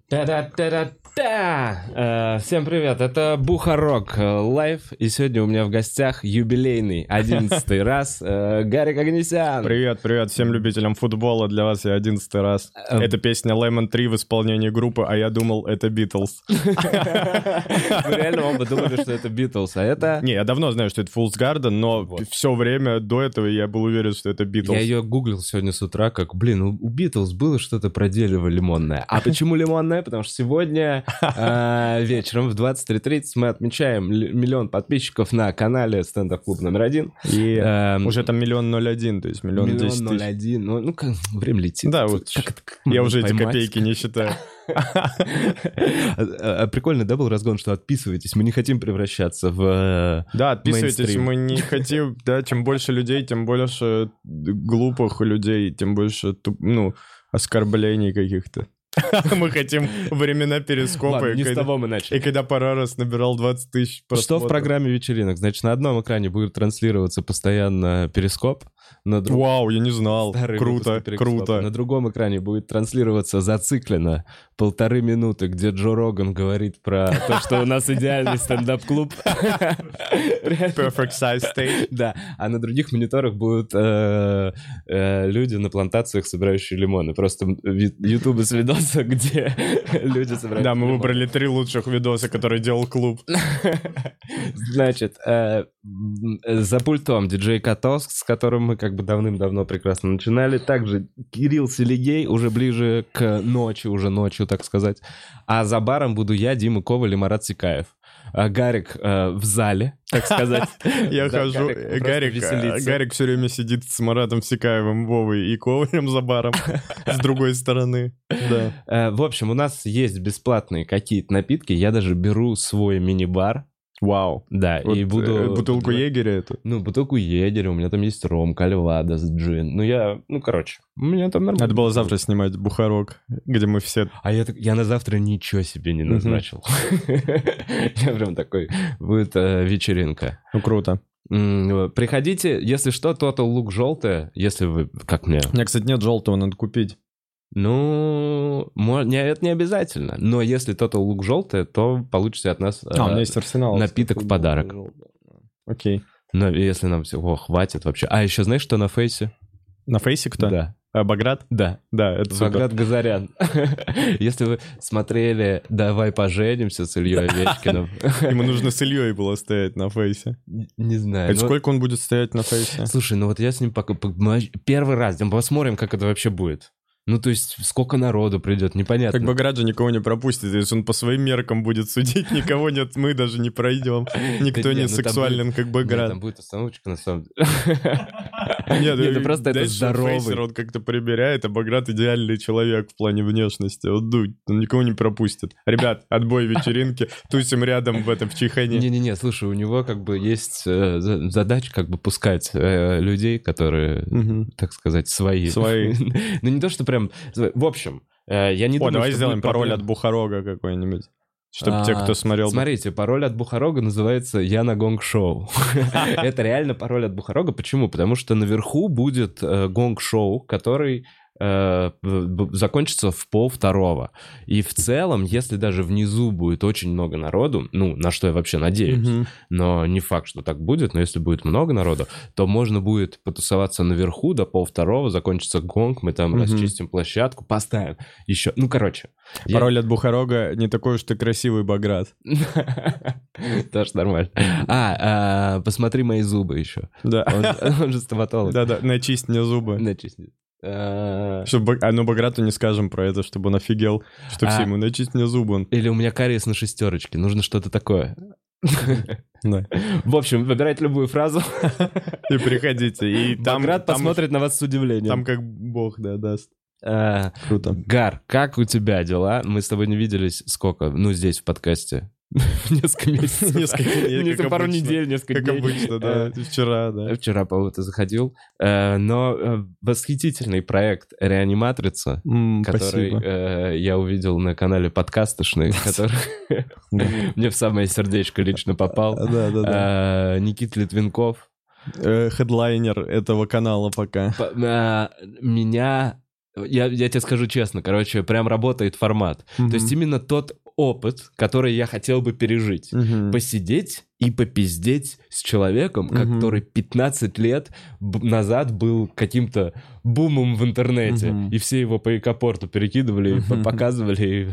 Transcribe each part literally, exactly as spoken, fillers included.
Та-да-та-да-та! Всем привет, это Бухарок Лайв, и сегодня у меня в гостях юбилейный одиннадцатый раз Гарик Оганесян. Привет, привет всем любителям футбола, для вас я одиннадцатый раз. Это песня Lemon три в исполнении группы, а я думал, это Beatles. Вы реально оба думали, что это Beatles, а это... Не, я давно знаю, что это Fool's Garden, но вот. Все время до этого я был уверен, что это Beatles. Я ее гуглил сегодня с утра, как, блин, у Beatles было что-то про дерево лимонное. А почему лимонное? Потому что сегодня э, вечером в двадцать три тридцать мы отмечаем миллион подписчиков на канале Стендап Клуб номер один. И э, уже там миллион ноль один, то есть миллион десять тысяч. Миллион ноль один, ну, ну как, время летит. Да, вот как это, как я уже поймать? Эти копейки не считаю. Прикольно, да, был разгон, что отписывайтесь, мы не хотим превращаться в Да, отписывайтесь, мы не хотим, да, чем больше людей, тем больше глупых людей, тем больше, ну, оскорблений каких-то. Мы хотим времена перископа. Ладно, не и с когда, того мы начали. И когда Парарас набирал двадцать тысяч просмотров. Что в программе вечеринок? Значит, на одном экране будет транслироваться постоянно перископ. На друг... Вау, я не знал. Старый круто, круто. На другом экране будет транслироваться зациклено полторы минуты, где Джо Роган говорит про то, что у нас идеальный стендап-клуб. Perfect size stage. Да, а на других мониторах будут люди на плантациях, собирающие лимоны. Просто ютубы с видоса, где люди собирают. Да, мы выбрали три лучших видоса, которые делал клуб. Значит, за пультом диджей Катос, с которым мы как бы давным-давно прекрасно начинали. Также Кирилл Селигей, уже ближе к ночи, уже ночью, так сказать. А за баром буду я, Дима Коваль и Марат Сикаев. А Гарик э, в зале, так сказать. Я хожу, Гарик, Гарик все время сидит с Маратом Сикаевым, Вовой и Ковалем за баром с другой стороны. Да. В общем, у нас есть бесплатные какие-то напитки. Я даже беру свой мини-бар. Вау. Да, вот, и буду... Бутылку Егеря это? Ну, бутылку Егеря, у меня там есть ром, кальвадос, джин. Ну, я... Ну, короче, у меня там нормально. Надо было завтра снимать Бухарок, где мы все... А я, я на завтра ничего себе не назначил. Я прям такой... Будет вечеринка. Ну, круто. Приходите, если что, Total Look желтое, если вы... Как мне? У меня, кстати, нет желтого, надо купить. Ну, не, это не обязательно. Но если Total Look желтое, то получите от нас а, э, у меня есть Арсенал, напиток в подарок. Окей. Но если нам всего хватит вообще. А еще знаешь, что на фейсе? На фейсе кто? Да. А, Баграт? Да. Да, это супер. Баграт Газарян. Если вы смотрели «Давай поженимся» с Ильей Овечкиным. Ему нужно с Ильей было стоять на фейсе. Не знаю. Это сколько он будет стоять на фейсе? Слушай, ну вот я с ним пока... Первый раз. Посмотрим, как это вообще будет. Ну, то есть, сколько народу придет, непонятно. Как Баграт же никого не пропустит, если он по своим меркам будет судить, никого нет, мы даже не пройдем. Никто не сексуален, как Баграт. Там будет остановочка, на самом деле. Нет, ну просто это здоровый. Фейсер он как-то прибирает, а Баграт идеальный человек в плане внешности. Вот дуй, он никого не пропустит. Ребят, отбой вечеринки, тусим рядом в этом, в Чайхане. Не-не-не, слушай, у него как бы есть задача как бы пускать людей, которые, так сказать, свои. Свои. Ну, не то, что прям... В общем, я не О, думаю, давай что сделаем пароль проблем... от Бухарога какой-нибудь. Чтобы а, те, кто смотрел... Смотрите, пароль от Бухарога называется «Я на гонг-шоу». Это реально пароль от Бухарога. Почему? Потому что наверху будет гонг-шоу, который... закончится в пол второго. И в целом, если даже внизу будет очень много народу, ну, на что я вообще надеюсь, mm-hmm. но не факт, что так будет, но если будет много народу, то можно будет потусоваться наверху до пол второго, закончится гонг, мы там mm-hmm. расчистим площадку, поставим еще, ну, короче. Пароль я... от Бухарога не такой уж ты красивый, Баграт. Тоже нормально. А, посмотри мои зубы еще. Да. Он же стоматолог. Да-да, начисть мне зубы. Начисть. Чтобы, а ну Баграту не скажем про это, чтобы он офигел, что а, все ему начисть мне зубы. Он... Или у меня кариес на шестерочке, нужно что-то такое. Да. В общем, выбирайте любую фразу. И приходите. И там, Баграт там посмотрит на вас с удивлением. Там как бог, да, даст. А, Круто. Гар, как у тебя дела? Мы с тобой не виделись сколько? Ну, здесь, в подкасте. Несколько месяцев. Несколько пару недель, несколько дней. Как обычно, да. Вчера, да. Вчера, по-моему, ты заходил. Но восхитительный проект «Реаниматрица», который я увидел на канале «Подкастошный», который мне в самое сердечко лично попал. Да, да, да. Никита Литвинков. Хедлайнер этого канала пока. Меня... я, я тебе скажу честно, короче, прям работает формат. Мгм. То есть именно тот опыт, который я хотел бы пережить. Мгм. Посидеть и попиздеть с человеком, Мгм. который пятнадцать лет б- назад был каким-то бумом в интернете, Мгм. и все его по экопорту перекидывали, и по- Мгм. показывали.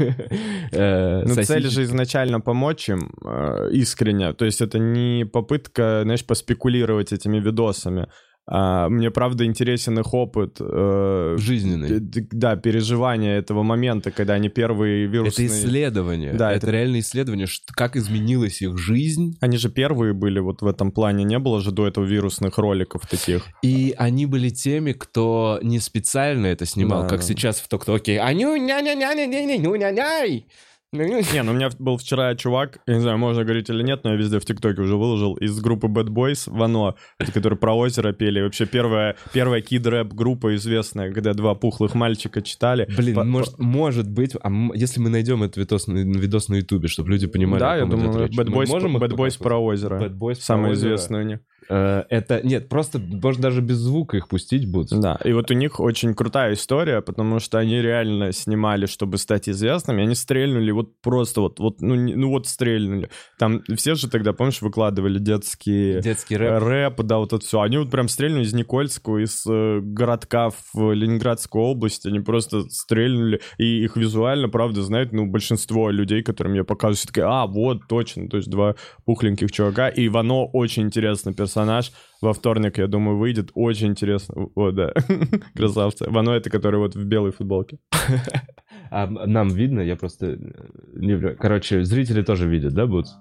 э, Ну, цель сосисечки. же изначально помочь им э, искренне. То есть это не попытка, знаешь, поспекулировать этими видосами. А мне, правда, интересен их опыт. э, Жизненный. д- д- Да, переживания этого момента, когда они первые вирусные... Это исследование. Да, это, это- реальное исследование, что, как изменилась их жизнь. Они же первые были вот в этом плане. Не было же до этого вирусных роликов таких. И они были теми, кто не специально это снимал, Да, как да. сейчас в ТокТоке. Аню ня ня ня ня ня ня ня ня Не, ну у меня был вчера чувак, я не знаю, можно говорить или нет, но я везде в ТикТоке уже выложил, из группы Bad Boys, Вано, которые про озеро пели. Вообще первая, первая кид-рэп группа известная, когда два пухлых мальчика читали. Блин, По- может, может быть, а м- если мы найдем этот видос, на- видос на Ютубе, чтобы люди понимали, Да, о я ком идет думаю, речь. Bad Мы Boys, можем их Bad Boys показывать? про озеро. Bad Boys Самый про озеро. известный у них. Э, Это, нет, просто, может, даже без звука их пустить будут. Да, и вот у них очень крутая история, потому что они реально снимали, чтобы стать известными, они стрельнули вот просто вот, вот ну, не- ну вот стрельнули. Там все же тогда, помнишь, выкладывали детские... Детский рэп. Рэп, да, вот это все. Они вот прям стрельнули из Никольского, из э, городка в Ленинградской области. Они просто стрельнули. И их визуально, правда, знают, ну, большинство людей, которым я показываю, все такие, а, вот, точно. То есть два пухленьких чувака. И Вано очень интересный персонаж. Во вторник, я думаю, выйдет. Очень интересно. Вот, да. Красавцы. Вано это, который вот в белой футболке. А нам видно, я просто... э, не вру. Короче, зрители тоже видят, да, будут?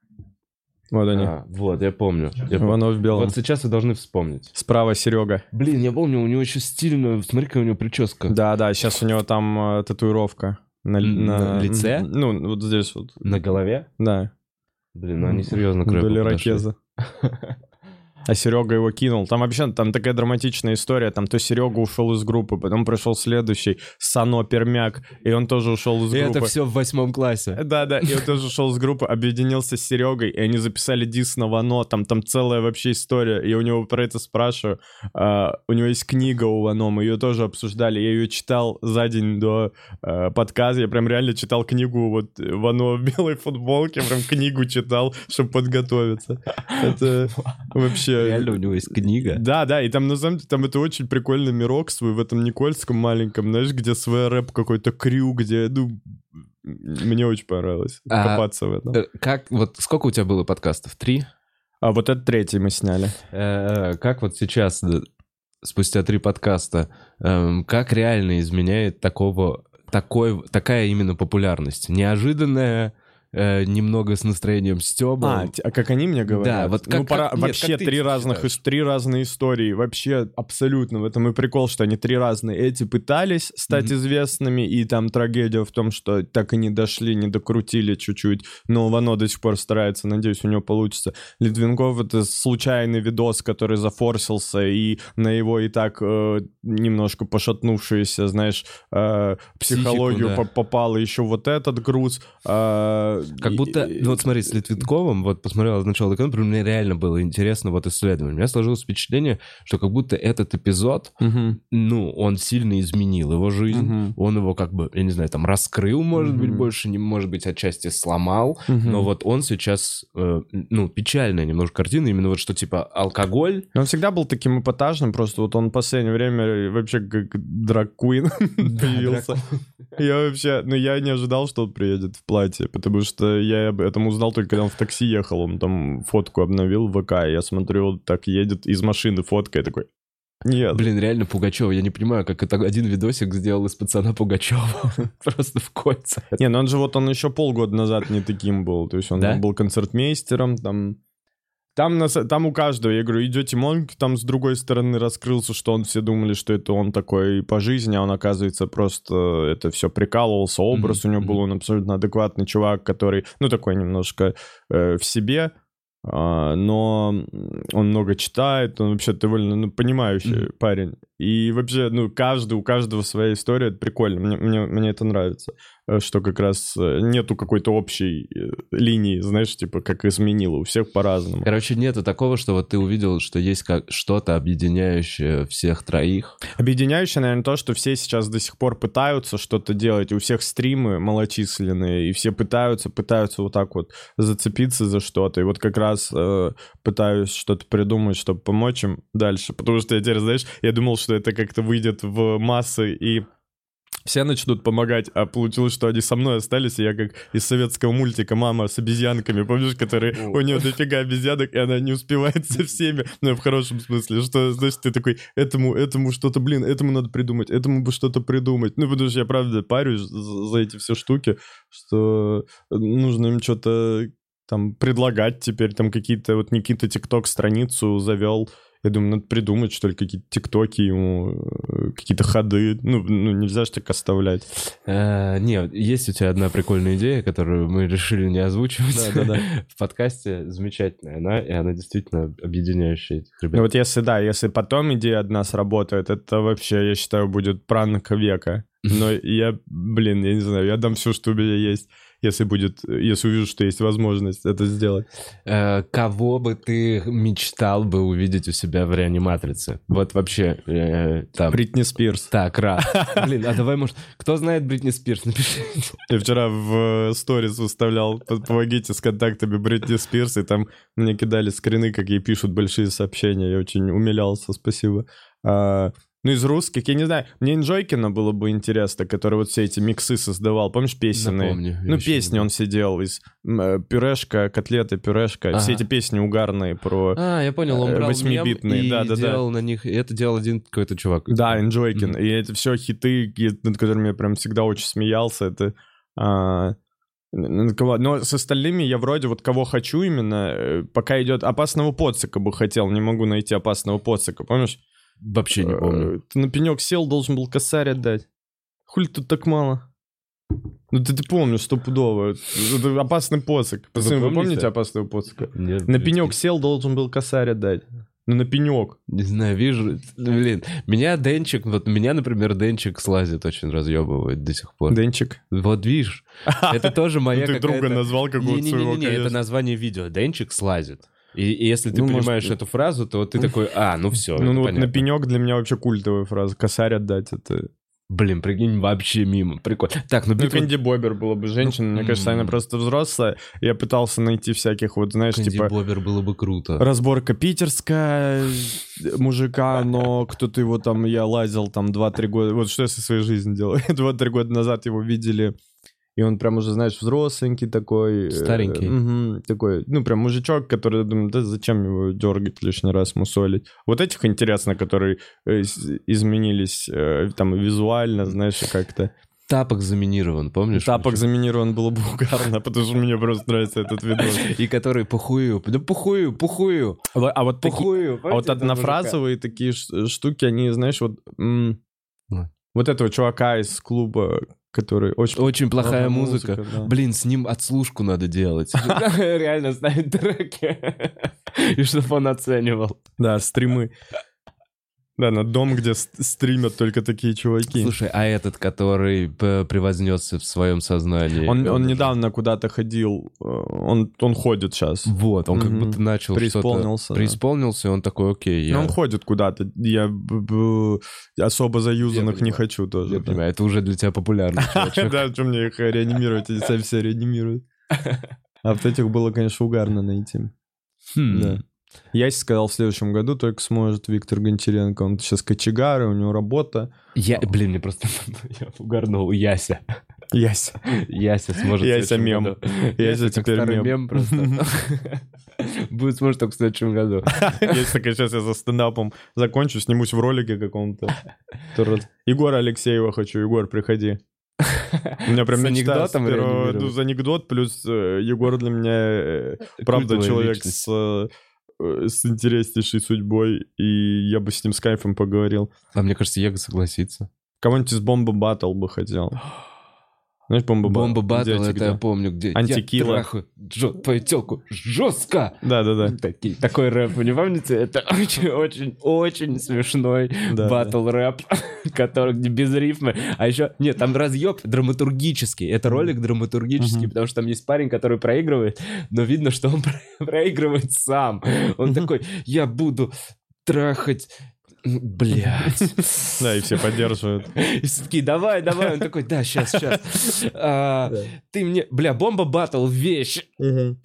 Вот они. А, вот, я помню. Я помню. Вано в белом. Вот сейчас вы должны вспомнить. Справа Серега. Блин, я помню, у него еще стильно... Смотри, какая у него прическа. Да-да, сейчас у него там э, татуировка. На, М, на- на лице? Ну, вот здесь вот. На голове? Да. Блин, ну они серьезно к рэпу Вдоль подошли. ирокеза. А Серега его кинул. Там вообще там такая драматичная история. Там то Серега ушел из группы, потом пришел следующий, Сано Пермяк, и он тоже ушел из И группы. это все в восьмом классе. Да-да, и он тоже ушел из группы, объединился с Серегой, и они записали дис на Вано, там, там целая вообще история, и у него про это спрашиваю. А, у него есть книга у Вано, мы ее тоже обсуждали, я ее читал за день до а, подкаста, я прям реально читал книгу, вот, Вано в белой футболке, прям книгу читал, чтобы подготовиться. Это вообще... Реально, у него есть книга. Да, да, и там, на самом деле, там это очень прикольный мирок свой в этом Никольском маленьком, знаешь, где свой рэп какой-то крю, где, ну, мне очень понравилось А, копаться в этом. Э, Как, вот сколько у тебя было подкастов? Три? А вот этот третий мы сняли. Э, Как вот сейчас, да, спустя три подкаста, эм, как реально изменяет такого, такой, такая именно популярность? Неожиданная, э, немного с настроением Стёба. А, т- а как они мне говорят? Да, вот ну, как- пора- как- нет, вообще как ты три это разных, считаешь? ис- три разные истории. Вообще абсолютно. В этом и прикол, что они три разные. Эти пытались стать Мгм. известными, и там трагедия в том, что так и не дошли, не докрутили чуть-чуть. Но Вано до сих пор старается, надеюсь, у него получится. Литвинков — это случайный видос, который зафорсился, и на его и так э, немножко пошатнувшуюся, знаешь, э, психологию Психику, да. по- попал еще вот этот груз. э, Как и- будто, и- ну вот смотри, с Литвинковым, вот посмотрел сначала до конца, мне реально было интересно вот исследование. У меня сложилось впечатление, что как будто этот эпизод, Мгм. ну, он сильно изменил его жизнь, Мгм. он его как бы, я не знаю, там раскрыл, может быть, Мгм. больше, не может быть, отчасти сломал, Мгм. но вот он сейчас, э, ну, печальная немножко картина, именно вот что типа алкоголь. Но он всегда был таким эпатажным, просто вот он в последнее время вообще как драг-куин появился. Я вообще, ну я не ожидал, что он приедет в платье, потому что я об этом узнал только когда он в такси ехал, он там фотку обновил в ВК, и я смотрю, он так едет из машины фотка, я такой, нет. Блин, реально Пугачева, я не понимаю, как это один видосик сделал из пацана Пугачева, просто в кольца. Не, ну он же вот, он еще полгода назад не таким был, то есть он Да? был концертмейстером, там... Там, на с- там у каждого, я говорю, идете Монк, там с другой стороны раскрылся, что он, все думали, что это он такой по жизни, а он, оказывается, просто это все прикалывался, образ Мгм, у него был, он абсолютно адекватный чувак, который, ну, такой немножко э, в себе, а, но он много читает, он вообще довольно, ну, понимающий Мгм. парень. И вообще, ну, каждый, у каждого своя история, это прикольно, мне, мне, мне это нравится, что как раз нету какой-то общей линии, знаешь, типа, как изменило, у всех по-разному. Короче, нету такого, что вот ты увидел, что есть как что-то объединяющее всех троих. Объединяющее, наверное, то, что все сейчас до сих пор пытаются что-то делать, и у всех стримы малочисленные, и все пытаются, пытаются вот так вот зацепиться за что-то, и вот как раз э, пытаюсь что-то придумать, чтобы помочь им дальше, потому что я теперь, знаешь, я думал, что это как-то выйдет в массы, и все начнут помогать, а получилось, что они со мной остались, и я как из советского мультика «Мама с обезьянками», помнишь, который у нее дофига обезьянок, и она не успевает со всеми, ну, в хорошем смысле, что, значит, ты такой, этому, этому что-то, блин, этому надо придумать, этому бы что-то придумать, ну, потому что я, правда, парюсь за эти все штуки, что нужно им что-то там предлагать теперь, там какие-то, вот Никита ТикТок страницу завел. Я думаю, надо придумать, что ли, какие-то тиктоки ему, какие-то ходы. Ну, ну нельзя же так оставлять. А, нет, есть у тебя одна прикольная идея, которую мы решили не озвучивать да, да, да. в подкасте. Замечательная она, и она действительно объединяющая этих ребят. Ну вот если, да, если потом идея одна сработает, это вообще, я считаю, будет пранк века. Но я, блин, я не знаю, я дам все, что у меня есть, если будет, если увижу, что есть возможность это сделать. Э, кого бы ты мечтал бы увидеть у себя в реаниматрице? Вот вообще э, там... Бритни Спирс. Так, рад. Блин, а давай, может... Кто знает Бритни Спирс? Напишите. Я вчера в сторис выставлял, помогите с контактами Бритни Спирс, и там мне кидали скрины, как ей пишут большие сообщения. Я очень умилялся, спасибо. А, ну, из русских, я не знаю, мне Энджойкина было бы интересно, который вот все эти миксы создавал. Помнишь, песенные? Напомню, ну, песни он сидел из пюрешка, котлеты, пюрешка. Ага. Все эти песни угарные про А, я понял, он брал восьмибитные. и да, да, делал да. на них... И это делал один какой-то чувак. Да, Энджойкин. Mm-hmm. И это все хиты, над которыми я прям всегда очень смеялся. Это... А... Но с остальными я вроде вот кого хочу именно, пока идет опасного поцика бы хотел, не могу найти опасного поцика, помнишь? Вообще не помню. Ты на пенек сел, должен был косарь отдать. Хули тут так мало? Ну ты, ты помнишь, стопудово. Это опасный поцик. Пацаны, вы, вы помните опасного поцика? Нет. На пенек сел, должен был косарь отдать. Ну, на пенек. Не знаю, вижу. Блин, меня Денчик, вот меня, например, Денчик слазит очень разъебывает до сих пор. Денчик? Вот видишь, это тоже моя какая-то... Ты друга назвал какого-то своего, Не-не-не, это название видео. Денчик слазит. И, и если ты ну, понимаешь может... эту фразу, то ты такой, а, ну все. Ну, ну вот на пенек для меня вообще культовая фраза. Косарь отдать, это... Блин, прикинь, вообще мимо. Прикольно. Так, ну, ну Кэнди Бобер была бы женщина. Ну, мне кажется, она просто взрослая. Я пытался найти всяких вот, знаешь, Кэнди типа... Кэнди Бобер было бы круто. Разборка питерская мужика, но кто-то его там... Я лазил там два-три года... Вот что я со своей жизнью делал. два-три года назад его видели... И он прям уже, знаешь, взросленький такой. Старенький. Э, угу, такой, ну, прям мужичок, который, думаю, да зачем его дергать лишний раз, мусолить. Вот этих интересно, которые э, изменились э, там визуально, знаешь, как-то. Тапок заминирован, помнишь? Тапок еще? Заминирован было бы угарно, потому что мне просто нравится этот видос. И который пухую, да пухую, пухую. А вот пухую. А вот однофразовые такие штуки, они, знаешь, вот... Вот этого чувака из клуба, который очень... Очень плохая музыка. музыка да. Блин, с ним отслушку надо делать. Реально ставить треки. И чтобы он оценивал. Да, стримы. Да, на дом, где стримят только такие чуваки. Слушай, а этот, который превознесся в своем сознании? Он, он недавно куда-то ходил, он, он ходит сейчас. Вот, он mm-hmm. как будто начал преисполнился, что-то... Преисполнился, да. Он такой, окей, я... Он ходит куда-то, я б- б- особо заюзанных не хочу тоже. Я да. понимаю, это уже для тебя популярно. Да, что мне их реанимировать, они сами все реанимируют. А вот этих было, конечно, угарно найти. Да. Ясь сказал, в следующем году только сможет Виктор Гончаренко. Он сейчас кочегар, у него работа. Я, блин, мне просто я угарнул. Яся. Яся. Яся сможет Яся в мем. году. Яся, Яся теперь мем. мем просто. Будет сможет только в следующем году. Есть такая, сейчас я за стендапом закончу, снимусь в ролике каком-то. Егора Алексеева хочу. Егор, приходи. У меня прям с мечта анекдотом с первого, ну, за анекдот, плюс э, Егор для меня, э, правда, человек личность. с... с интереснейшей судьбой, и я бы с ним с кайфом поговорил. А мне кажется, Его согласится. Кого-нибудь из Бомба Баттл бы хотел. Знаешь, бомба батл. Бомба батл, это я помню, где Антикила. я трахаю жё- твою тёлку жестко. Да-да-да. Такие, такой рэп, вы не помните? Это очень-очень-очень смешной Да, батл-рэп, который где без рифмы. А еще, нет, там разъеб драматургический. Это ролик драматургический, Мгм. потому что там есть парень, который проигрывает, но видно, что он про- проигрывает сам. Он такой, я буду трахать... Блядь. Да, и все поддерживают. И все такие, давай, давай. Он такой, да, сейчас, сейчас. А, ты мне... Бля, бомба батл, вещь. Ну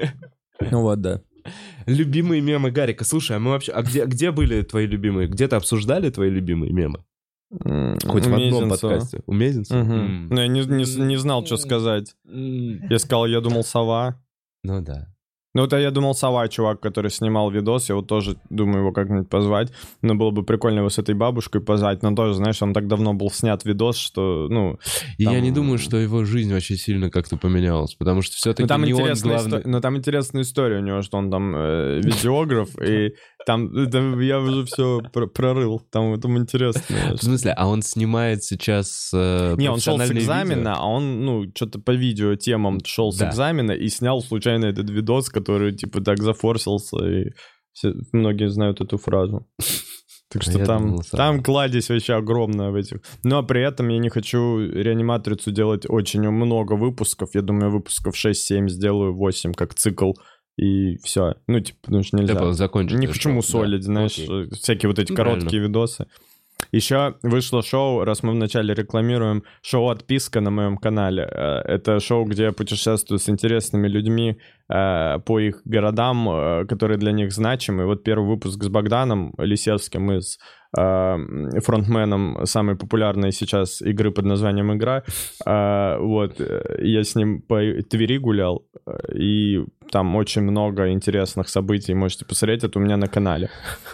вот, да. Любимые мемы Гарика. Слушай, а мы вообще... А где, где были твои любимые? Где-то обсуждали твои любимые мемы? Хоть в одном подкасте. У Мезенцева? М. Ну, я не, не, не знал, что сказать. М. Я сказал, я думал, сова. Ну да. Ну, это я думал, сова, чувак, который снимал видос, я вот тоже думаю его как-нибудь позвать. Но было бы прикольно его с этой бабушкой позвать, но тоже, знаешь, он так давно был снят видос, что, ну... И там- я не думаю, что его жизнь очень сильно как-то поменялась, потому что все-таки Ну, там не он интересная главный... исто- но там интересная история у него, что он там э, видеограф, и там, там я уже все прорыл, там, там интересно. В смысле, а он снимает сейчас э, Не, он шел с профессиональные экзамена, видео? а он, ну, что-то по видео темам шел с Да. экзамена и снял случайно этот видос, который, типа, так зафорсился, и все- многие знают эту фразу. Так А что я там, думал, сам. там кладезь вообще огромная в этих. Но при этом я не хочу реаниматрицу делать очень много выпусков. Я думаю, выпусков шесть-семь сделаю, восемь, как цикл, и все. Ну, типа, потому что нельзя. Типа, закончить Не это хочу шоу, мусолить, да. знаешь, Окей. э, всякие вот эти Ну, короткие видосы. Еще вышло шоу, раз мы вначале рекламируем, шоу «Отписка» на моем канале. Э, Это шоу, где я путешествую с интересными людьми э, по их городам, э, которые для них значимы. Вот первый выпуск с Богданом Лисевским из э, фронтменом самой популярной сейчас игры под названием «Игра». Э, Вот, э, я с ним по Твери гулял, э, и там очень много интересных событий, можете посмотреть, это у меня на канале.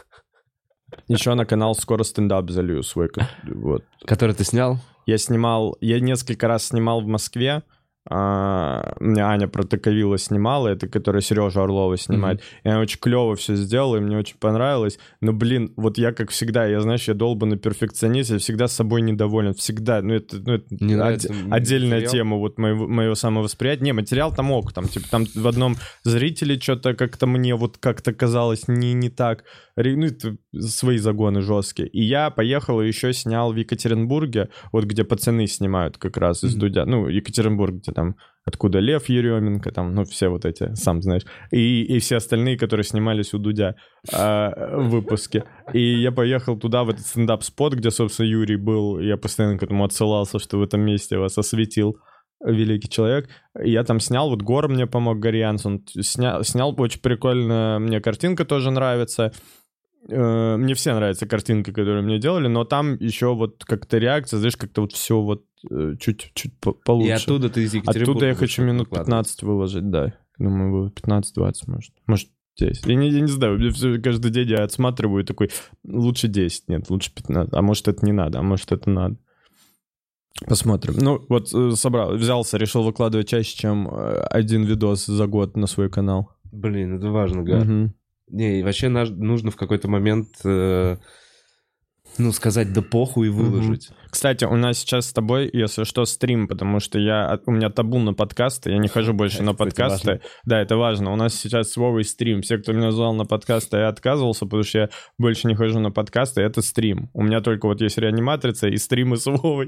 Еще на канал скоро стендап залью свой. Вот. Который ты снял? Я снимал, я несколько раз снимал в Москве. А, мне Аня Протоковила снимала, это которая Сережа Орлова снимает. И она очень клево все сделала, и мне очень понравилось. Но, блин, вот я, как всегда, я, знаешь, я долбанный перфекционист, я всегда с собой недоволен. Всегда. Ну, это, ну, это Не оде- нравится отдельная материал? тема вот моего, моего самовосприятия. Не, материал там ок, там, типа, там в одном зрителе что-то как-то мне вот как-то казалось не, не так. Ре- Ну, это свои загоны жесткие. И я поехал и еще снял в Екатеринбурге, вот где пацаны снимают как раз из Мгм. Дудя. Ну, Екатеринбург, где там откуда Лев Еременко, там, ну, все вот эти, сам знаешь. И, и все остальные, которые снимались у Дудя а, в выпуске. И я поехал туда, в этот стендап-спот, где, собственно, Юрий был. И я постоянно к этому отсылался, что в этом месте вас осветил великий человек. И я там снял, вот Гор мне помог, Горьянц, он снял, снял очень прикольно, мне картинка тоже нравится. Э, Мне все нравятся картинки, которые мне делали, но там еще вот как-то реакция, знаешь, как-то вот все вот э, чуть-чуть по- получше. И оттуда ты из Екатеринбурга Оттуда я будешь хочу минут выкладывать. пятнадцать выложить, да. Думаю, будет пятнадцать-двадцать, может. Может, десять. Я не, я не знаю, мне всё- каждый день я отсматриваю и такой, лучше десять, нет, лучше пятнадцать. А может, это не надо, а может, это надо. Посмотрим. Ну, вот э, собрал, взялся, решил выкладывать чаще, чем э, один видос за год на свой канал. Блин, это важно, Гар. Мгм. Не, и вообще наш- нужно в какой-то момент, э, ну, сказать да похуй и выложить. Кстати, у нас сейчас с тобой, если что, стрим, потому что я, у меня табу на подкасты, я не хожу больше на Кстати, подкасты. важно. Да, это важно. У нас сейчас с Вовой стрим. Все, кто меня звал на подкасты, я отказывался, потому что я больше не хожу на подкасты. Это стрим. У меня только вот есть реаниматрица и стримы с Вовой.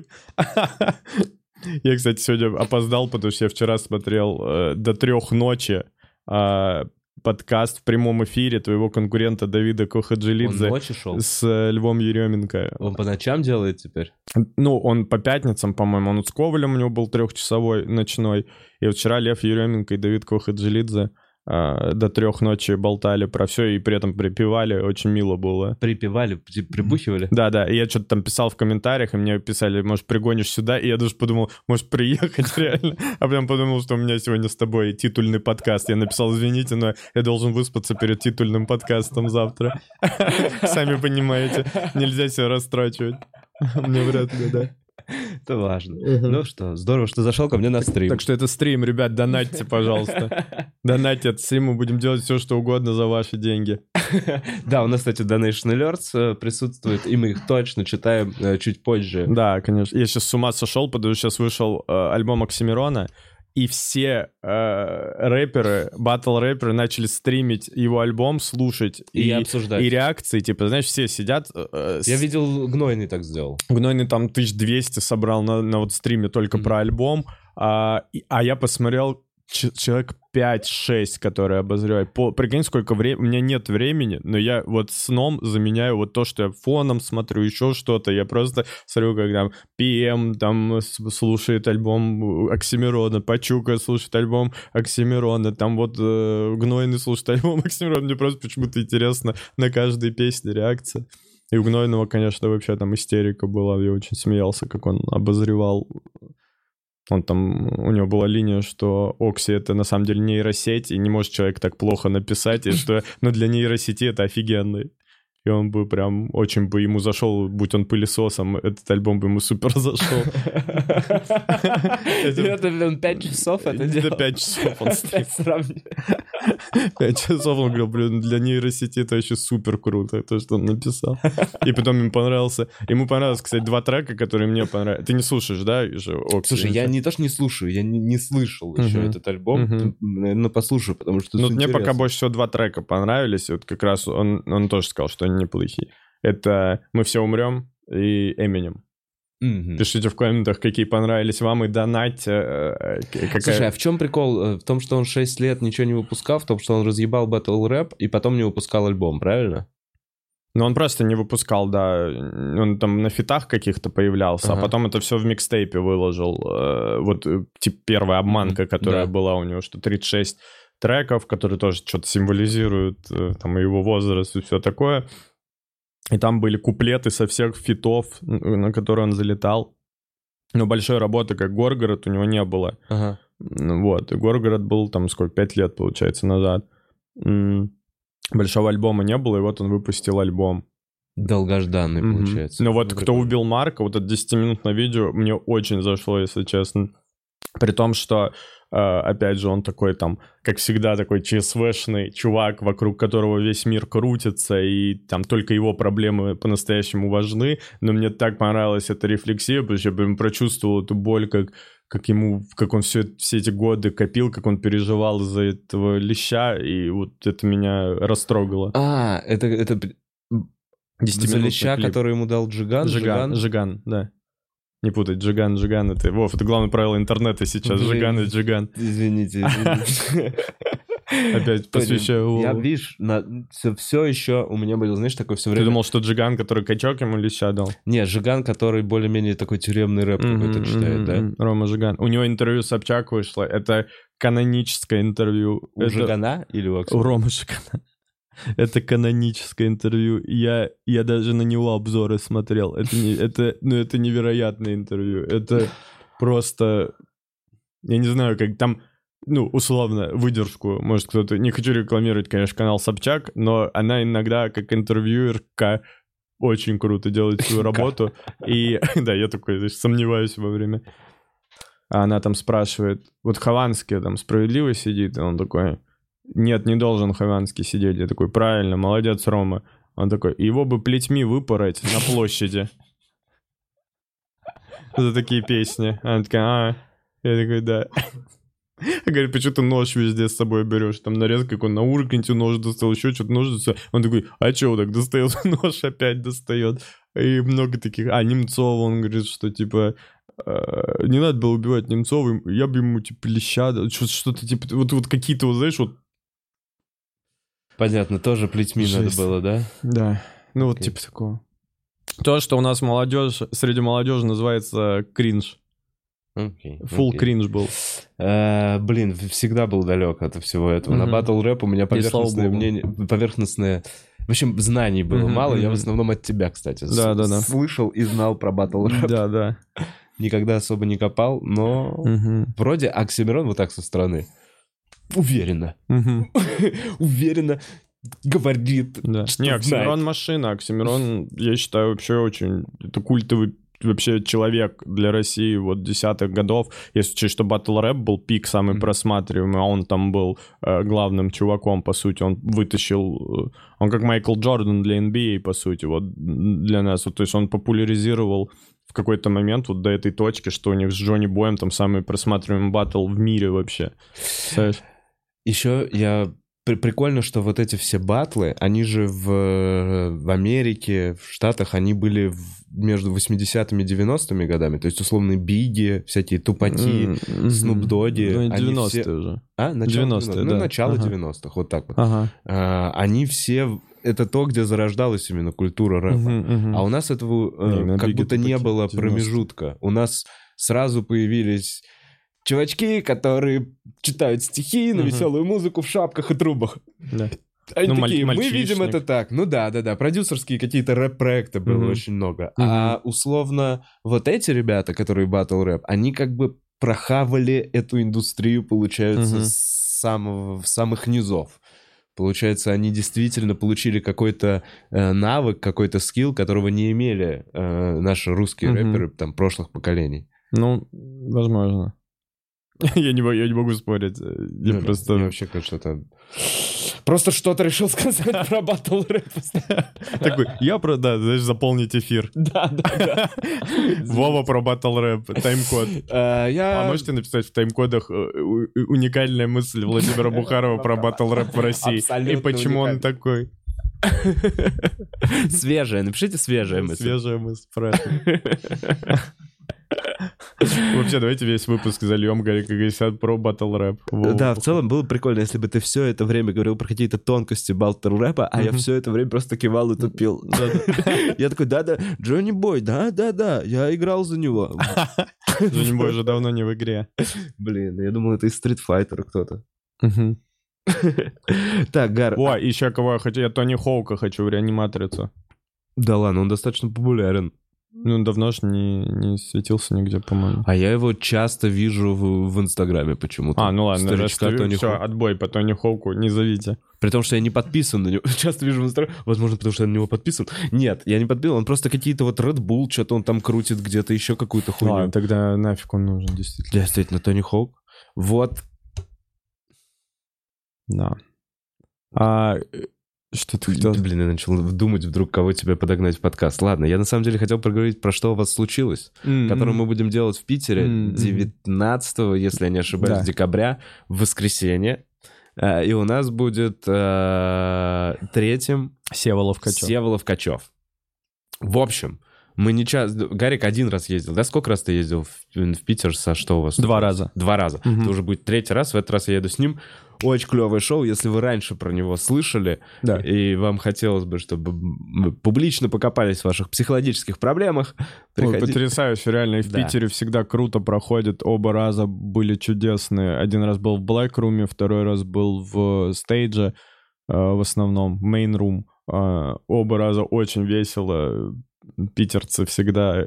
Я, кстати, сегодня опоздал, потому что я вчера смотрел э, до трех ночи э, подкаст в прямом эфире твоего конкурента Давида Он Кохаджилидзе ночью шел? с э, Львом Еременко. Он по ночам делает теперь? Ну, он по пятницам, по-моему, он с Ковалем у него был трехчасовой ночной. И вот вчера Лев Еременко и Давид Кохаджилидзе а, до трех ночи болтали про все и при этом припевали. Очень мило было. Припевали, при- прибухивали? Да-да, и я что-то там писал в комментариях, и мне писали, может, пригонишь сюда? И я даже подумал, может, приехать реально? А потом подумал, что у меня сегодня с тобой титульный подкаст. Я написал, извините, но я должен выспаться перед титульным подкастом завтра. Сами понимаете, нельзя себя растрачивать. Мне вряд ли, да. Это важно. Ну что, здорово, что зашел ко мне на стрим. Так что это стрим, ребят, донатьте, пожалуйста. Донатьте от стрима, будем делать все, что угодно за ваши деньги. Да, у нас, кстати, Donation Alerts присутствует, и мы их точно читаем чуть позже. Да, конечно. Я сейчас с ума сошел, потому что сейчас вышел э, альбом Оксимирона, и все э, рэперы, батл-рэперы начали стримить его альбом, слушать и, и обсуждать. И реакции, типа, знаешь, все сидят... Э, Я с... видел, Гнойный так сделал. Гнойный там тысяча двести собрал на, на вот стриме только mm-hmm. про альбом, а, и, а я посмотрел ч- человек пять-шесть, которые обозревают. По, прикинь, сколько времени... У меня нет времени, но я вот сном заменяю вот то, что я фоном смотрю, еще что-то. Я просто смотрю, как там пи эм там слушает альбом Оксимирона, Пачука слушает альбом Оксимирона, там вот э, Гнойный слушает альбом Оксимирона. Мне просто почему-то интересно на каждой песне реакция. И у Гнойного, конечно, вообще там истерика была. Я очень смеялся, как он обозревал... Он там, у него была линия, что Окси — это на самом деле нейросеть, и не может человек так плохо написать, и что, но для нейросети это офигенно. И он бы прям очень бы ему зашел, будь он пылесосом, этот альбом бы ему супер зашел. Это, блин, пять часов это делал. Это пять часов он стримит. Пять часов он говорил, блин, для нейросети это вообще супер круто, то, что он написал. И потом ему понравился, ему понравилось, кстати, два трека, которые мне понравились. Ты не слушаешь, да? Слушай, я не то, что не слушаю, я не слышал еще этот альбом, но послушаю, потому что... Ну, мне пока больше всего два трека понравились, вот как раз он тоже сказал, что они неплохие. Это «Мы все умрем» и «Эминем». Mm-hmm. Пишите в комментах, какие понравились вам, и донать. Э, какая... Слушай, а в чем прикол? В том, что он шесть лет ничего не выпускал, в том, что он разъебал батл рэп и потом не выпускал альбом, правильно? Ну, он просто не выпускал, да. Он там на фитах каких-то появлялся, ага. а потом это все в микстейпе выложил. Э, вот, типа, первая обманка, mm-hmm. которая да. была у него, что тридцать шесть треков, которые тоже что-то символизируют, э, там, его возраст и все такое. И там были куплеты со всех фитов, на которые он залетал. Но большой работы, как Горгород, у него не было. Ага. Вот. И Горгород был там сколько, пять лет, получается, назад. Большого альбома не было, и вот он выпустил альбом. Долгожданный, mm-hmm. получается. Ну вот, «Кто убил Марка», вот это десятиминутное видео мне очень зашло, если честно. При том, что, э, опять же, он такой там, как всегда, такой ЧСВшный чувак, вокруг которого весь мир крутится, и там только его проблемы по-настоящему важны. Но мне так понравилась эта рефлексия, потому что я прям прочувствовал эту боль, как, как ему, как он все, все эти годы копил, как он переживал из-за этого леща, и вот это меня растрогало. А, это... это... За леща, клип. Который ему дал Джиган? Джиган, Джиган, да. Не путать, Джиган, Джиган, это... Вов, это главное правило интернета сейчас, Блин, Джиган и Джиган. Извините, извините. Опять посвящаю... Я, видишь, на... все, все еще у меня был, знаешь, такой все время... Ты думал, что Джиган, который качок ему леща дал? Не, Джиган, который более-менее такой тюремный рэп mm-hmm, какой-то читает, mm-hmm. да? Рома Жиган. У него интервью с Собчак вышло, это каноническое интервью. У это... Жигана или у Оксана? У Ромы Жигана. Это каноническое интервью. Я, я даже на него обзоры смотрел. Это, не, это, ну, это невероятное интервью. Это просто... Я не знаю, как там... Ну, условно, выдержку. Может, кто-то... Не хочу рекламировать, конечно, канал Собчак, но она иногда, как интервьюерка, очень круто делает свою работу. И да, я такой, значит, сомневаюсь во время. А она там спрашивает... Вот Хованский там справедливо сидит, и он такой... Нет, не должен Хованский сидеть. Я такой, правильно, молодец, Рома. Он такой, его бы плетьми выпороть на площади. За такие песни. Она такая, а. Я такой, да. Я говорю, почему ты нож везде с собой берешь? Там нарезка, как он на Урганте нож достал, еще что-то нож достал. Он такой, а что он так достает? Нож опять достает. И много таких. А, Немцова, он говорит, что типа... Не надо было убивать Немцова, я бы ему типа леща, что-то типа... Вот, вот какие-то, вот знаешь, вот... Понятно, тоже плетьми Жесть. Надо было, да? Да, ну okay. вот типа такого. То, что у нас молодежь, среди молодежи называется кринж. Okay, Full okay. кринж был. Uh, блин, всегда был далек от всего этого. Mm-hmm. На батл рэп у меня поверхностное мнение, поверхностное... В общем, знаний было mm-hmm, мало, mm-hmm. я в основном от тебя, кстати, да, да, да. слышал и знал про батл рэп. Да, да. Никогда особо не копал, но mm-hmm. вроде Оксимирон вот так со стороны. Уверенно. Mm-hmm. Уверенно говорит, да. что Не, Оксимирон знает. машина. Оксимирон, я считаю, вообще очень... Это культовый вообще человек для России вот десятых годов, если учесть, что Battle Rap был пик самый mm-hmm. просматриваемый, а он там был э, главным чуваком, по сути, он вытащил, э, он как Майкл Джордан для эн би эй, по сути, вот для нас, вот, то есть он популяризировал в какой-то момент вот до этой точки, что у них с Джонни Боем там самый просматриваемый баттл в мире вообще. Знаешь? Еще я... Прикольно, что вот эти все баттлы, они же в, в Америке, в Штатах, они были в, между восьмидесятыми и девяностыми годами. То есть, условно, Биги, всякие Тупаки, mm-hmm. Снупдоги. Ну, девяностые все... уже. А, начало девяностых. девяностые, ну, да. начало ага. девяностых, вот так вот. Ага. А, они все... Это то, где зарождалась именно культура рэпа. Uh-huh, uh-huh. А у нас этого не, как будто не было девяностые. Промежутка. У нас сразу появились... Чувачки, которые читают стихи на uh-huh. веселую музыку в шапках и трубах. Да. Они ну, такие, маль- мы видим это так. Ну да, да, да. Продюсерские какие-то рэп-проекты было uh-huh. очень много. Uh-huh. А условно вот эти ребята, которые батл рэп, они как бы прохавали эту индустрию, получается, uh-huh. с самого, с самых низов. Получается, они действительно получили какой-то э, навык, какой-то скилл, которого не имели э, наши русские uh-huh. рэперы там прошлых поколений. Ну, возможно. Я не, я не могу спорить. Я ну, просто... Мне вообще кажется, что-то... Просто что-то решил сказать про батл рэп. Такой, я про, да, знаешь, заполнить эфир. Да, да, да. Вова про батл рэп, тайм-код. А можете написать в тайм-кодах уникальная мысль Владимира Бухарова про батл рэп в России? И почему он такой? Свежая, напишите свежая мысль. Свежая мысль, правильно. Вообще, давайте весь выпуск зальем Гарик Агасян про батл рэп. Да, в целом было прикольно, если бы ты все это время говорил про какие-то тонкости батл рэпа, а я все это время просто кивал и тупил. Я такой, да-да, Джонни Бой, да-да-да, я играл за него. Джонни Бой уже давно не в игре. Блин, я думал, это из Street Fighter кто-то. Так, Гар... О, еще кого я хочу, я Тони Хоука хочу в реаниматрицу. Да ладно, он достаточно популярен. Ну, давно же не, не светился нигде, по-моему. А я его часто вижу в, в Инстаграме почему-то. А, ну ладно, Старичка раз Тони все, Хоук. отбой по Тони Хоуку, не зовите. При том, что я не подписан на него. Часто вижу в Инстаграме. Возможно, потому что я на него подписан. Нет, я не подписан. Он просто какие-то вот Red Bull, что-то он там крутит где-то, еще какую-то хуйню. Ладно, тогда нафиг он нужен, действительно. Действительно, Тони Хоук. Вот. Да. А... Что ты хотел? Блин, я начал думать вдруг, кого тебе подогнать в подкаст. Ладно, я на самом деле хотел поговорить про что у вас случилось, mm-hmm. которое мы будем делать в Питере mm-hmm. девятнадцатого, если я не ошибаюсь, да. декабря, в воскресенье. И у нас будет э, третьим... Всеволод Качев. Всеволод Качев. В общем, мы не часто... Гарик один раз ездил. Да, сколько раз ты ездил в, в Питер? Со что у вас? Два раза. Два раза. Mm-hmm. Это уже будет третий раз. В этот раз я еду с ним. Очень клевое шоу, если вы раньше про него слышали, да. и вам хотелось бы, чтобы мы публично покопались в ваших психологических проблемах. Приходи... Ой, потрясающе, реально. И в да. Питере всегда круто проходит. Оба раза были чудесные. Один раз был в Black Room, второй раз был в стейдже, в основном, Main Room. Оба раза очень весело. Питерцы всегда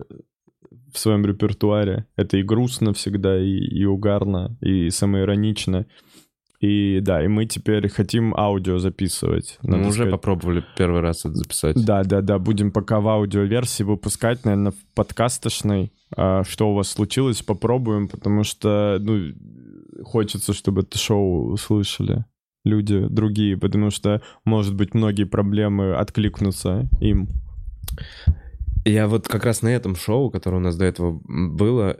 в своем репертуаре. Это и грустно всегда, и, и угарно, и самоиронично. И да, и мы теперь хотим аудио записывать. Мы уже сказать. попробовали первый раз это записать. Да, да, да, будем пока в аудиоверсии выпускать, наверное, в подкастошной. А, что у вас случилось, попробуем, потому что, ну, хочется, чтобы это шоу услышали люди другие, потому что, может быть, многие проблемы откликнутся им. Я вот как раз на этом шоу, которое у нас до этого было...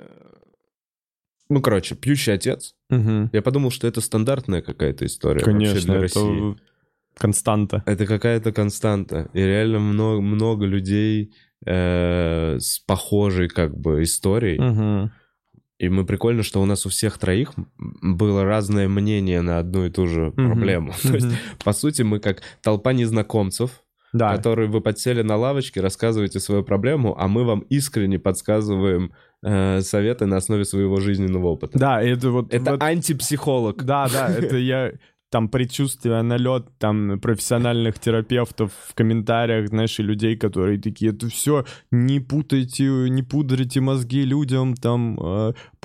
Ну, короче, «Пьющий отец». Угу. Я подумал, что это стандартная какая-то история. Конечно, вообще для это России. Константа. Это какая-то константа. И реально много, много людей э, с похожей как бы историей. Угу. И мы прикольно, что у нас у всех троих было разное мнение на одну и ту же угу. проблему. Угу. То есть, по сути, мы как толпа незнакомцев, да. которые вы подсели на лавочке, рассказываете свою проблему, а мы вам искренне подсказываем э, советы на основе своего жизненного опыта. Да, это вот... Это вот... антипсихолог. Да, да, это я... Там предчувствие, налет, там профессиональных терапевтов в комментариях, знаешь, и людей, которые такие, это все, не путайте, не пудрите мозги людям, там, э, пусть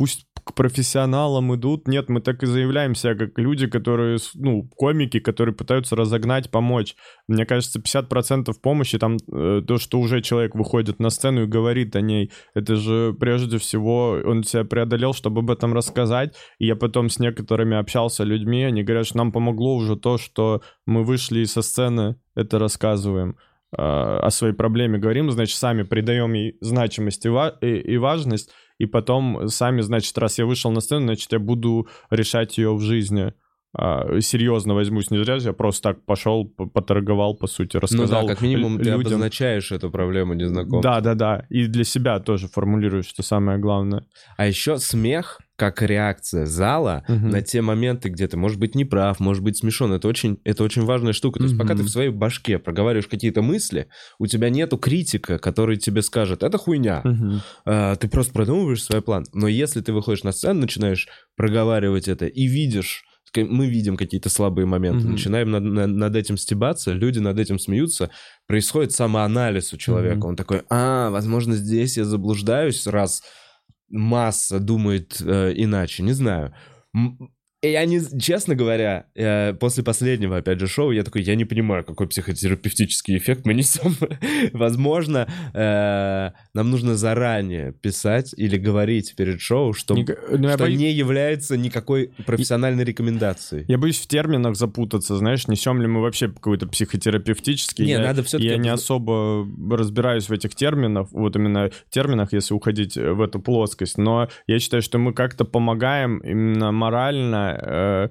к профессионалам идут. Нет, мы так и заявляем себя, как люди, которые, ну, комики, которые пытаются разогнать, помочь. Мне кажется, пятьдесят процентов помощи, там, э, то, что уже человек выходит на сцену и говорит о ней, это же прежде всего он себя преодолел, чтобы об этом рассказать. И я потом с некоторыми общался людьми, они говорят, что нам помогло уже то, что мы вышли со сцены, это рассказываем, э, о своей проблеме говорим, значит, сами придаем ей значимость и, ва- и, и важность, и потом сами, значит, раз я вышел на сцену, значит, я буду решать ее в жизни. А, серьезно возьмусь, не зря же я просто так пошел, поторговал, по сути, рассказал. Ну да, как минимум ты людям. обозначаешь эту проблему незнакомцев. Да-да-да, и для себя тоже формулируешь, что самое главное. А еще смех как реакция зала Мгм. на те моменты, где ты, может быть, не прав, может быть, смешон. Это очень, это очень важная штука. То есть пока Мгм. ты в своей башке проговариваешь какие-то мысли, у тебя нету критика, который тебе скажет, это хуйня. Мгм. А, ты просто продумываешь свой план. Но если ты выходишь на сцену, начинаешь проговаривать это и видишь, ска- мы видим какие-то слабые моменты, Мгм. начинаем над, над- над этим стебаться, люди над этим смеются, происходит самоанализ у человека. Мгм. Он такой, а, возможно, здесь я заблуждаюсь, раз масса думает э, иначе, не знаю. М, и я не, честно говоря, э, после последнего, опять же, шоу, я такой, я не понимаю, какой психотерапевтический эффект мы несем. Возможно, э, нам нужно заранее писать или говорить перед шоу, что, Не- ну, я что боюсь- не является никакой профессиональной рекомендацией. Я боюсь в терминах запутаться, знаешь, несем ли мы вообще какой-то психотерапевтический. Не, я, надо всё-таки Я не обозна- особо разбираюсь в этих терминах, вот именно терминах, если уходить в эту плоскость, но я считаю, что мы как-то помогаем именно морально э,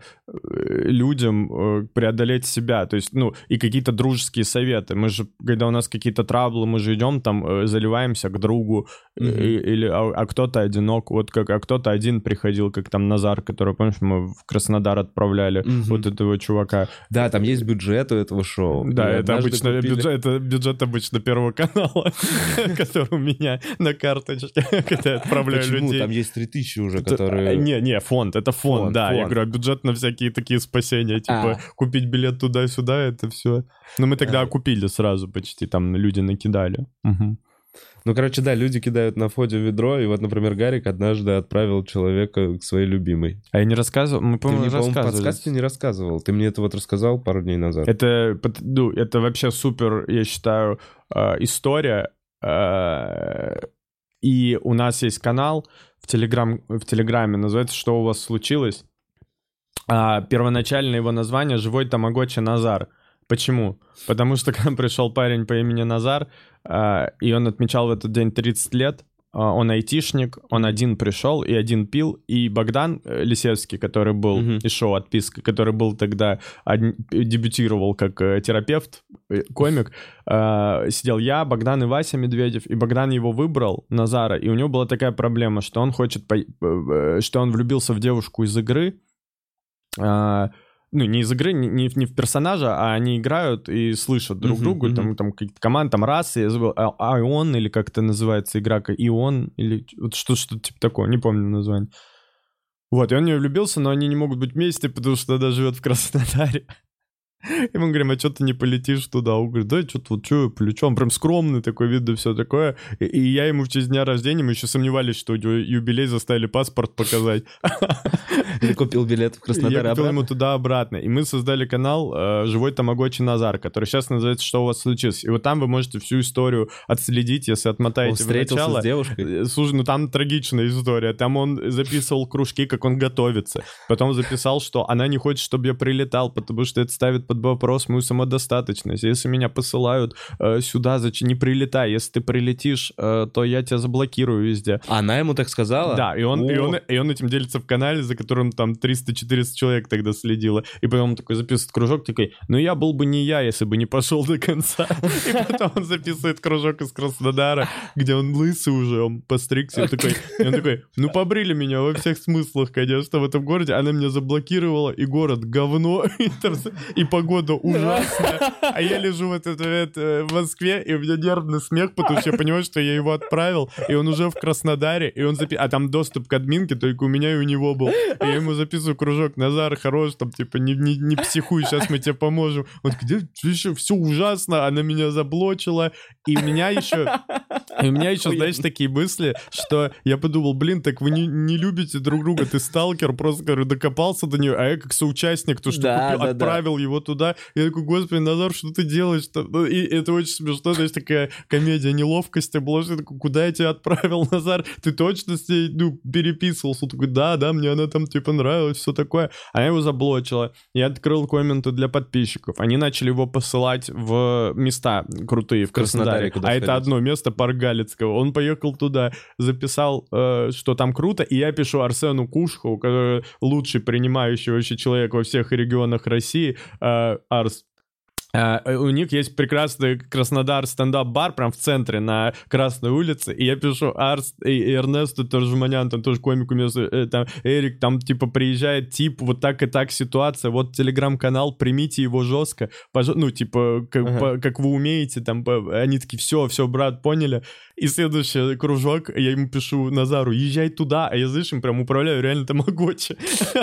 людям э, преодолеть себя, то есть, ну, и какие-то дружеские советы. Мы же, когда у нас какие-то траблы, мы же идем там, э, заливаемся к другу, э, Мгм. или, а, а кто-то одинок, вот как, а кто-то один приходил, как там Назар, который, помнишь, мы в Краснодар отправляли, Мгм. вот этого чувака. Да, там есть бюджет у этого шоу. Да, И это однажды обычно купили- бюджет, это бюджет обычно Первого канала, который у меня на карточке, когда я отправляю Почему? людей. Там есть три тысячи уже, Это- которые... Не, не, фонд, это фонд, Фонд, да. Я фонд. говорю, а бюджет на всякие такие спасения, типа А. купить билет туда-сюда, это все. Но мы тогда А. купили сразу почти, там люди накидали. Мгм. Ну, короче, да, люди кидают на входе ведро, и вот, например, Гарик однажды отправил человека к своей любимой. А я не рассказывал, мы, Ты мне, по-моему, по-моему, в рассказывали. подкасте не рассказывал. Ты мне это вот рассказал пару дней назад. Это, пот- ну, это вообще супер, я считаю, э, история. Э, И у нас есть канал в, Телеграм, в Телеграме, называется «Что у вас случилось?». А первоначально его название «Живой тамагочи Назар». Почему? Потому что к нам пришел парень по имени Назар, а, и он отмечал в этот день тридцать лет. А, Он айтишник, он один пришел и один пил. И Богдан э, Лисевский, который был Мгм. из шоу «Отписка», который был тогда, од- дебютировал как э, терапевт, э, комик, а, сидел я, Богдан и Вася Медведев, и Богдан его выбрал, Назара, и у него была такая проблема, что он хочет, по- э, что он влюбился в девушку из игры, а, ну, не из игры, не, не в- не в персонажа, а они играют и слышат друг Мгм, друга, мгм. там, там какие-то команды, там расы, я забыл, а- Айон, или как это называется, игра, как Ион, или вот что- что-то типа такого, не помню название. Вот, и он в нее влюбился, но они не могут быть вместе, потому что она живет в Краснодаре. И мы говорим, а что ты не полетишь туда? Он говорит, да, что-то вот, что я полечу. Он прям скромный такой вид, да все такое. И, и я ему в честь дня рождения, мы еще сомневались, что у него юбилей, заставили паспорт показать. Ты купил билет в Краснодар Я купил обратно? ему туда-обратно. И мы создали канал э, «Живой тамагочи Назар», который сейчас называется «Что у вас случилось?». И вот там вы можете всю историю отследить, если Он отмотаете в встретился начало. с девушкой? Э, Слушай, ну там трагичная история. Там он записывал кружки, как он готовится. Потом записал, что она не хочет, чтобы я прилетал, потому что это ставит под вопрос мою самодостаточность. Если меня посылают э, сюда, зачем не прилетай? Если ты прилетишь, э, то я тебя заблокирую везде. Она ему так сказала? Да, и он, и, О. он, и он этим делится в канале, за которым там триста-четыреста человек тогда следило. И потом он такой записывает кружок, такой, ну я был бы не я, если бы не пошел до конца. И потом он записывает кружок из Краснодара, где он лысый уже, он постригся. И, такой, и он такой, ну побрили меня во всех смыслах, конечно, в этом городе. Она меня заблокировала, и город говно. И, там- и погода ужасная, а я лежу в этот момент в Москве, и у меня нервный смех, потому что я понимаю, что я его отправил, и он уже в Краснодаре, и он запи... а там доступ к админке только у меня и у него был. И я ему записываю кружок: Назар, хорош, там, типа, не, не, не психуй, сейчас мы тебе поможем. Он такой: где еще все ужасно, она меня заблочила. И у меня еще, и у меня еще, знаешь, такие мысли, что я подумал: блин, так вы не, не любите друг друга, ты сталкер, просто, говорю, докопался до нее, а я как соучастник, то, что да, купил, да, отправил да. его туда. Я такой: господи, Назар, что ты делаешь-то? И это очень смешно, знаешь, такая комедия неловкости была, что я такой: куда я тебя отправил, Назар? Ты точно с ней, ну, переписывался? Он такой: да, да, мне она там, типа, нравилась, все такое. А я его заблочила. Я открыл комменты для подписчиков. Они начали его посылать в места крутые в Краснодаре. Краснодаре, а это одно место, парк Галицкого. Он поехал туда, записал, э, что там круто, и я пишу Арсену Кушхову, который лучший принимающий вообще человек во всех регионах России. э, Арс, Uh, у них есть прекрасный Краснодар стендап-бар прям в центре на Красной улице, и я пишу Арс и, и Эрнесту Торжманян, там тоже комик у меня, э, там Эрик, там типа приезжает тип, вот так и так ситуация, вот телеграм-канал, примите его жестко, пож... ну типа как, uh-huh. по, как вы умеете, там они такие: все, все, брат, поняли. И следующий кружок, я ему пишу Назару: езжай туда, а я, знаешь, им прям управляю реально тамагочи.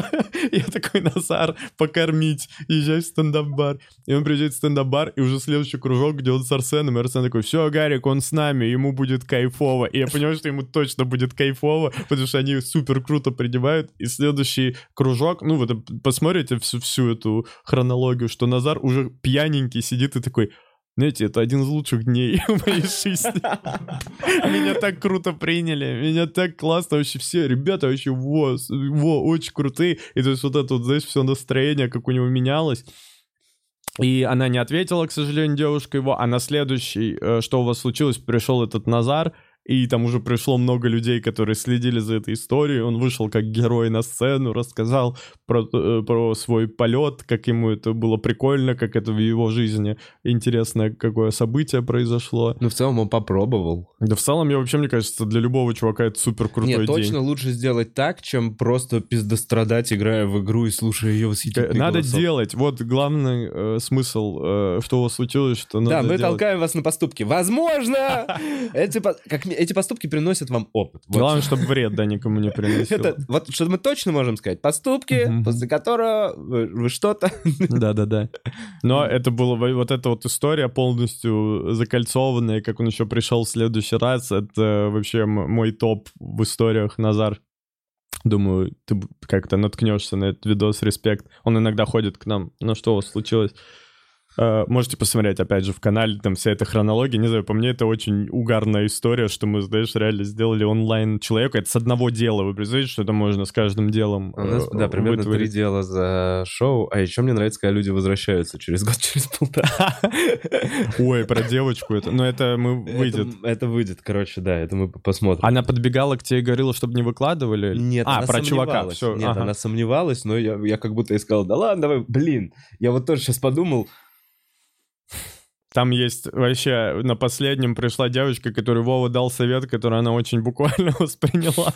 Я такой: Назар, покормить, езжай в стендап-бар. И он приезжает в стендап-бар, и уже следующий кружок, где он с Арсеном, и Арсен такой: все, Гарик, он с нами, ему будет кайфово. И я понимаю, что ему точно будет кайфово, потому что они супер круто принимают. И следующий кружок, ну вот посмотрите всю, всю эту хронологию, что Назар уже пьяненький сидит и такой: знаете, это один из лучших дней в моей жизни. Меня так круто приняли, меня так классно вообще все, ребята вообще, во, во, очень крутые. И то есть вот это вот, знаешь, все настроение, как у него менялось. И она не ответила, к сожалению, девушка его, а на следующий, что у вас случилось, пришел этот Назар, и там уже пришло много людей, которые следили за этой историей. Он вышел как герой на сцену, рассказал про, про свой полет, как ему это было прикольно, как это в его жизни интересное какое событие произошло. Ну, в целом он попробовал. Да в целом, я вообще, мне кажется, для любого чувака это супер крутой день. Нет, точно лучше сделать так, чем просто пиздострадать, играя в игру и слушая ее восхитительный Надо голосок. делать. Вот главный э, смысл, э, что у вас случилось, что надо Да, мы делать. толкаем вас на поступки. Возможно, эти, как, эти поступки приносят вам опыт. Вот. Главное, чтобы вред, да, никому не приносил. Это, вот что мы точно можем сказать. Поступки, mm-hmm. после которого вы, вы что-то... Да-да-да. Но это была вот эта вот история полностью закольцованная, как он еще пришел в следующий раз. Это вообще мой топ в историях, Назар. Думаю, ты как-то наткнешься на этот видос, респект. Он иногда ходит к нам. Ну, что у вас случилось? Uh, можете посмотреть, опять же, в канале, там вся эта хронология. Не знаю, по мне это очень угарная история, что мы, знаешь, реально сделали онлайн человека. Это с одного дела. Вы представляете, что это можно с каждым делом У нас, uh, да, примерно вытворить. три дела за шоу. А еще мне нравится, когда люди возвращаются через год, через полтора. Ой, про девочку это. Но это мы выйдет. Это выйдет, короче, да, это мы посмотрим. Она подбегала к тебе и говорила, чтобы не выкладывали? Нет, а, она про чувака. Все. Нет, она сомневалась, но я, я как будто ей сказал: да ладно, давай, блин. Я вот тоже сейчас подумал. Там есть вообще на последнем пришла девочка, которой Вова дал совет, который она очень буквально восприняла.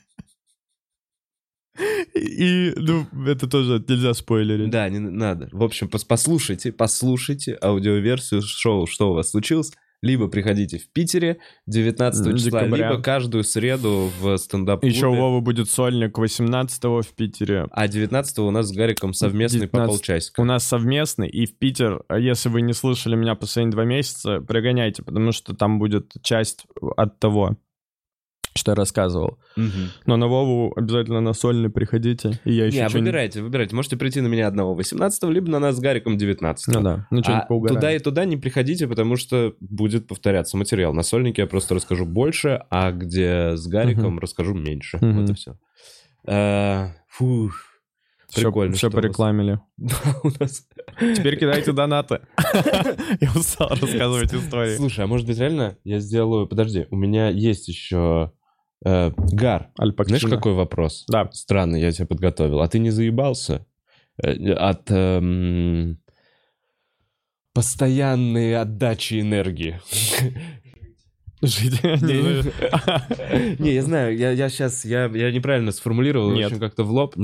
И, ну, это тоже нельзя спойлерить. Да, не надо. В общем, послушайте, послушайте аудиоверсию шоу «Что у вас случилось?». Либо приходите в Питере девятнадцатого числа, либо каждую среду в стендап-клубе. Еще у Вовы будет сольник восемнадцатого в Питере. А девятнадцатого у нас с Гариком совместный по полчасика. У нас совместный, и в Питер, если вы не слышали меня последние два месяца, пригоняйте, потому что там будет часть от того, что я рассказывал. Угу. Но на Вову обязательно на сольный приходите. И я еще Не, выбирайте, выбирайте. Можете прийти на меня одного восемнадцатого, либо на нас с Гариком девятнадцатого. Ну да, ну что-нибудь а поугараем. Туда и туда не приходите, потому что будет повторяться материал. На сольнике я просто расскажу больше, а где с Гариком угу. расскажу меньше. Угу. Вот и все. А, фух. Прикольно. Все, все порекламили. Да, у нас... Теперь кидайте донаты. Я устал рассказывать истории. Слушай, а может быть реально я сделаю... Подожди, у меня есть еще... Э, Гар, знаешь, какой вопрос? Да. Странный, я тебя подготовил. А ты не заебался э, от э, постоянной отдачи энергии? Жить. Не, я знаю, я сейчас, я неправильно сформулировал, в общем, как-то в лоб. Нет?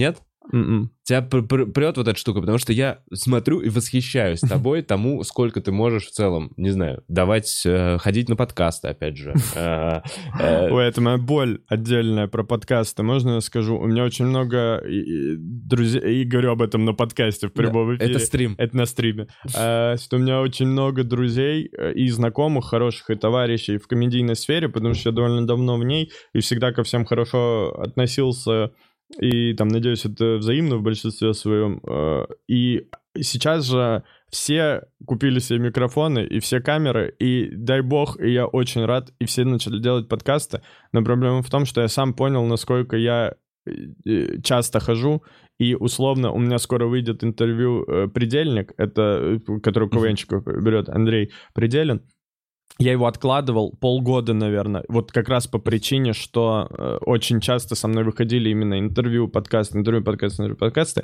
Mm-mm. Тебя пр- пр- прет вот эта штука, потому что я смотрю и восхищаюсь тобой тому, сколько ты можешь в целом, не знаю, давать, э, ходить на подкасты, опять же. Э, э, Ой, это моя боль отдельная про подкасты. Можно я скажу? У меня очень много и- и друзей, и говорю об этом на подкасте в прямом да, эфире. это стрим. Это на стриме. А, что у меня очень много друзей э, и знакомых, хороших, и товарищей в комедийной сфере, потому что я довольно давно в ней и всегда ко всем хорошо относился. И там, надеюсь, это взаимно в большинстве своем. И сейчас же все купили себе микрофоны и все камеры, и дай бог, и я очень рад, и все начали делать подкасты. Но проблема в том, что я сам понял, насколько я часто хожу, и условно у меня скоро выйдет интервью «Предельник», это, который КВНчик берет, Андрей Пределин. Я его откладывал полгода, наверное, вот как раз по причине, что э, очень часто со мной выходили именно интервью, подкасты, интервью, подкасты, интервью, подкасты,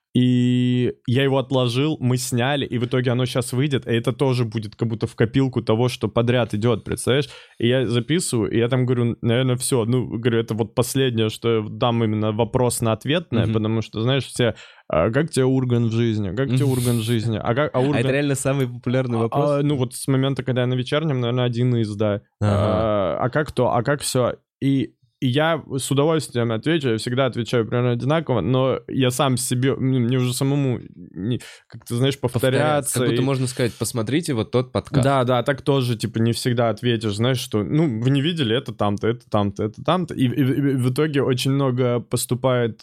и я его отложил, мы сняли, и в итоге оно сейчас выйдет, и это тоже будет как будто в копилку того, что подряд идет, представляешь? И я записываю, и я там говорю, наверное, все, ну, говорю, это вот последнее, что я дам именно вопрос на ответное, mm-hmm. потому что, знаешь, все... А как тебе Ургант в жизни? Как тебе Ургант в жизни? А, как, а, Ургант... а это реально самый популярный вопрос? А, а, ну вот с момента, когда я на вечернем, наверное, один из, да. Ага. А, а как то? А как все? И, и я с удовольствием отвечу, я всегда отвечаю примерно одинаково, но я сам себе, мне уже самому, не, как ты знаешь, повторяться. Как будто и... можно сказать, посмотрите вот тот подкаст. Да, да, так тоже, типа, не всегда ответишь, знаешь, что, ну, вы не видели, это там-то, это там-то, это там-то. И, и, и в итоге очень много поступает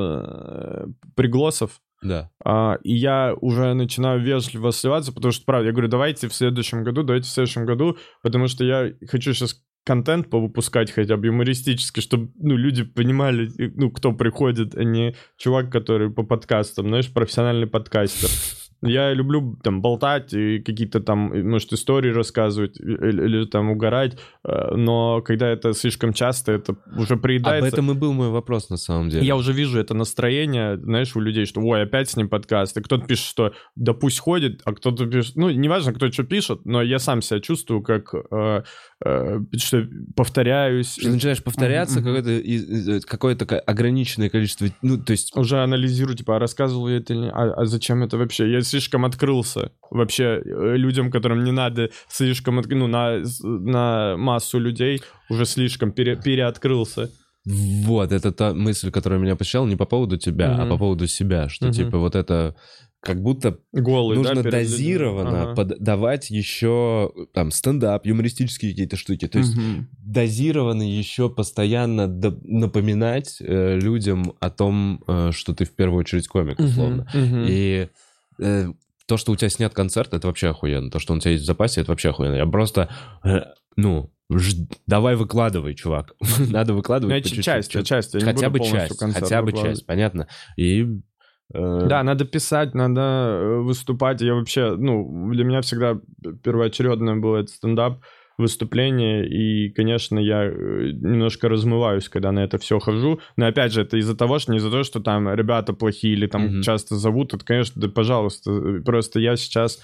э, пригласов. Да. А, и я уже начинаю вежливо сливаться, потому что, правда, я говорю, давайте в следующем году, давайте в следующем году, потому что я хочу сейчас контент повыпускать хотя бы юмористический, чтобы, ну, люди понимали, ну, кто приходит, а не чувак, который по подкастам, знаешь, профессиональный подкастер. Я люблю там болтать и какие-то там, может, истории рассказывать или, или там угорать, но когда это слишком часто, это уже приедается. Об этом и был мой вопрос на самом деле. Я уже вижу это настроение, знаешь, у людей, что ой, опять с ним подкаст. И кто-то пишет, что да пусть ходит, а кто-то пишет, ну, неважно, кто что пишет, но я сам себя чувствую, как э, э, что повторяюсь. Что начинаешь повторяться, mm-hmm. какое-то, какое-то ограниченное количество, ну, то есть... Уже анализирую, типа, а рассказывал я это или нет, а, а зачем это вообще? Я слишком открылся вообще людям, которым не надо слишком, ну, на, на массу людей уже слишком пере, переоткрылся. Вот, это та мысль, которая меня посещала не по поводу тебя, mm-hmm. а по поводу себя, что, mm-hmm. типа, вот это... Как будто голый, нужно да, дозированно ага. подавать еще там стендап, юмористические какие-то штуки. То есть угу. дозированно еще постоянно до- напоминать э, людям о том, э, что ты в первую очередь комик, условно. Угу, угу. И э, то, что у тебя снят концерт, это вообще охуенно. То, что он у тебя есть в запасе, это вообще охуенно. Я просто, э, ну... Ж... Давай выкладывай, чувак. Надо выкладывать по чуть-чуть. Часть, часть. Хотя бы часть, хотя бы часть, понятно. И... Да, надо писать, надо выступать. Я вообще, ну, для меня всегда первоочередное было это стендап, выступление, и, конечно, я немножко размываюсь, когда на это все хожу. Но, опять же, это из-за того, что не из-за того, что там ребята плохие или там mm-hmm. часто зовут, это, конечно, да, пожалуйста, просто я сейчас...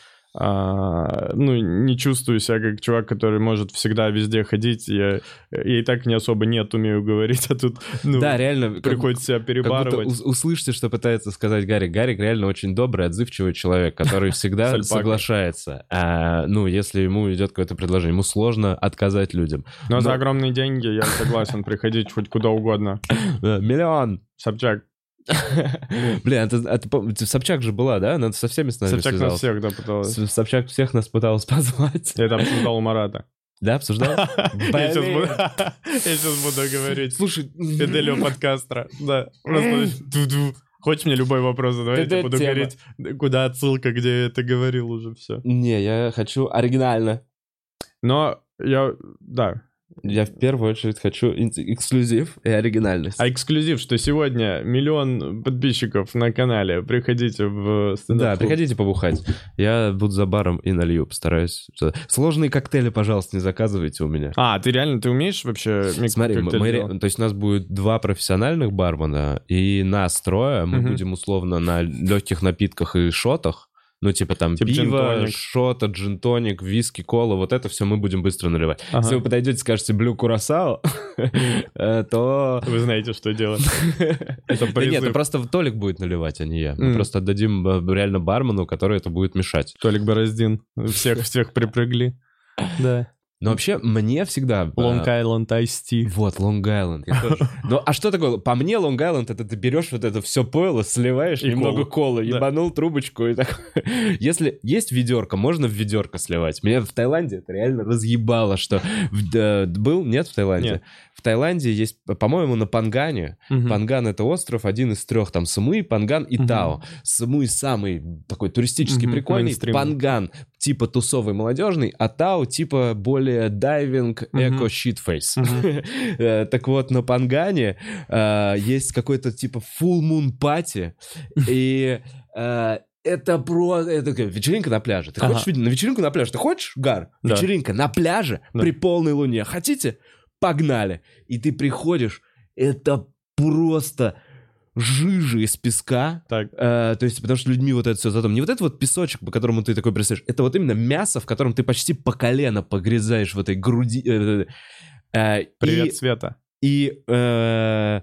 А, ну, не чувствую себя как чувак, который может всегда везде ходить. Я, я и так не особо нет умею говорить, а тут ну, да, реально, приходится себя перебарывать. Как будто услышите, что пытается сказать Гарик. Гарик реально очень добрый, отзывчивый человек, который всегда соглашается. А, ну, если ему идет какое-то предложение, ему сложно отказать людям. Но за огромные деньги я согласен приходить хоть куда угодно. Миллион! Собчак. Блин, это, это, это Собчак же была, да? Она со всеми с нами Собчак связалась. нас всех, да, пыталась. Собчак всех нас пыталась позвать. Я это обсуждал у Марата. Да, обсуждал? Я сейчас буду говорить. Слушай, Фиделио подкастера. Да, просто хочешь мне любой вопрос задавать, я буду говорить, куда отсылка, где я это говорил уже, все. Не, я хочу оригинально. Но я, да... Я в первую очередь хочу эксклюзив и оригинальность. А эксклюзив, что сегодня миллион подписчиков на канале. Приходите в стендап-клуб. Да, приходите побухать. Я буду за баром и налью, постараюсь. Сложные коктейли, пожалуйста, не заказывайте у меня. А, ты реально, ты умеешь вообще микс- Смотри, мы, коктейль мы, делать? то есть у нас будет два профессиональных бармена, и нас трое. Мы Мгм. будем условно на легких напитках и шотах. Ну, типа там Тип пиво, джин-тоник. шота, джин-тоник, виски, кола, вот это все мы будем быстро наливать. Ага. Если вы подойдете и скажете «блю курасао», э, то... Вы знаете, что делать. Это Да нет, призыв. это просто Толик будет наливать, а не я. Мы М. просто отдадим э, реально бармену, который это будет мешать. Толик Бороздин. Всех, всех припрягли. Да. Но вообще мне всегда... э, Long Island Iced Tea. Вот, Лонг-Айленд. я тоже. Ну, а что такое? По мне, Лонг-Айленд, это ты берешь вот это все пойло, сливаешь, И немного колу. колы, Да. ебанул трубочку и так. Если есть ведерко, можно в ведерко сливать. Меня в Таиланде это реально разъебало, что... в- да, был? Нет в Таиланде? Нет. В Таиланде есть, по-моему, на Пангане. Мгм. Панган — это остров, один из трех, там, Самуи, Панган и Мгм. Тао. Самуи самый такой туристический, Мгм, прикольный. мейнстрим. Панган типа тусовый, молодежный, а Тао типа более дайвинг, Мгм. эко-щитфейс. Мгм. Э, Так вот, на Пангане э, есть какой-то типа full moon party, и э, это просто... Это такая вечеринка на пляже. Ты Ага. хочешь видеть- на вечеринку на пляже? Ты хочешь, Гар? Да. Вечеринка на пляже Да. при полной луне. Хотите? Погнали. И ты приходишь, это просто жижа из песка. Так. Э, то есть, потому что людьми вот это все затом. Не вот этот вот песочек, по которому ты такой представляешь, это вот именно мясо, в котором ты почти по колено погрязаешь в этой груди. э, э, Привет, и- Света. и э,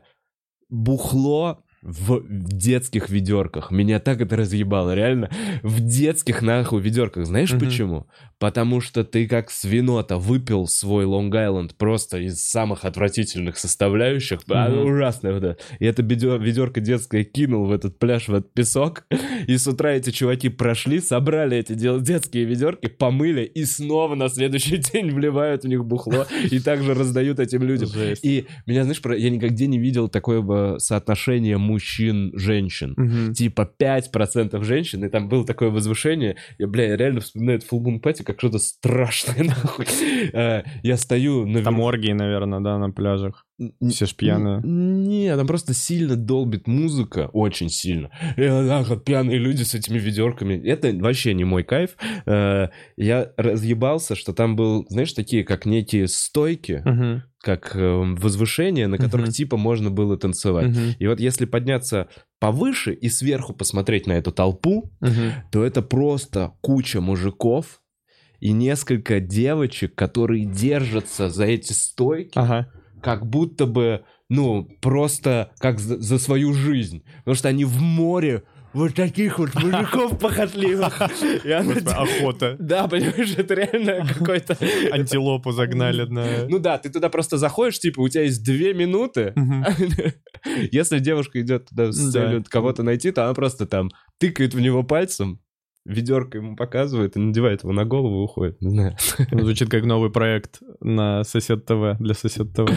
бухло в детских ведерках. Меня так это разъебало, реально. В детских, нахуй, ведерках. Знаешь Мгм. почему? Потому что ты как свинота выпил свой Лонг-Айленд просто из самых отвратительных составляющих. А, Мгм. ужасно вот это. И это ведер- ведерко детское кинул в этот пляж, в этот песок. И с утра эти чуваки прошли, собрали эти дел- детские ведерки, помыли и снова на следующий день вливают в них бухло и также раздают этим людям. Жесть. И меня, знаешь, про- я нигде не видел такого соотношения мужчин-женщин. Мгм. Типа пять процентов женщин, и там было такое возвышение. Я, бля, я реально вспоминаю Full Moon Party как что-то страшное, нахуй. Э, Я стою на... Там оргии, наверное, да, на пляжах. Все ж пьяные. Не, там просто сильно долбит музыка, очень сильно. И вот так вот пьяные люди с этими ведерками. Это вообще не мой кайф. Э, Я разъебался, что там был, знаешь, такие как некие стойки, Мгм. как э, возвышения, на которых Мгм. типа можно было танцевать. Мгм. И вот если подняться повыше и сверху посмотреть на эту толпу, Мгм. то это просто куча мужиков и несколько девочек, которые держатся за эти стойки, Ага. как будто бы, ну, просто как за, за свою жизнь. Потому что они в море вот таких вот мужиков похотливых. И она Просто охота. Да, понимаешь, это реально какой-то... Антилопу загнали на... Ну да, ты туда просто заходишь, типа, у тебя есть две минуты. Мгм. Если девушка идет туда с Да. целью кого-то найти, то она просто там тыкает в него пальцем, ведерко ему показывает и надевает его на голову и уходит. Не знаю. Звучит как новый проект на Сосед ТВ, для Сосед ТВ.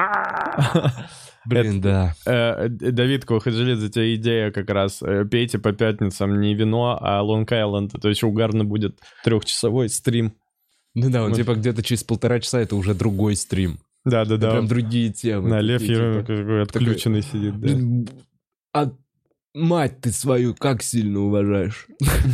Блин, да. Э, Давид Кухаджилидзе, у тебя идея как раз. э, Пейте по пятницам не вино, а Long Island. Это еще угарно будет трехчасовой стрим. Ну да, он Вот. типа где-то через полтора часа это уже другой стрим. Это Да-да-да. прям другие темы. На Лев такие, типа, Еременко какой отключенный сидит. да. «Блин, а мать ты свою как сильно уважаешь?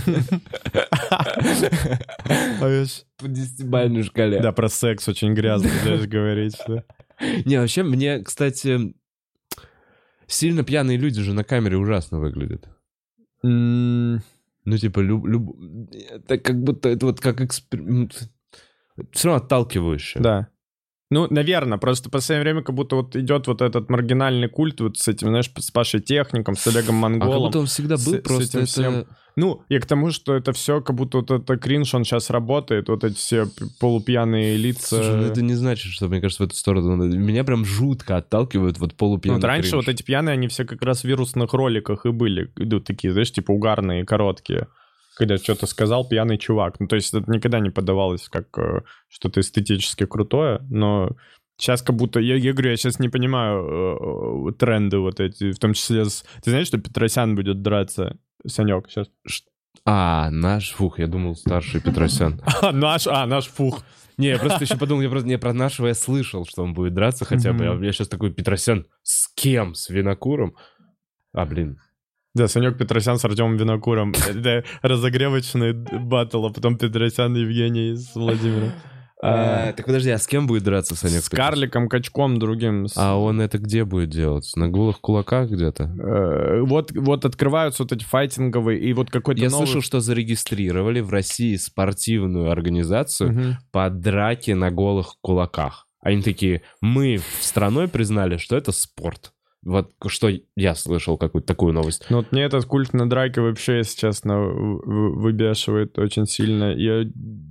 А я ж- По десятибалльной шкале. Да, про секс очень грязно здесь говорить. да. Не, вообще, мне, кстати, сильно пьяные люди же на камере ужасно выглядят. М, Ну, типа, люб, люб- это как будто, это вот как эксперимент. Все равно отталкивающе. Да. Ну, наверное, просто в последнее время как будто вот идет вот этот маргинальный культ вот с этим, знаешь, с Пашей Техником, с Олегом А как Монголом. будто он всегда с- был, с просто этим это... всем. Ну, и к тому, что это все как будто вот это кринж, он сейчас работает, вот эти все п- полупьяные лица. Слушай, ну это не значит, что, мне кажется, в эту сторону надо. Меня прям жутко отталкивают вот Ну, полупьяный вот раньше кринж. вот эти пьяные, они все как раз в вирусных роликах и были. Идут такие, знаешь, типа угарные, короткие. Когда что-то сказал пьяный чувак. Ну, то есть это никогда не подавалось как э, что-то эстетически крутое, но сейчас как будто... Я, я говорю, я сейчас не понимаю э, тренды вот эти, в том числе с... Ты знаешь, что Петросян будет драться? Санек, сейчас. А, наш, фух, я думал, старший Петросян. А, наш, а, наш фух. Не, я просто еще подумал, я просто не про нашего я слышал, что он будет драться хотя бы. Мгм. Я, сейчас такой, Петросян, с кем? С Винокуром? А, блин. Да, Санек Петросян с Артемом Винокуром. Это разогревочный баттл, а потом Петросян и Евгений с Владимиром. А, так подожди, а с кем будет драться Санек? С карликом, качком другим. С... А он это где будет делать? На голых кулаках где-то? Э, вот, вот открываются вот эти файтинговые, и вот какой-то Я новый... слышал, что зарегистрировали в России спортивную организацию Мгм. по драке на голых кулаках. Они такие, мы страной признали, что это спорт. Вот что я слышал, какую-то такую новость. Ну вот мне этот культ на драке вообще, если честно, в- в- выбешивает очень сильно. Я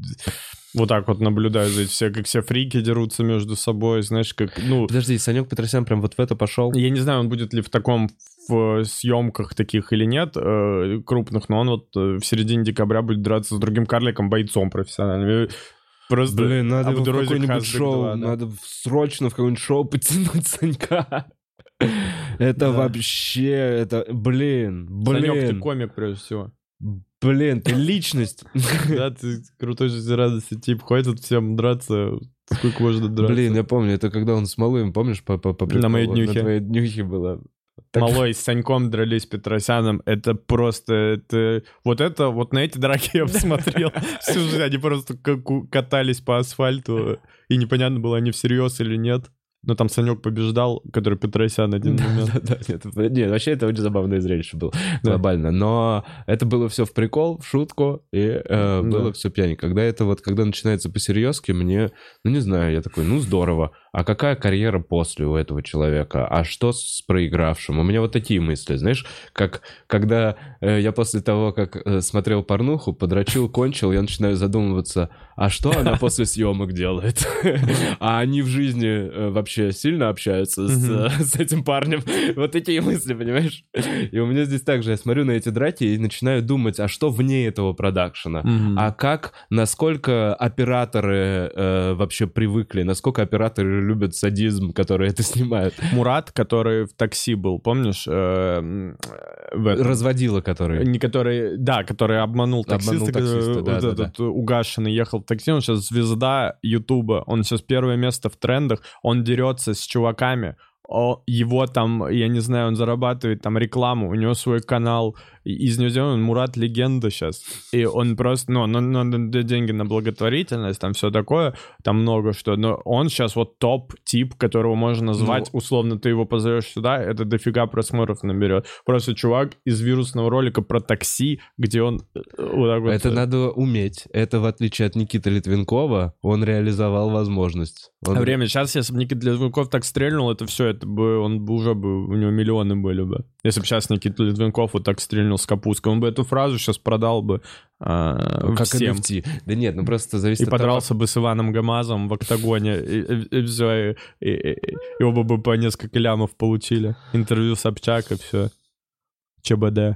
вот так вот наблюдаю за этим, все, как все фрики дерутся между собой, знаешь, как, ну... Подожди, Санек Петросян прям вот в это пошел? Я не знаю, он будет ли в таком в съемках таких или нет, э, крупных, но он вот э, в середине декабря будет драться с другим карликом-бойцом профессиональным. Просто Блин, надо его в Абдурозик какое-нибудь Хазбек шоу, два, да. надо в- срочно в какое-нибудь шоу подтянуть Санька. Это Да. вообще, это, блин, Санек, ты блин, комик, прежде всего. блин, ты личность. Да, ты крутой жизнерадостный тип, хватит всем драться, сколько можно драться. Блин, я помню, это когда он с Малым, помнишь, по, по, по На моей приколу? днюхе. На твоей днюхе было. Так- Малой с Саньком дрались Петросяном, это просто, это, вот это, вот на эти драки я посмотрел всю жизнь, они просто как у- катались по асфальту, и непонятно было, они всерьез или нет. Но там Санек побеждал, который Петросян один момент. Да, да, нет, это- нет, вообще это очень забавное зрелище было, Да. глобально. Но это было все в прикол, в шутку, и э, было Да. все пьяненько. Когда это вот, когда начинается по-серьезки, мне, ну не знаю, я такой, ну здорово. А какая карьера после у этого человека? А что с проигравшим? У меня вот такие мысли, знаешь, как когда э, я после того, как э, смотрел порнуху, подрочил, кончил, я начинаю задумываться, а что она после съемок делает? А они в жизни э, вообще сильно общаются с, Мгм. э, с этим парнем? Вот такие мысли, понимаешь? И у меня здесь также, я смотрю на эти драки и начинаю думать, а что вне этого продакшена? Мгм. А как, насколько операторы э, вообще привыкли, насколько операторы любят садизм, который это снимают? Мурат, который в такси был, помнишь? э, м, в этом? Разводила, который... Не который, да, который обманул таксиста, Обманул таксиста, который да, вот да, этот угашенный ехал в такси, он сейчас звезда Ютуба, он сейчас первое место в трендах, он дерется с чуваками, о, его там, я не знаю, он зарабатывает там рекламу, у него свой канал, и из него сделан Мурат легенда сейчас, и он просто, ну, ну, ну, ну, деньги на благотворительность, там все такое, там много что, но он сейчас вот топ-тип, которого можно назвать, Ну. условно, ты его позовешь сюда, это дофига просмотров наберет. Просто чувак из вирусного ролика про такси, где он э, вот так вот... Это надо уметь. Это, в отличие от Никиты Литвинкова, он реализовал возможность. Он- А время сейчас, если бы Никита Литвинков так стрельнул, это все, это бы, он бы уже бы, у него миллионы были бы. Если бы сейчас Никита Литвинков вот так стрельнул с капусткой, он бы эту фразу сейчас продал бы а, как всем. эн эф ти. Да нет, ну просто зависит И от того- подрался бы с Иваном Гамазом в октагоне, и, и- и все, и, и- и- и оба бы по несколько лямов получили. Интервью Собчак, и все. ЧБД.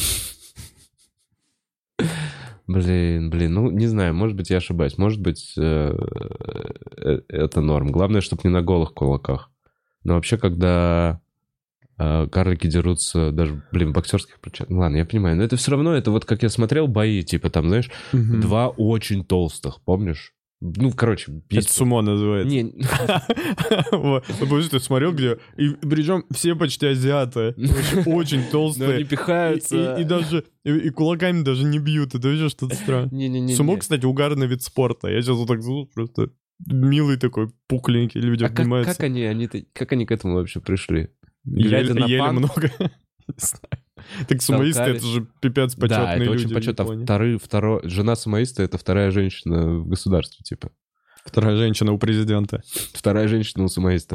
Блин, блин, ну не знаю, может быть, я ошибаюсь. Может быть, э, э, это норм. Главное, чтобы не на голых кулаках. Но вообще, когда э, карлики дерутся даже, блин, в боксерских перчатках. Ну ладно, я понимаю. Но это все равно, это вот как я смотрел бои, типа там, знаешь, два очень толстых, помнишь? Ну, короче, Это есть... сумо называется. Не, Вот. Ну, помнишь, ты смотрел, где... И причем все почти азиаты. Очень, очень но они толстые. пихаются. И, и даже... И, и кулаками даже не бьют. Это вообще что-то странное. Не-не-не. Сумо, кстати, угарный вид спорта. Я сейчас вот так зову, просто милый такой, пухленький, люди А как, обнимаются. как они, они, как они к этому вообще пришли? Ели, глядя на ели пан- много. Не знаю. Так сумоисты, Толкались. это же пипец почетные Да, это люди очень в почетно. Японии. Вторые, второй, жена самоиста — это вторая женщина в государстве, типа. Вторая женщина у президента. Вторая женщина у самоиста.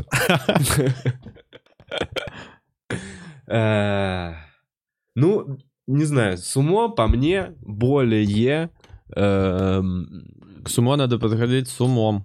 Э, Ну, не знаю, сумо, по мне, более... эм, К сумо надо подходить с умом.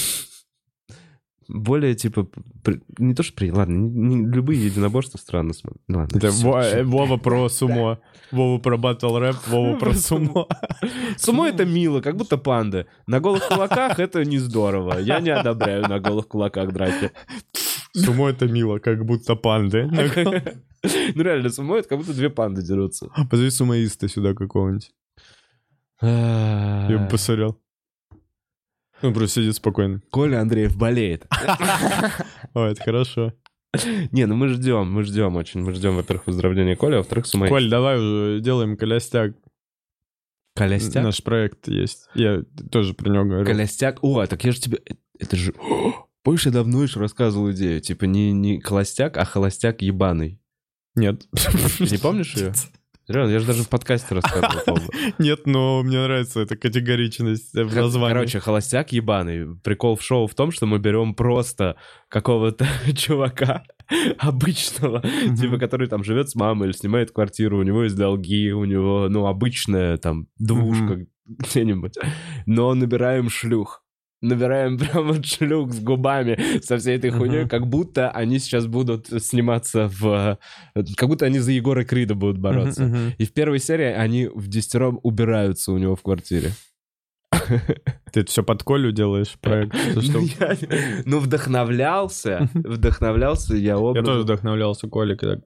более, типа, при- не то, что при... Ладно, не- не- любые единоборства странно смотрят. Ну, ладно, Это всё, Во- всё. э, Вова про сумо. Вова про батл рэп, Вова про сумо. Сумо — это мило, как будто панды. На голых кулаках это не здорово. Я не одобряю на голых кулаках драки. Сумо это мило, как будто панды. Ну реально, сумо — это как будто две панды дерутся. Позови сумоиста сюда какого-нибудь. Я бы посмотрел. Он просто сидит спокойно. Коля Андреев болеет. О, это хорошо. Не, ну мы ждем, мы ждем очень. Мы ждем, во-первых, выздоровления Коли, а во-вторых, сумоиста. Коль, давай уже делаем колястяк. Колястяк? Наш проект есть. Я тоже про него говорю. Колястяк? О, так я же тебе... Это же... Помнишь, я давно еще рассказывал идею. Типа не, не холостяк, а холостяк ебаный. Нет. Ты не помнишь ее? Реально, я же даже в подкасте рассказывал, помню. Нет, но мне нравится эта категоричность в названии. Короче, холостяк ебаный. Прикол в шоу в том, что мы берем просто какого-то чувака обычного, mm-hmm. типа, который там живет с мамой или снимает квартиру, у него есть долги, у него, ну, обычная там двушка mm-hmm. где-нибудь. Но набираем шлюх. Набираем прямо шлюх с губами, со всей этой хуйней, uh-huh. как будто они сейчас будут сниматься в... Как будто они за Егора Крида будут бороться. Uh-huh, uh-huh. И в первой серии они в десятером убираются у него в квартире. Ты это все под Колю делаешь, проект? Ну, я... ну, вдохновлялся. Вдохновлялся я образом. Я тоже вдохновлялся Колей, когда...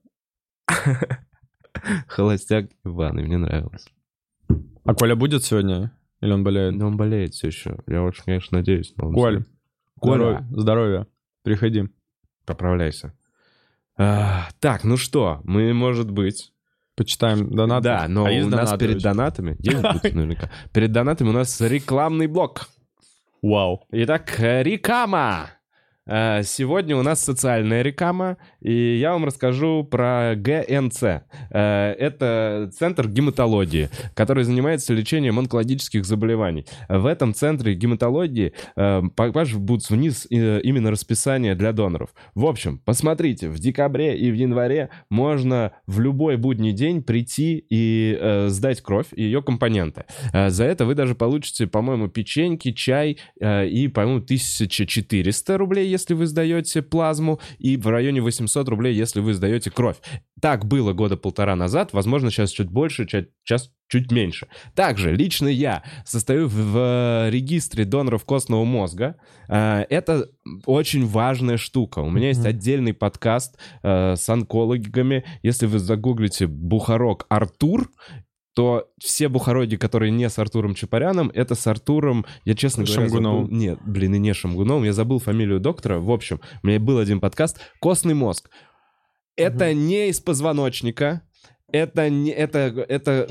Холостяк Иван, мне нравилось. А Коля будет сегодня? Или он болеет? Да он болеет все еще. Я очень, конечно, надеюсь. Но он Коль, все... здоровья, здоровья. Приходи. Поправляйся. А, так, ну что, мы, может быть... Почитаем донаты. Да, но а у нас донаты перед очень? донатами... Есть наверняка. Перед донатами у нас рекламный блок. Вау. Итак, реклама. Сегодня у нас социальная реклама, и я вам расскажу про ГНЦ. Это центр гематологии, который занимается лечением онкологических заболеваний. В этом центре гематологии покажут будут вниз именно расписание для доноров. В общем, посмотрите, в декабре и в январе можно в любой будний день прийти и сдать кровь и ее компоненты. За это вы даже получите, по-моему, печеньки, чай и, по-моему, тысяча четыреста рублей, если вы сдаете плазму, и в районе восемьсот рублей, если вы сдаете кровь. Так было года полтора назад, возможно, сейчас чуть больше, сейчас чуть меньше. Также лично я состою в регистре доноров костного мозга. Это очень важная штука. У меня есть отдельный подкаст с онкологами. Если вы загуглите «Бухарок Артур», то все бухароиды, которые не с Артуром Чапаряном, это с Артуром, я честно говоря, Шамгуновым. забыл... Нет, блин, и не Шамгуновым, я забыл фамилию доктора. В общем, у меня был один подкаст «Костный мозг». Это угу. не из позвоночника, это не... Это, это,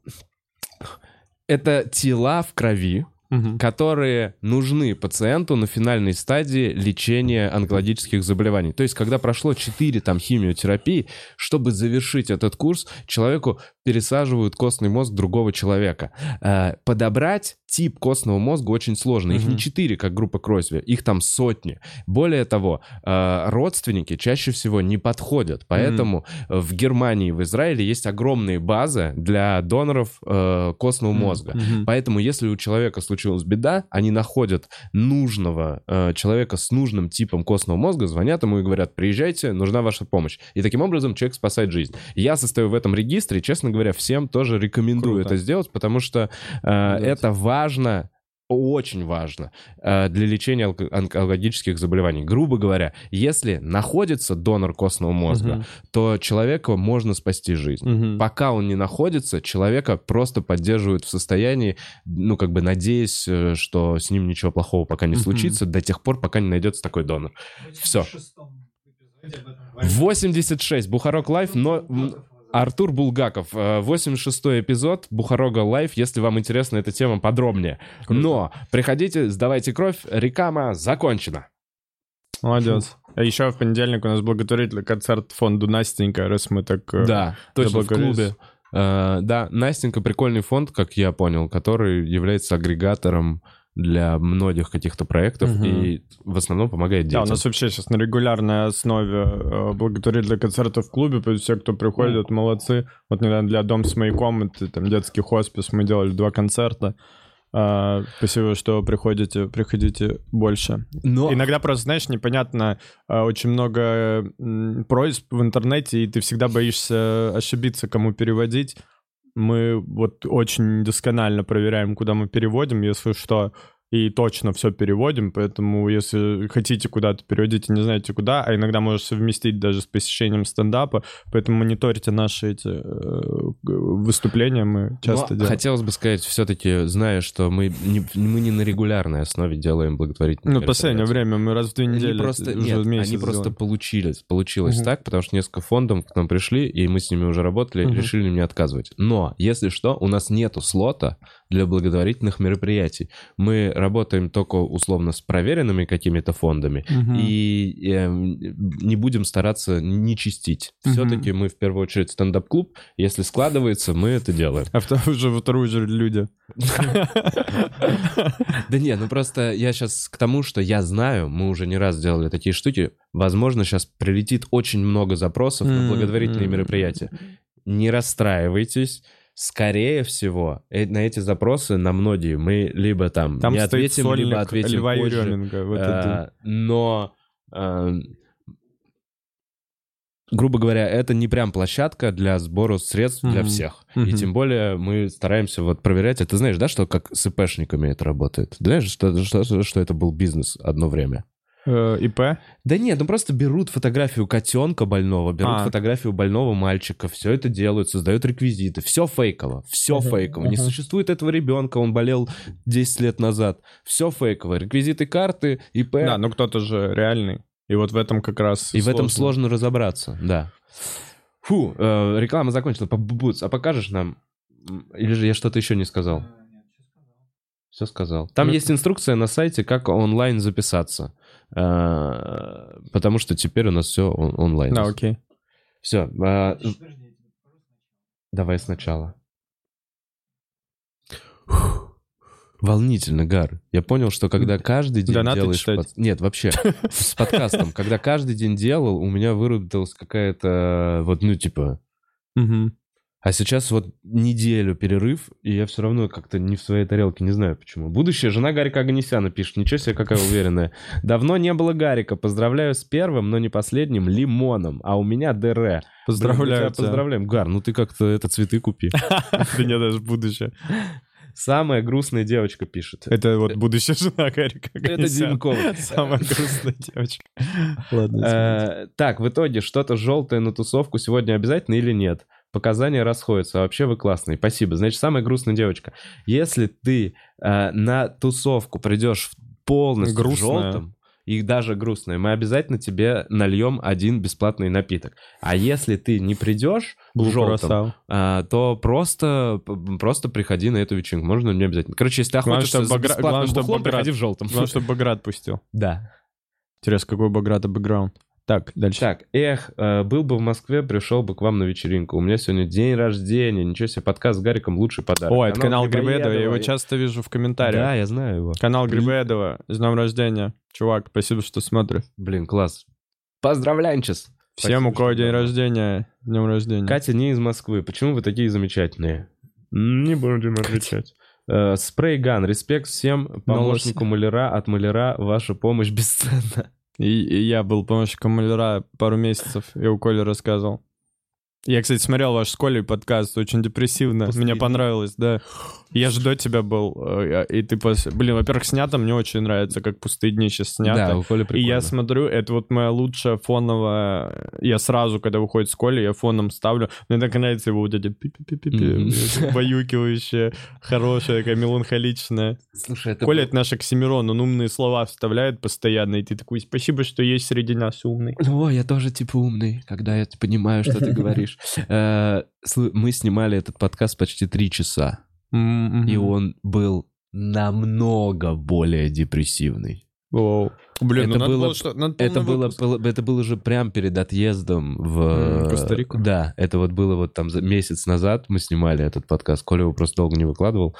это тела в крови, угу. которые нужны пациенту на финальной стадии лечения онкологических заболеваний. То есть, когда прошло четыре там химиотерапии, чтобы завершить этот курс, человеку пересаживают костный мозг другого человека. Э, подобрать тип костного мозга очень сложно. Их mm-hmm. не четыре, как группа Кройсби, их там сотни. Более того, э, родственники чаще всего не подходят. Поэтому mm-hmm. в Германии и в Израиле есть огромные базы для доноров э, костного mm-hmm. мозга. Mm-hmm. Поэтому, если у человека случилась беда, они находят нужного э, человека с нужным типом костного мозга, звонят ему и говорят: приезжайте, нужна ваша помощь. И таким образом человек спасает жизнь. Я состою в этом регистре, честно говоря, всем тоже рекомендую Круто. это сделать, потому что э, это важно, очень важно э, для лечения онко- онкологических заболеваний. Грубо говоря, если находится донор костного мозга, угу. то человеку можно спасти жизнь. Угу. Пока он не находится, человека просто поддерживают в состоянии, ну, как бы надеясь, что с ним ничего плохого пока не угу. случится, до тех пор, пока не найдется такой донор. Все. восемьдесят шесть. Бухарок Лайф, но... Артур Булгаков, восемьдесят шестой эпизод Бухарога Лайф, если вам интересна эта тема подробнее. Круто. Но приходите, сдавайте кровь, реклама закончена. Молодец. А еще в понедельник у нас благотворительный концерт фонду Настенька, раз мы так... Да, точно, в клубе. Uh, да, Настенька прикольный фонд, как я понял, который является агрегатором для многих каких-то проектов угу. и в основном помогает детям. Да, у нас вообще сейчас на регулярной основе э, благотворительные концерты в клубе, то есть все, кто приходит, mm. молодцы. Вот недавно для Дом с маяком, это там детский хоспис, мы делали два концерта. Uh, спасибо, что приходите, приходите больше. Но... Иногда просто, знаешь, непонятно, uh, очень много uh, просьб в интернете, и ты всегда боишься ошибиться, кому переводить. Мы вот очень досконально проверяем, куда мы переводим, если что. и точно все переводим, поэтому если хотите куда-то, переводите, не знаете куда, а иногда можешь совместить даже с посещением стендапа, поэтому мониторите наши эти э, выступления, мы часто Но делаем. хотелось бы сказать, все-таки, зная, что мы не, мы не на регулярной основе делаем благотворительные Ну, в последнее время мы раз в две недели они просто, уже нет, месяц они просто делаем. получились, получилось Мгм. так, потому что несколько фондов к нам пришли, и мы с ними уже работали, Мгм. решили не отказывать. Но, если что, у нас нету слота для благотворительных мероприятий. Мы работаем только условно с проверенными какими-то фондами, Мгм. и э, не будем стараться не чистить. Мгм. Все-таки мы в первую очередь стендап-клуб, если складывается, мы это делаем. А вторую же, вторую же люди. Да не, ну просто я сейчас к тому, что я знаю, мы уже не раз делали такие штуки, возможно, сейчас прилетит очень много запросов на благотворительные М-м. мероприятия. Не расстраивайтесь. Скорее всего, э- на эти запросы, на многие, мы либо там, Там не стоит ответим, сольник либо ответим Льва позже. Еременко в этот день. Э, но, э, грубо говоря, это не прям площадка для сбора средств для Мгм. всех. И Мгм. тем более мы стараемся вот проверять. А ты знаешь, да, что как с ИПшниками это работает? Знаешь, что, что, что это был бизнес одно время? Э, ИП? Да нет, ну просто берут фотографию котенка больного, берут А. фотографию больного мальчика, все это делают, создают реквизиты. Все фейково, все Мгм, фейково. Не мгм. существует этого ребенка, он болел десять лет назад. Все фейково. Реквизиты карты, ИП. Да, ну кто-то же реальный. И вот в этом как раз И в этом сложно разобраться, да. Фу, э, реклама закончилась. Бубуц, а покажешь нам? М, Или же я что-то еще не сказал? Все сказал. Там Ну- есть инструкция на сайте, как онлайн записаться. Э, Потому что теперь у нас все онлайн. Да, окей. Все. Давай сначала. Фух. Волнительно, Гар. Я понял, что когда каждый день Донаты делаешь... читать? под- Нет, вообще, с подкастом. Когда каждый день делал, у меня выработалась какая-то, вот, ну, типа... Мгм. А сейчас вот неделю перерыв, и я все равно как-то не в своей тарелке, не знаю почему. Будущая жена Гарика Оганесяна пишет, ничего себе, какая уверенная. Давно не было Гарика, поздравляю с первым, но не последним, лимоном, а у меня ДР. Поздравляю Блин, мы тебя тебя. поздравляем. Гар, ну ты как-то это цветы купи. Да нет, даже будущее. Самая грустная девочка пишет. Это вот будущая жена Гарика Это Оганесяна. Динкова. Самая грустная девочка. Ладно, извините. Э, Так, в итоге, что-то желтое на тусовку сегодня обязательно или нет? Показания расходятся. Вообще вы классные. Спасибо. Значит, самая грустная девочка. Если ты э, на тусовку придешь полностью в Грустная. желтом, и даже грустная, мы обязательно тебе нальем один бесплатный напиток. А если ты не придешь в Был желтом, курасау. а, то просто, просто приходи на эту вечеринку. Можно не обязательно. Короче, если ты Главное, охотишься чтобы за Багра- бесплатным главное, чтобы бухлом, Баграт- приходи в желтом. Главное, чтобы Баграт пустил. Да. Интересно, какой у Баграта бэкграунд. Так, дальше. Так, эх, э, был бы в Москве, пришел бы к вам на вечеринку. У меня сегодня день рождения. Ничего себе, подкаст с Гариком лучший подарок. О, это канал Грибоедова, я его часто вижу в комментариях. Да, я знаю его. Канал Блин. Грибоедова, с днем рождения. Чувак, спасибо, что смотришь. Блин, класс. Поздравлянчес. Всем, Спасибо, у кого что день добавил. рождения, с днем рождения. Катя не из Москвы. Почему вы такие замечательные? Не будем отвечать. Э, Спрейган. Респект всем помощнику маляра. От маляра ваша помощь бесценна. И, и я был помощником маляра пару месяцев, я у Коли рассказывал. Я, кстати, смотрел ваш с Колей подкаст, очень депрессивно. Последний. Мне понравилось, да. Я же до тебя был, э, и ты... Пос... Блин, во-первых, снято, мне очень нравится, как «Пустые дни» сейчас снято. Да, у Коли И прикольно. я смотрю, это вот моя лучшая фоновая... Я сразу, когда выходит с Колей, я фоном ставлю. Мне так нравится его вот эти пи-пи-пи-пи-пи, Мгм. баюкивающая, хорошая, такая меланхоличная. Слушай, это... Коля — это наш Оксимирон, он умные слова вставляет постоянно, и ты такой, спасибо, что есть среди нас умный. О, я тоже типа умный, когда я понимаю, что ты говоришь. Э, слу- Мы снимали этот подкаст почти три часа, М-м-м. и он был намного более депрессивный. Воу. Блин, Это ну надо было- было что... надо Это полный было, выпуск. было- это было уже прям перед отъездом в... М, Коста-Рику? Да, это вот было вот там за месяц назад мы снимали этот подкаст. Коля его просто долго не выкладывал.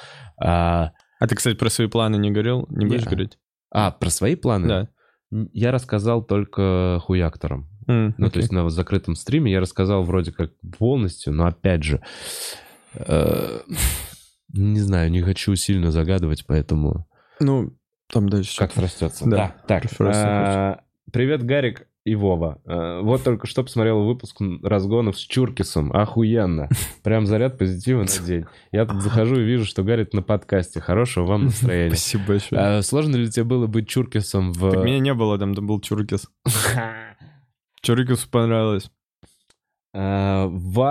А, А ты, кстати, про свои планы не говорил? Не будешь Не. говорить? а, про свои планы? Да. Н- Я рассказал только хуякторам. М, Ну, то окей. есть на вот закрытом стриме я рассказал вроде как полностью, но опять же, э, не знаю, не хочу сильно загадывать, поэтому Ну, там дальше. как срастется. Да, так. преференс а, Привет, Гарик. и Вова. Э, Вот только что посмотрел выпуск разгонов с Чуркисом. Охуенно. Прям заряд позитива на день. Я тут захожу и вижу, что Гарик на подкасте. Хорошего вам настроения. Спасибо большое. А сложно ли тебе было быть Чуркисом в... Так меня не было там, там был Чуркис. Чуркису понравилось. А,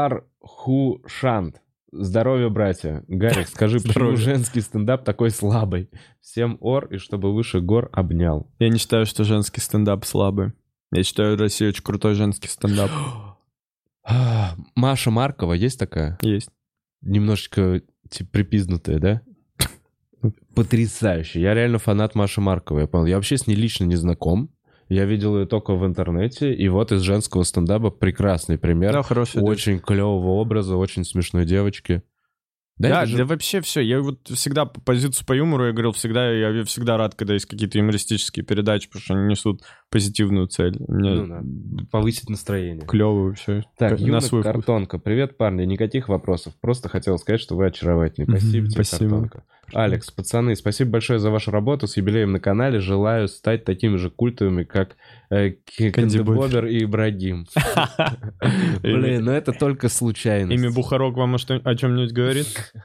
Вархушант. Здоровья, братья. Гарик, скажи, почему Здоровья. женский стендап такой слабый? Всем ор, и чтобы выше гор обнял. Я не считаю, что женский стендап слабый. Я считаю, Россия очень крутой женский стендап. А, Маша Маркова есть такая? Есть. Немножечко типа припизнутая, да? Потрясающе. Я реально фанат Маши Марковой. Я понял. Я вообще с ней лично не знаком. Я видел ее только в интернете. И вот из женского стендапа прекрасный пример. Да, хороший. Очень клевого образа, очень смешной девочки. Да, это да, же- вообще все. Я вот всегда по позицию по юмору, я говорил, всегда, я всегда рад, когда есть какие-то юмористические передачи, потому что они несут позитивную цель. Мне Ну да. Повысить настроение. клево вообще. Так, Как- на Юна свой вкус. Картонка. Привет, парни. Никаких вопросов. Просто хотел сказать, что вы очаровательны. Спасибо Мгм, тебе, спасибо. Картонка. Алекс, пацаны, спасибо большое за вашу работу. С юбилеем на канале. Желаю стать такими же культовыми, как э, К- Канди Кандибобер и Ибрагим. Блин, ну это только случайность. Имя Бухарок вам о, что- о чем-нибудь говорит?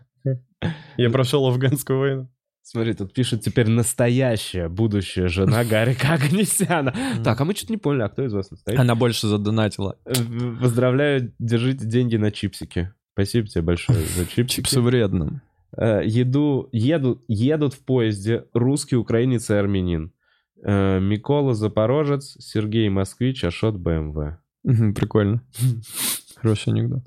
Я прошел афганскую войну. Смотри, тут пишет теперь настоящая будущая жена Гарика Аганесяна. Так, а мы что-то не поняли, а кто из вас настоящий? Она больше задонатила. Э, Поздравляю, держите деньги на чипсики. Спасибо тебе большое за чипсики. Чипсы вредно. Э, еду, едут, едут в поезде русский, украинец и армянин. Э, Микола Запорожец, Сергей Москвич, Ашот БМВ. Мгм, Прикольно. Хороший анекдот.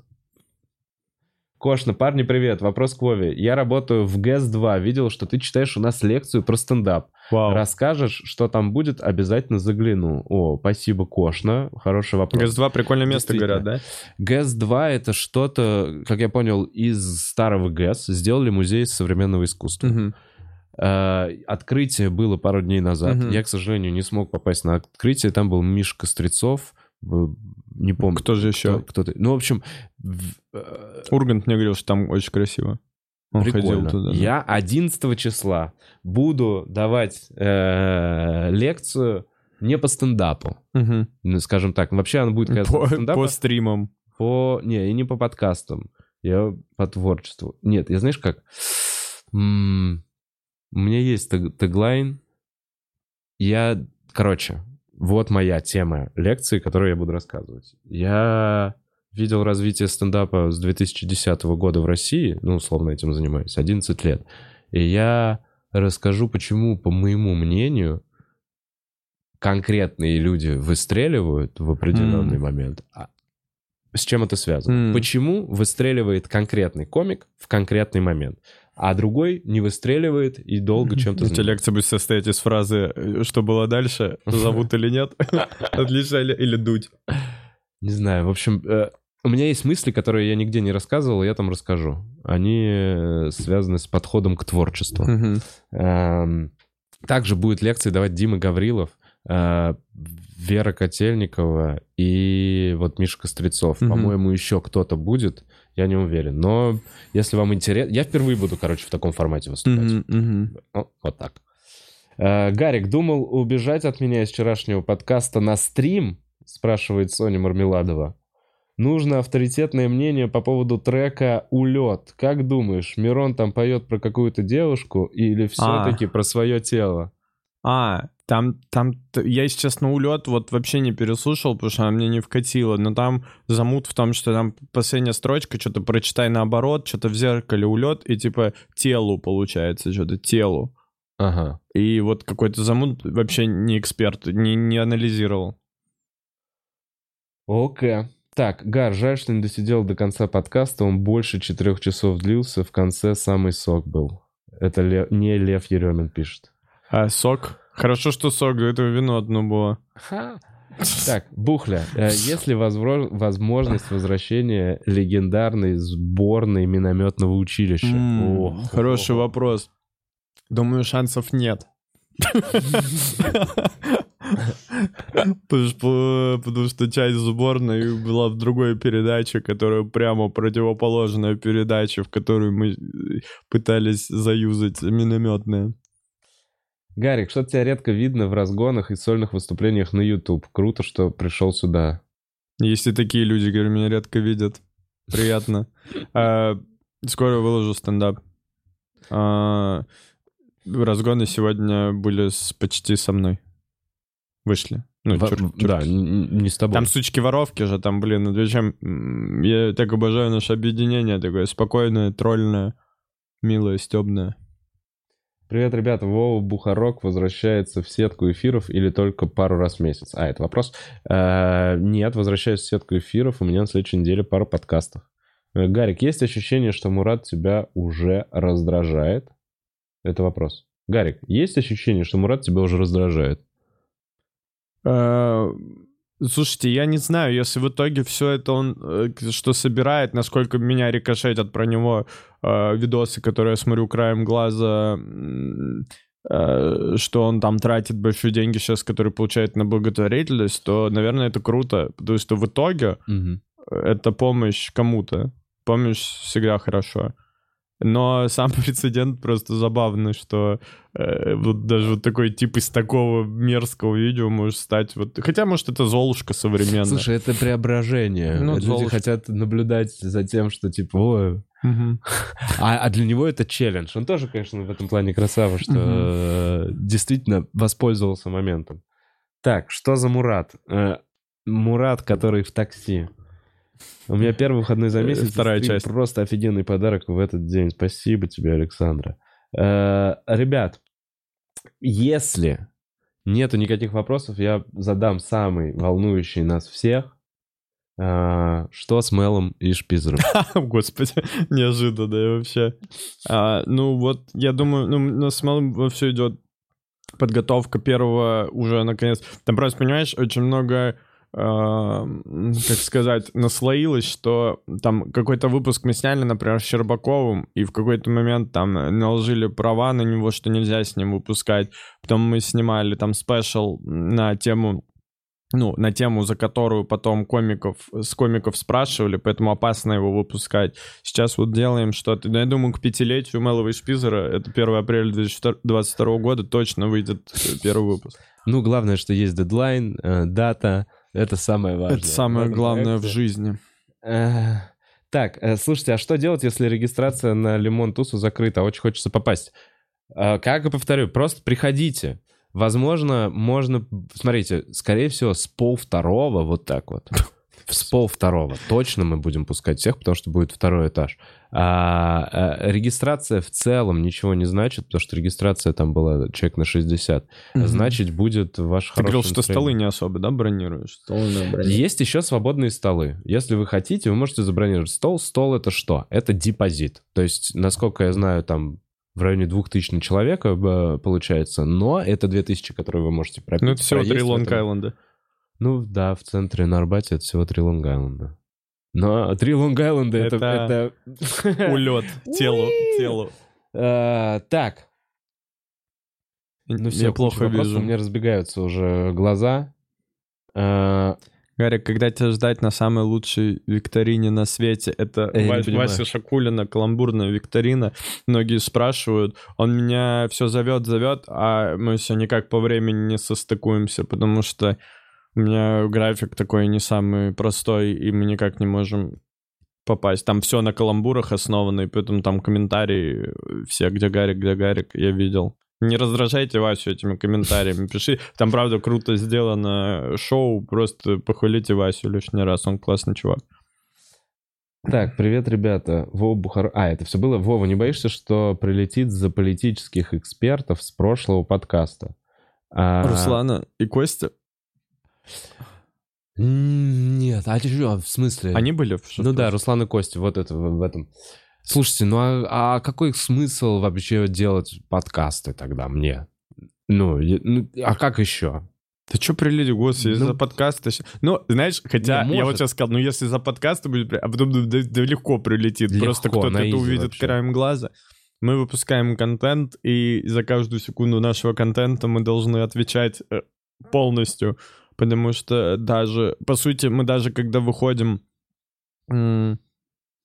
Кошна, парни, привет. Вопрос к Вове. Я работаю в ГЭС два. Видел, что ты читаешь у нас лекцию про стендап. Вау. Расскажешь, что там будет, обязательно загляну. О, спасибо, Кошна. Хороший вопрос. ГЭС два прикольное место, Действительно. говорят, да? ГЭС два это что-то, как я понял, из старого ГЭС сделали музей современного искусства. Мгм. Э, Открытие было пару дней назад. Мгм. Я, к сожалению, не смог попасть на открытие. Там был Миша Кострецов. в- Не помню. Кто же еще? Кто, кто-то. Ну, в общем, в- э, Ургант мне говорил, что там очень красиво. Он прикольно. ходил туда. да. Я одиннадцатого числа буду давать э, лекцию не по стендапу. Мгм. Ну, скажем так. Вообще она будет какая-то По, стендапа. по стримам. По... Не, и не по подкастам. Я по творчеству. Нет, я знаешь как? М, У меня есть тег- теглайн. Я... Короче, вот моя тема лекции, которую я буду рассказывать. Я видел развитие стендапа с две тысячи десятого года в России. Ну, условно, этим занимаюсь. одиннадцать лет. И я расскажу, почему, по моему мнению, конкретные люди выстреливают в определенный М. момент. А с чем это связано? М. Почему выстреливает конкретный комик в конкретный момент, а другой не выстреливает и долго чем-то Эта занимается? лекция будет состоять из фразы э, «Что было дальше? Зовут или нет?» Отлично, или, или дуть. Не знаю, в общем, э, у меня есть мысли, которые я нигде не рассказывал, и я там расскажу. Они э, связаны с подходом к творчеству. Мгм. Эм, Также будет лекции давать Дима Гаврилов, э, Вера Котельникова и вот Миша Кострецов. Мгм. По-моему, еще кто-то будет, я не уверен. Но если вам интересно... Я впервые буду, короче, в таком формате выступать. Мгм, мгм. Ну, вот так. Э, Гарик, думал убежать от меня из вчерашнего подкаста на стрим? Спрашивает Соня Мармеладова. Нужно авторитетное мнение по поводу трека «Улет». Как думаешь, Мирон там поет про какую-то девушку или все-таки про свое тело? А, там, там, т- я, если честно, улет вот вообще не переслушал, потому что она мне не вкатила, но там замут в том, что там последняя строчка, что-то прочитай наоборот, что-то в зеркале улет, и типа телу получается, что-то телу. Ага. И вот какой-то замут вообще не эксперт, не, не анализировал. Окей. Так, Гар, жаль, что не досидел до конца подкаста. Он больше четырех часов длился. В конце самый сок был. Это Ле- не Лев Еремин пишет. А сок? Хорошо, что сок, до этого вино одно было. Так, Бухля, э, есть ли возбро- возможность возвращения легендарной сборной минометного училища? М, О, Хороший о, о. вопрос. Думаю, шансов нет. Потому что, потому что часть сборной была в другой передаче, которая прямо противоположная передаче, в которую мы пытались заюзать минометные. Гарик, что-то тебя редко видно в разгонах и сольных выступлениях на YouTube. Круто, что пришел сюда. Есть и такие люди, которые меня редко видят. Приятно. А, скоро выложу стендап. А, разгоны сегодня были с, почти со мной. Вышли. Ну, Во- чур- чур- да, н- не с тобой. Там сучки-воровки же, там, блин, ну зачем? М, Я так обожаю наше объединение, такое спокойное, тролльное, милое, стёбное. Привет, ребята. Вова Бухарок возвращается в сетку эфиров или только пару раз в месяц? А, это вопрос. Э, Нет, возвращаюсь в сетку эфиров. У меня на следующей неделе пара подкастов. Э, Гарик, есть ощущение, что Мурат тебя уже раздражает? Это вопрос. Гарик, есть ощущение, что Мурат тебя уже раздражает? А, Слушайте, я не знаю, если в итоге все это он э, что собирает, насколько меня рикошетят про него э, видосы, которые я смотрю краем глаза, м, э, что он там тратит большие деньги сейчас, которые получает на благотворительность, то, наверное, это круто, потому что в итоге это помощь кому-то. Помощь всегда хорошо. Но сам прецедент просто забавный, что э, вот даже вот такой тип из такого мерзкого видео может стать вот... Хотя, может, это Золушка современная. Слушай, это преображение. Ну, Люди Золушка. хотят наблюдать за тем, что типа, ой. Мгм. А, а для него это челлендж. Он тоже, конечно, в этом плане красава, что Мгм. э, действительно воспользовался моментом. Так, что за Мурат? Э, Мурат, который в такси. У меня первый выходной за Э, месяц. вторая стрим, часть. Просто офигенный подарок в этот день. Спасибо тебе, Александра. Э, ребят, если нету никаких вопросов, я задам самый волнующий нас всех. Э, что с Мелом и Шпизером? Господи, неожиданно и вообще. А, ну вот, я думаю, ну, у нас с все идет подготовка первого уже наконец. Там просто, понимаешь, очень много, э, как сказать, наслоилось, что там какой-то выпуск мы сняли, например, с Щербаковым, и в какой-то момент там наложили права на него, что нельзя с ним выпускать. Потом мы снимали там спешл на тему ну, на тему, за которую потом комиков, с комиков спрашивали, поэтому опасно его выпускать. Сейчас вот делаем что-то. Но я думаю, к пятилетию Мэлова и Шпизера, это первое апреля две тысячи двадцать второго года, точно выйдет первый выпуск. Ну, главное, что есть дедлайн, э, дата. Это самое важное. Это самое в этом главное в проекте. жизни. Э, Так, э, слушайте, а что делать, если регистрация на Лимон Тусу закрыта? Очень хочется попасть. Э, Как и повторю, просто приходите. Возможно, можно... Смотрите, скорее всего, с полвторого, вот так вот. С полвторого точно мы будем пускать всех, потому что будет второй этаж. А, а регистрация в целом ничего не значит, потому что регистрация там была человек на шестьдесят. Мгм. Значит, будет ваш Ты хороший говорил, что настроение. столы не особо, да, бронируешь? Столы на броне. Есть еще свободные столы. Если вы хотите, вы можете забронировать стол. Стол — это что? Это депозит. То есть, насколько я знаю, там в районе двухтысяч человек э, получается, но это две тысячи, которые вы можете пропить. Ну, это всего проесть три в этом. Лонг-Айленда. Ну да, в центре на Арбате это всего три Лонг-Айленда. Но три Лонг-Айленда это... Это это... Улет телу, Уи! телу. Э, Так, ну все, Я плохо вижу. У меня разбегаются уже глаза. Э, Гарик, когда тебя ждать на самой лучшей викторине на свете? Это Я не Ва- понимаю. Вася Шакулина, каламбурная викторина. Многие спрашивают, он меня все зовет, зовет, а мы все никак по времени не состыкуемся, потому что у меня график такой не самый простой, и мы никак не можем попасть. Там все на каламбурах основано, и поэтому там комментарии все, где Гарик, где Гарик, я видел. Не раздражайте Васю этими комментариями, пиши. Там, правда, круто сделано шоу, просто похвалите Васю лишний раз, он классный чувак. Так, привет, ребята. Вова Бухар... А, это все было? Вова, не боишься, что прилетит за политических экспертов с прошлого подкаста? А, Руслана и Костя, м, Нет, а ты что, в смысле? они были в Ну да, Руслан и Костя, вот это в в этом. Слушайте, ну а, а какой смысл вообще делать подкасты тогда мне? Ну, я- ну, а как еще? Ты что прилили, господи, Ну, за подкасты? Ну, знаешь, хотя не, я вот может. сейчас сказал, ну если за подкасты будет, при- а потом да, да- да легко прилетит, Легко, просто кто-то на это изи увидит вообще. краем глаза. Мы выпускаем контент, и за каждую секунду нашего контента мы должны отвечать э, полностью, потому что даже, по сути, мы даже когда выходим... м,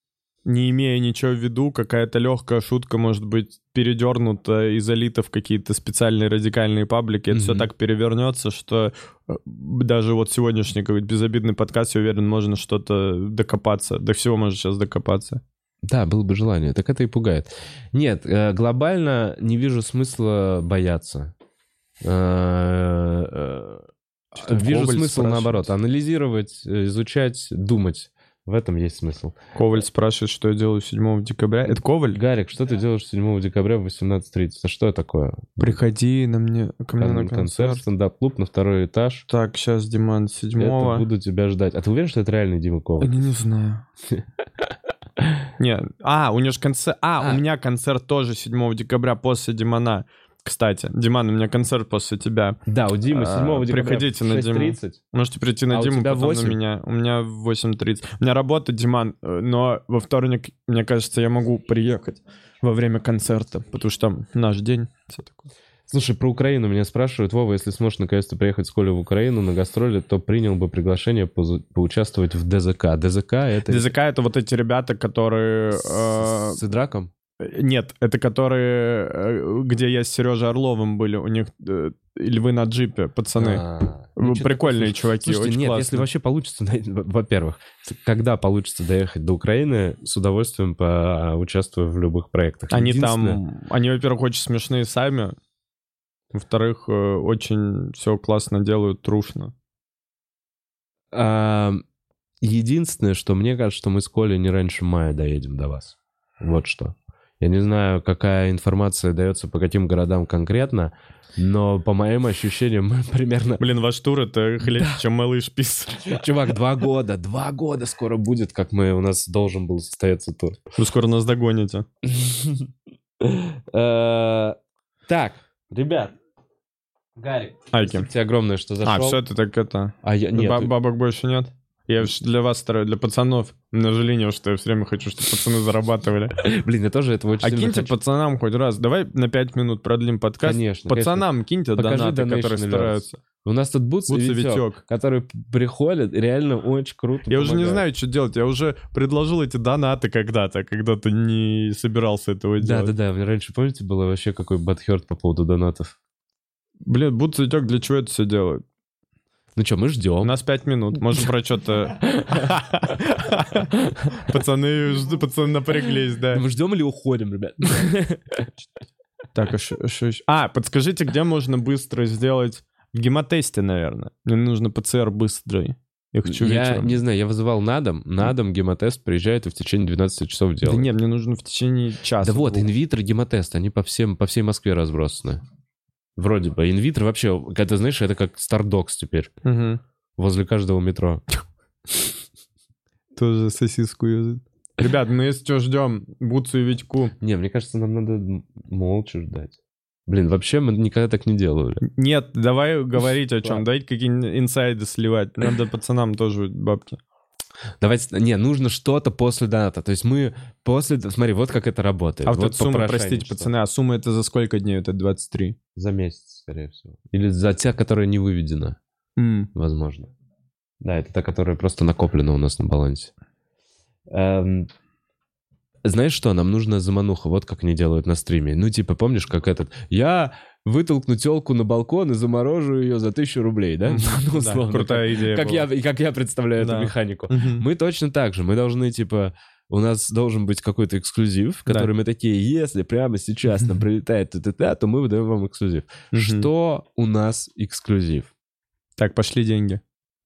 не имея ничего в виду, какая-то легкая шутка может быть передернута и залита в какие-то специальные радикальные паблики. Это Мгм. все так перевернется, что э, даже вот сегодняшний какой-то безобидный подкаст, я уверен, можно что-то докопаться. До всего можно сейчас докопаться. Да, было бы желание. Так это и пугает. Нет, э, глобально не вижу смысла бояться. Э, э, Что-то Вижу Коваль смысл, спрашивает. наоборот, анализировать, э, изучать, думать. В этом есть смысл. Коваль спрашивает, что я делаю седьмого декабря. Это Коваль? Гарик, что ты делаешь седьмого декабря в восемнадцать тридцать? А что такое? Приходи на мне, ко мне Кон- на концерт. стендап-клуб на второй этаж. Так, сейчас, Диман, седьмого. Это буду тебя ждать. А ты уверен, что это реальный Дима Коваль? Я не знаю. Нет. А, у него же концерт... А, А. у меня концерт тоже седьмого декабря после Димана. Кстати, Диман, у меня концерт после тебя. Да, у Димы А, седьмого декабря приходите в на шесть Диму. тридцать. Можете прийти на А у Диму, тебя потом восемь? на меня. У меня в восемь тридцать. У меня работа, Диман, э, но во вторник, мне кажется, я могу приехать во время концерта, потому что там наш день. Все такое. Слушай, про Украину меня спрашивают. Вова, если сможешь наконец-то приехать с Колей в Украину на гастроли, то принял бы приглашение позу- поучаствовать в ДЗК. ДЗК — это... ДЗК — это вот эти ребята, которые... С, э, с Идраком? Нет, это которые, э, где я с Сережей Орловым были, у них э, львы на джипе, пацаны. А, Ну, ничего прикольные такого. чуваки, Слушайте, очень нет, классные. если вообще получится, во-первых, когда получится доехать до Украины, с удовольствием поучаствую в любых проектах. Они Единственное- там, они, во-первых, очень смешные сами, во-вторых, э, очень все классно делают, трушно. А, единственное, что мне кажется, что мы с Колей не раньше мая доедем до вас. Вот что. Я не знаю, какая информация дается по каким городам конкретно, но по моим ощущениям мы примерно... Блин, ваш тур — это хлеще, чем малыш пис. Чувак, два года, два года скоро будет, как мы, у нас должен был состояться тур. Вы скоро нас догоните. Э, Так, ребят. Гарик, Айки. спасибо тебе огромное, что А, зашел. все, ты так это... А я... Нет, Ба- ты- Бабок больше нет? Я ж для вас стараюсь, для пацанов. На жаление, что я все время хочу, чтобы пацаны зарабатывали. Блин, я тоже этого очень А сильно киньте хочу. пацанам хоть раз. Давай на пять минут продлим подкаст. Конечно, Пацанам киньте Покажи донаты, donation которые alerts. стараются. У нас тут Бутс и Бутс и Витек, Витек. которые приходят, реально очень круто Я уже не помогают. знаю, что делать. Я уже предложил эти донаты когда-то, когда ты не собирался этого делать. Да-да-да, мне раньше, помните, было вообще какой бадхерт по поводу донатов? Блин, Бутс и Витек для чего это все делают? Ну что, мы ждем. У нас пять минут. Можем про что-то... Пацаны, жду- пацаны напряглись, да. Мы ждем или уходим, ребят? Так, а шо- шо ещё? А, подскажите, где можно быстро сделать... В гемотесте, наверное. Мне нужно ПЦР быстрый. Я хочу Я вечером. не знаю, я вызывал на дом. На дом гемотест приезжает и в течение двенадцати часов Да делает. нет, мне нужно в течение часа. Да вот, двух. инвитро гемотест, они по, всем, по всей Москве разбросаны. Вроде бы. Инвитро вообще, это, знаешь, это как Стардокс теперь. Мгм. Возле каждого метро. Тоже сосиску юзает. Ребят, мы если что ждем Бутсу и Витьку. Не, мне кажется, нам надо м- молча ждать. Блин, вообще мы никогда так не делали. Нет, давай говорить о чем. Ладно. Давайте какие-нибудь инсайды сливать. Надо пацанам тоже бабки. Давайте, не, нужно что-то после доната. То есть мы после... Смотри, вот как это работает. А вот, вот эта сумма, попрошайничество. простите, пацаны, а сумма это за сколько дней? Это двадцать три. За месяц, скорее всего. Или за те, которая не выведена, М. возможно. Да, это та, которая просто накоплена у нас на балансе. Эм, Знаешь что, нам нужна замануха, вот как они делают на стриме. Ну, типа, помнишь, как этот... Я вытолкну телку на балкон и заморожу ее за тысячу рублей, да? Мгм. Ну, Да, условно. крутая идея Как была. я, и как я представляю Да. эту механику. Мгм. Мы точно так же. Мы должны, типа... У нас должен быть какой-то эксклюзив, Да. который мы такие, если прямо сейчас нам прилетает т-т-т, то мы выдаем вам эксклюзив. Мгм. Что у нас эксклюзив? Так, пошли деньги.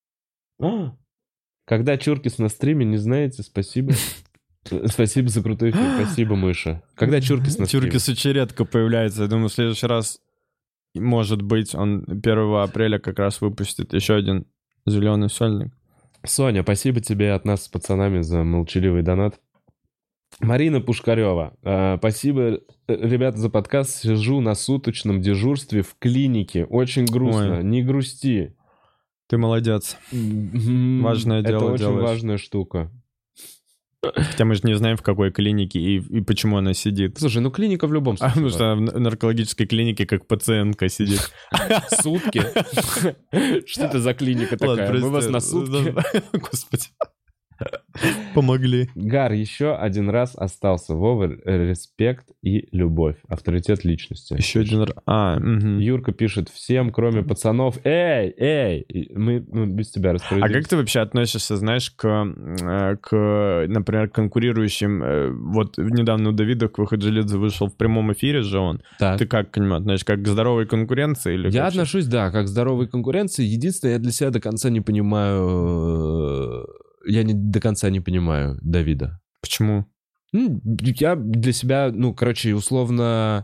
Когда Чуркис на стриме, не знаете, спасибо. Спасибо за крутой эфир, спасибо, Мыша. Когда Чуркис на стриме? Чуркис очень редко появляется. Я думаю, в следующий раз, может быть, он первого апреля как раз выпустит еще один зеленый сольник. Соня, спасибо тебе от нас с пацанами за молчаливый донат. Марина Пушкарева, э, спасибо, э, ребята, за подкаст. Сижу на суточном дежурстве в клинике. Очень грустно. Ой. Не грусти. Ты молодец. Важное Это дело очень делаешь. важная штука. Хотя мы же не знаем, в какой клинике и, и почему она сидит. Слушай, ну клиника в любом А, случае. потому что она в наркологической клинике как пациентка сидит. Сутки? Что это за клиника Ладно, такая? Мы прости. вас на сутки. Господи. Помогли. Гар, еще один раз остался. Вова, респект и любовь. Авторитет личности. Еще один раз. А, угу. Юрка пишет, всем, кроме пацанов, эй, эй, мы, мы без тебя распорядимся. А как ты вообще относишься, знаешь, к, к например, конкурирующим? Вот недавно у Давида Квахаджилидзе вышел в прямом эфире же он. Так. Ты как к нему относишься? Как к здоровой конкуренции? Или я как отношусь, да, как к здоровой конкуренции. Единственное, я для себя до конца не понимаю... Я не, до конца не понимаю Давида. Почему? Ну, я для себя, ну, короче, условно...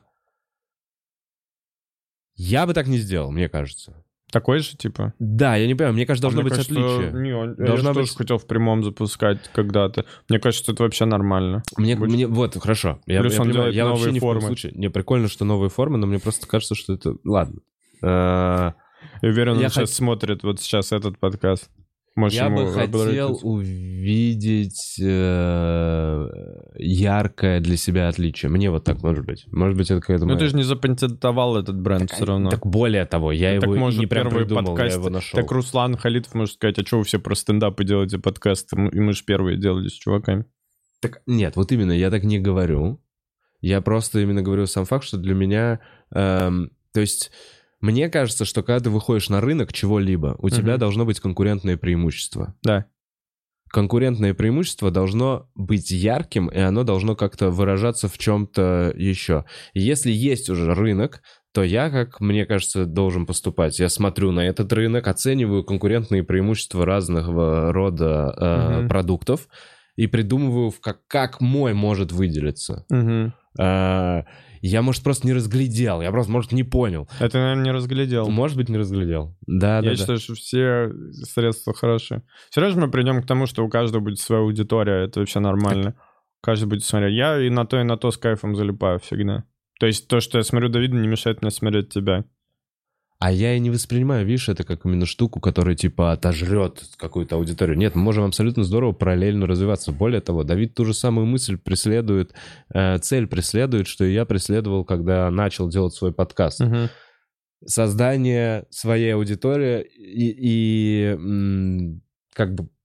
Я бы так не сделал, мне кажется. Такой же, типа? Да, я не понимаю, мне кажется, должно а быть кажется, отличие. Не, он, Должна я быть... тоже хотел в прямом запускать когда-то. Мне кажется, это вообще нормально. Мне, Больше... мне вот, хорошо. Я, Плюс я он понимаю, делает я новые вообще формы. Ни в коем случае... Не, прикольно, что новые формы, но мне просто кажется, что это... Ладно. Я уверен, я он хот... сейчас смотрит вот сейчас этот подкаст. Можешь я бы хотел обратить. увидеть э, яркое для себя отличие. Мне вот так может быть. Может быть, это какая-то... Ну моя... ты же не запатентовал этот бренд так, все равно. Так более того, я так, его может, не прям придумал, подкаст... я его нашел. Так Руслан Халитов может сказать, а что вы все про стендапы делаете подкасты? И мы же первые делали с чуваками. Так нет, вот именно, я так не говорю. Я просто именно говорю сам факт, что для меня... Эм, то есть... Мне кажется, что когда ты выходишь на рынок чего-либо, у uh-huh. тебя должно быть конкурентное преимущество. Да. Конкурентное преимущество должно быть ярким, и оно должно как-то выражаться в чем-то еще. И если есть уже рынок, то я, как мне кажется, должен поступать. Я смотрю на этот рынок, оцениваю конкурентные преимущества разного рода э, uh-huh. продуктов и придумываю, как, как мой может выделиться. Uh-huh. Э, Я, может, просто не разглядел. Я просто, может, не понял. Это, наверное, не разглядел. Может быть, не разглядел. Да, да, Я считаю, да. что все средства хороши. Все равно мы придем к тому, что у каждого будет своя аудитория. Это вообще нормально. Так. Каждый будет смотреть. Я и на то, и на то с кайфом залипаю всегда. То есть то, что я смотрю Давида, не мешает мне смотреть тебя. А я и не воспринимаю, видишь, это как именно штуку, которая типа отожрет какую-то аудиторию. Нет, мы можем абсолютно здорово параллельно развиваться. Более того, Давид ту же самую мысль преследует, э, цель преследует, что и я преследовал, когда начал делать свой подкаст. Uh-huh. Создание своей аудитории и, и м, как бы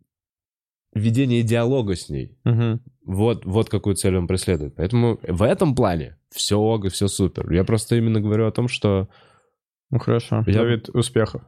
ведение диалога с ней. Uh-huh. Вот, вот какую цель он преследует. Поэтому в этом плане все ого, все супер. Я просто именно говорю о том, что... Ну хорошо. Я... Давид, успехов.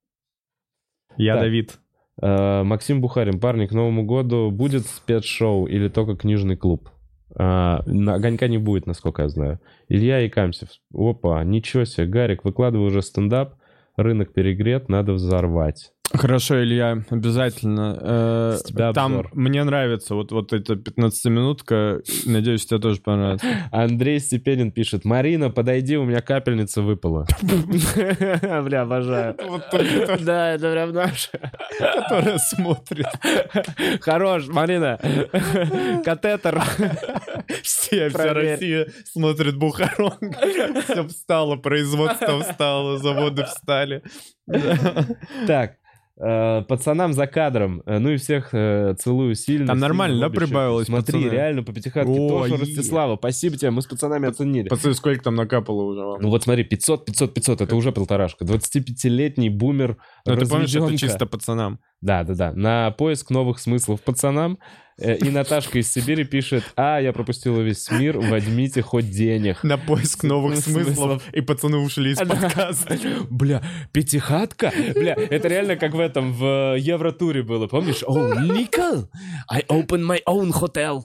Я так. Давид. Uh, Максим Бухарин, парни, к Новому году будет спецшоу или только книжный клуб? Uh, Огонька не будет, насколько я знаю. Илья и Камсев. Опа, ничего себе. Гарик, выкладывай уже стендап. Рынок перегрет, надо взорвать. Хорошо, Илья, обязательно. С тебя Там обзор. Мне нравится вот, вот эта пятнадцатиминутка. Надеюсь, тебе тоже понравится. Андрей Степенин пишет. Марина, подойди, у меня капельница выпала. Бля, обожаю. Да, это прям наша. Которая смотрит. Хорош, Марина. Катетер. Вся Россия смотрит Бухарон. Все встало, производство встало, заводы встали. Так. Пацанам за кадром. Ну и всех э, целую сильно. Там сильно, нормально, да, прибавилось? Смотри, пацаны? Реально по пятихатке. Тоша Ростислава, спасибо тебе, мы с пацанами оценили. Пацаны, сколько там накапало уже вам? Ну вот смотри, пятьсот, пятьсот, пятьсот, это уже полторашка. двадцатипятилетний бумер. Ну ты помнишь, это чисто пацанам? Да, да, да. На поиск новых смыслов пацанам. И Наташка из Сибири пишет: а, я пропустила весь мир, возьмите хоть денег. На поиск новых смыслов. И пацаны ушли из подкаста. Бля, пятихатка? Бля, это реально как в этом, в Евротуре было, помнишь? Oh, Nickel, I open my own hotel.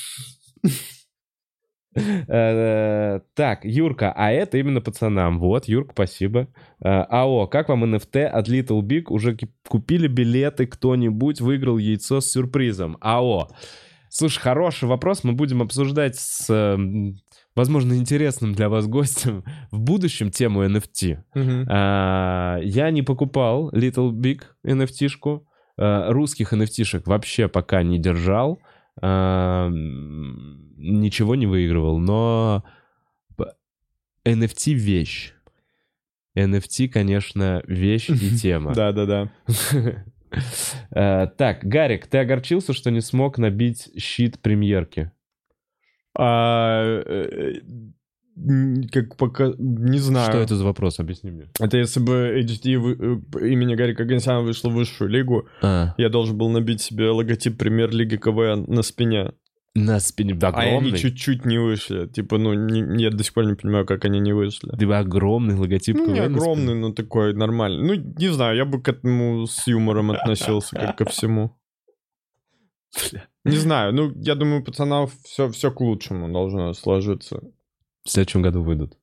Так, Юрка, а это именно пацанам. Вот, Юрка, спасибо. АО, как вам эн эф ти от Little Big? Уже купили билеты? Кто-нибудь выиграл яйцо с сюрпризом? АО. Слушай, хороший вопрос. Мы будем обсуждать с, возможно, интересным для вас гостем в будущем тему эн эф ти. Uh-huh. А, я не покупал Little Big эн эф ти-шку. А, русских эн эф ти-шек вообще пока не держал. Uh, ничего не выигрывал, но эн эф ти вещь. эн эф ти, конечно, вещь и тема. Да-да-да. Так, Гарик, ты огорчился, что не смог набить щит премьерки? как пока... Не знаю. Что это за вопрос? Объясни мне. Это если бы эйч ди вы... имени Гарика Оганесяна вышло в высшую лигу, а. я должен был набить себе логотип премьер-лиги КВН на спине. На спине огромный? А они чуть-чуть не вышли. Типа, ну, не, я до сих пор не понимаю, как они не вышли. Типа огромный логотип ну, КВН? Не огромный, но такой нормальный. Ну, не знаю, я бы к этому с юмором относился, как ко всему. Не знаю, ну, я думаю, пацанов все, все к лучшему должно сложиться. В следующем году выйдут.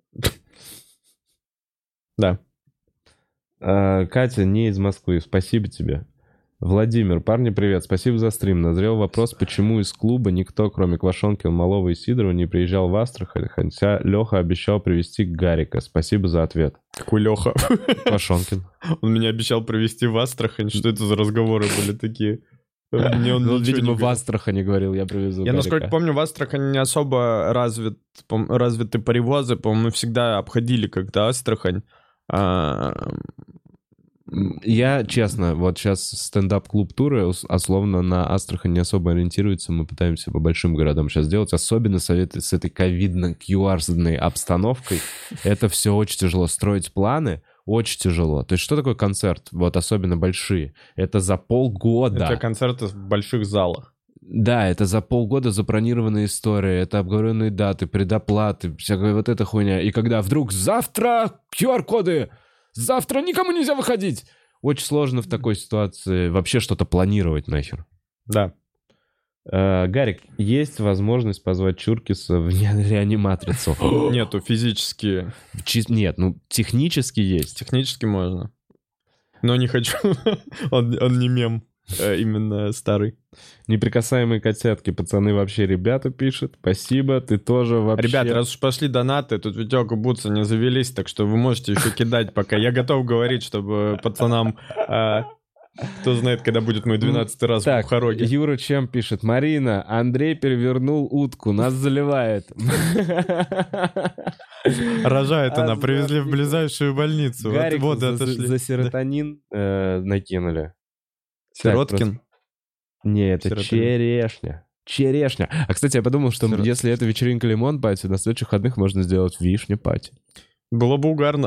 Да. А, Катя, не из Москвы, спасибо тебе. Владимир, парни, привет, спасибо за стрим. Назрел вопрос, почему из клуба никто, кроме Квашонкина, Малова и Сидорова, не приезжал в Астрахань, хотя Леха обещал привезти Гарика. Спасибо за ответ. Какой Леха? Квашонкин. Он меня обещал привезти в Астрахань. Что это за разговоры были такие? Мне он, ну, видимо, в Астрахани говорил, я привезу Я, Гарика. насколько помню, в Астрахани не особо развит, развиты перевозы. По-моему, мы всегда обходили как-то Астрахань. А... Я, честно, вот сейчас стендап-клуб-туры, условно, на Астрахань не особо ориентируются. Мы пытаемся по большим городам сейчас делать. Особенно советы с этой ковидно-ку ар-ной обстановкой. Это все очень тяжело. Строить планы очень тяжело. То есть что такое концерт? Вот особенно большие. Это за полгода. Это концерты в больших залах. Да, это за полгода забронированная история, это обговоренные даты, предоплаты, всякая вот эта хуйня. И когда вдруг завтра ку ар-коды, завтра никому нельзя выходить. Очень сложно в такой ситуации вообще что-то планировать нахер. Да. Uh, Гарик, есть возможность позвать Чуркиса в реаниматрицу? Нету, физически. Чи- Нет, ну технически есть. Технически можно. Но не хочу. он, он не мем, а именно старый. Неприкасаемые котятки, пацаны, вообще ребята пишут. Спасибо, ты тоже вообще... Ребята, раз уж пошли донаты, тут Витек и Бутса не завелись, так что вы можете еще кидать пока. Я готов говорить, чтобы пацанам... А... Кто знает, когда будет мой двенадцатый раз так, в Бухароге. Юра чем пишет? Марина, Андрей перевернул утку, нас заливает. Рожает она, привезли в ближайшую больницу. Гарику за серотонин накинули. Сироткин? Не, это черешня. Черешня. А, кстати, я подумал, что если это вечеринка лимон-пати, на следующих выходных можно сделать вишня-пати. Было бы угарно.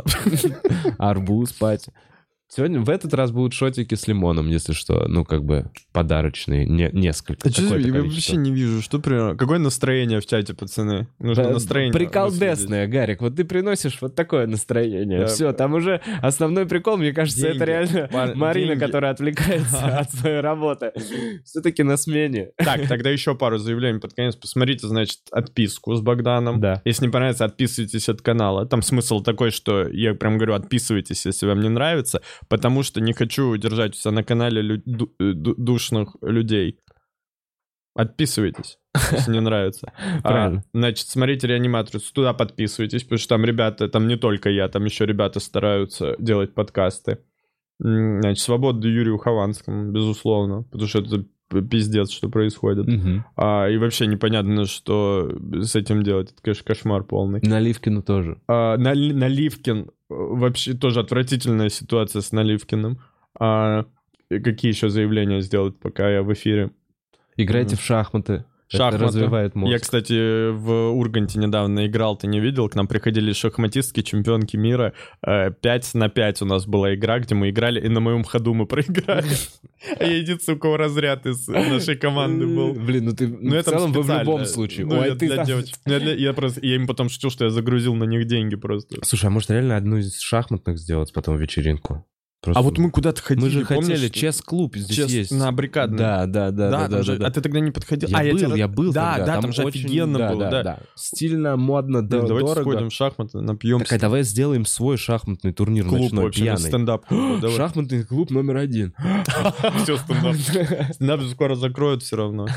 Арбуз-пати. Сегодня в этот раз будут шотики с лимоном, если что, ну как бы подарочные, не, несколько. А что, я вообще не вижу, что примерно. Какое настроение в чате, пацаны? Нужно да, настроение. Приколдесное, Гарик, вот ты приносишь вот такое настроение. Да. Все, там уже основной прикол, мне кажется, деньги. Это реально Пар... Марина, деньги. Которая отвлекается от своей работы. Все-таки на смене. Так, тогда еще пару заявлений под конец. Посмотрите, значит, отписку с Богданом. Да. Если не понравится, отписывайтесь от канала. Там смысл такой, что я прям говорю, отписывайтесь, если вам не нравится. Потому что не хочу держать у себя на канале лю- ду- ду- душных людей. Отписывайтесь, если не нравится. Правильно. А, значит, смотрите реаниматрицу, туда подписывайтесь, потому что там ребята, там не только я, там еще ребята стараются делать подкасты. Значит, свобода Юрию Хованскому, безусловно, потому что это пиздец, что происходит. Угу. А, и вообще непонятно, что с этим делать. Это, конечно, кошмар полный. Наливкину тоже. А, Нали- Наливкин. Вообще тоже отвратительная ситуация с Наливкиным. А какие еще заявления сделать, пока я в эфире? Играйте mm. в шахматы. Шахматы. Это развивает мозг. Я, кстати, в Урганте недавно играл, ты не видел? К нам приходили шахматистки, чемпионки мира. пять на пять у нас была игра, где мы играли, и на моем ходу мы проиграли. А я единственный, у кого разряд из нашей команды был. Блин, ну ты в целом в любом случае. Ну, для девочек. Я просто, я им потом шутил, что я загрузил на них деньги просто. Слушай, а может реально одну из шахматных сделать потом вечеринку? Просто... А вот мы куда-то ходили, мы же помнишь, хотели чес-клуб здесь чес есть. На Брикадной. Да, да, да, да, да, же, да. А ты тогда не подходил? Я а, был, я, тебя... я был да, тогда. Да, там, там же очень... офигенно да, было, да, да. да. Стильно, модно, да, дорого. Давайте сходим в шахматы, напьемся. Так, а давай сделаем свой шахматный турнир клуб ночной, вообще, пьяный. Стендап. Шахматный клуб номер один. Все, стендап. Стендап скоро закроют все равно.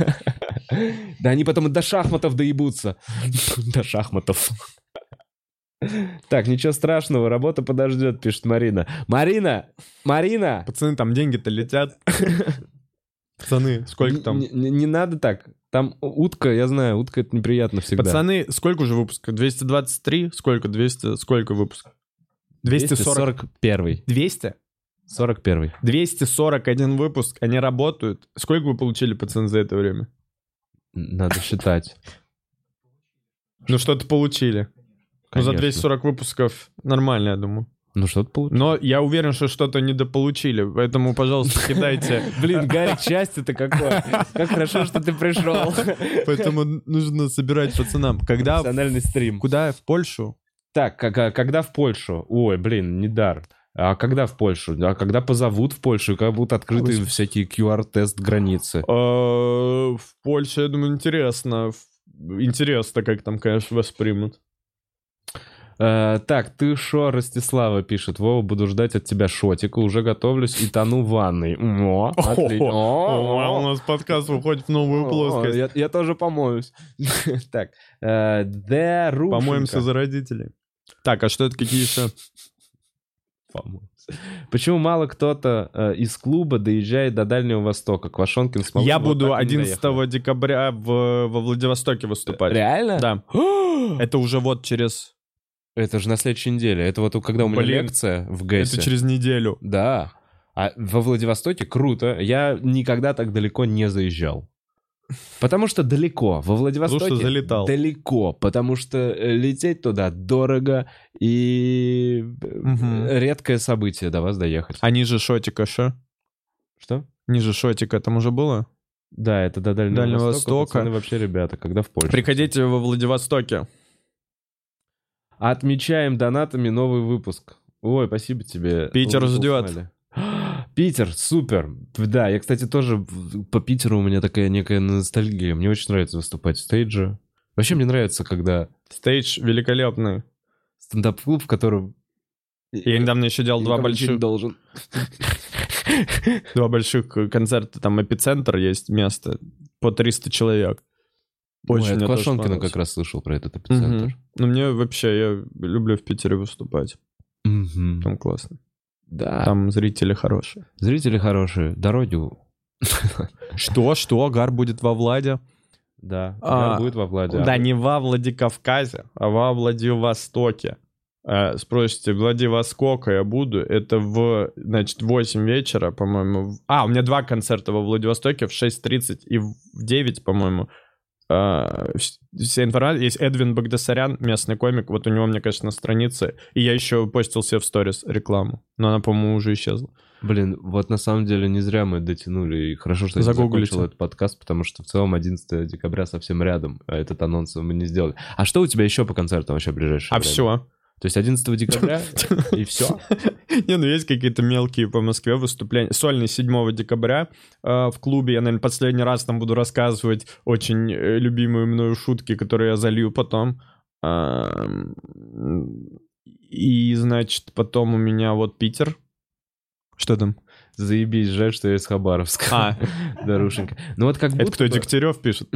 Да они потом и до шахматов доебутся. До шахматов. Так, ничего страшного, работа подождет, пишет Марина. Марина! Марина! Пацаны, там деньги-то летят. Пацаны, сколько там? Не, не, не надо так. Там утка, я знаю, утка это неприятно всегда. Пацаны, сколько уже выпусков? двести двадцать три? Сколько? двести? Сколько выпусков? двести сорок первый. двести? сорок первый. двести сорок один выпуск, они работают. Сколько вы получили, пацаны, за это время? Надо считать. Ну, что-то получили. Ну, за Конечно. двести сорок выпусков нормально, я думаю. Ну, что-то получилось. Но я уверен, что что-то недополучили, поэтому, пожалуйста, кидайте. Блин, Гарик, счастье-то какое. Как хорошо, что ты пришел. Поэтому нужно собирать пацанам. Когда... Профессиональный стрим. Куда? В Польшу? Так, как- когда в Польшу? Ой, блин, не дар. А когда в Польшу? А когда позовут в Польшу, когда будут открыты Господи. всякие ку ар-тест границы? Э, В Польше, я думаю, интересно. В- Интересно, как там, конечно, воспримут. Э, так, ты шо, Ростислава пишет. Вова, буду ждать от тебя шотика. Уже готовлюсь и тону в ванной. О, отлично. О, у нас подкаст выходит в новую О, плоскость. Я, я тоже помоюсь. Так, э, Д. Рушенко. Помоемся за родителей. Так, а что это, какие еще? Помоемся. Почему мало кто-то э, из клуба доезжает до Дальнего Востока? Квашонкин с Я Малышевым буду так и не одиннадцатого декабря в, во Владивостоке доехали. выступать. Реально? Да. Это уже вот через... Это же на следующей неделе. Это вот когда у меня Блин, лекция в ГЭСе. Это через неделю. Да. А во Владивостоке круто. Я никогда так далеко не заезжал. Потому что далеко. Во Владивостоке Потому что залетал. далеко. Потому что э, лететь туда дорого и э, Мгм. редкое событие до вас доехать. А ниже Шотика, что? Что? Ниже Шотика там уже было? Да, это до Дальнего, Дальнего Востока. Востока. Пацаны вообще ребята, когда в Польше. Приходите во Владивостоке. Отмечаем донатами новый выпуск. Ой, спасибо тебе. Питер Little ждет. Smiley. Питер, супер. Да, я, кстати, тоже в- по Питеру у меня такая некая ностальгия. Мне очень нравится выступать в стейдже. Вообще мне нравится, когда Стейдж великолепный. стендап-клуб, в котором... Я недавно еще делал два никому ничего не больших, должен. два больших концерта. Там Эпицентр есть место. По триста человек. Ой, Очень от мне тоже Квашонкина понравилось. как раз слышал про этот эпицентр. Мгм. Ну, мне вообще, я люблю в Питере выступать. Мгм. Там классно. Да. Там зрители хорошие. Зрители хорошие, дороги... Что, что? Гар будет во Владе? Да, А, Гар будет во Владе. Да, не во Владикавказе, а во Владивостоке. Э, Спросите, Владивостока я буду. Это в, значит, восемь вечера, по-моему. в- А, у меня два концерта во Владивостоке в шесть тридцать и в девять, по-моему. А, вс- Вся информация. Есть Эдвин Багдасарян, местный комик. Вот у него, мне кажется, на странице. И я еще постил себе в сторис рекламу. Но она, по-моему, уже исчезла. Блин, вот на самом деле не зря мы дотянули. И хорошо, что я не Загуглите. закончил этот подкаст, потому что в целом одиннадцатого декабря совсем рядом. А этот анонс мы не сделали. А что у тебя еще по концертам вообще в ближайшее А время? все. То есть одиннадцатого декабря и все? Не, ну есть какие-то мелкие по Москве выступления. Сольный седьмого декабря э, в клубе. Я, наверное, последний раз там буду рассказывать очень э, любимые мною шутки, которые я залью потом. Ам, И, значит, потом у меня вот Питер. Что там? Заебись, жаль, что я из Хабаровска. А, Дарушенька. Ну вот как будто... это кто, бы- Дегтярев пишет?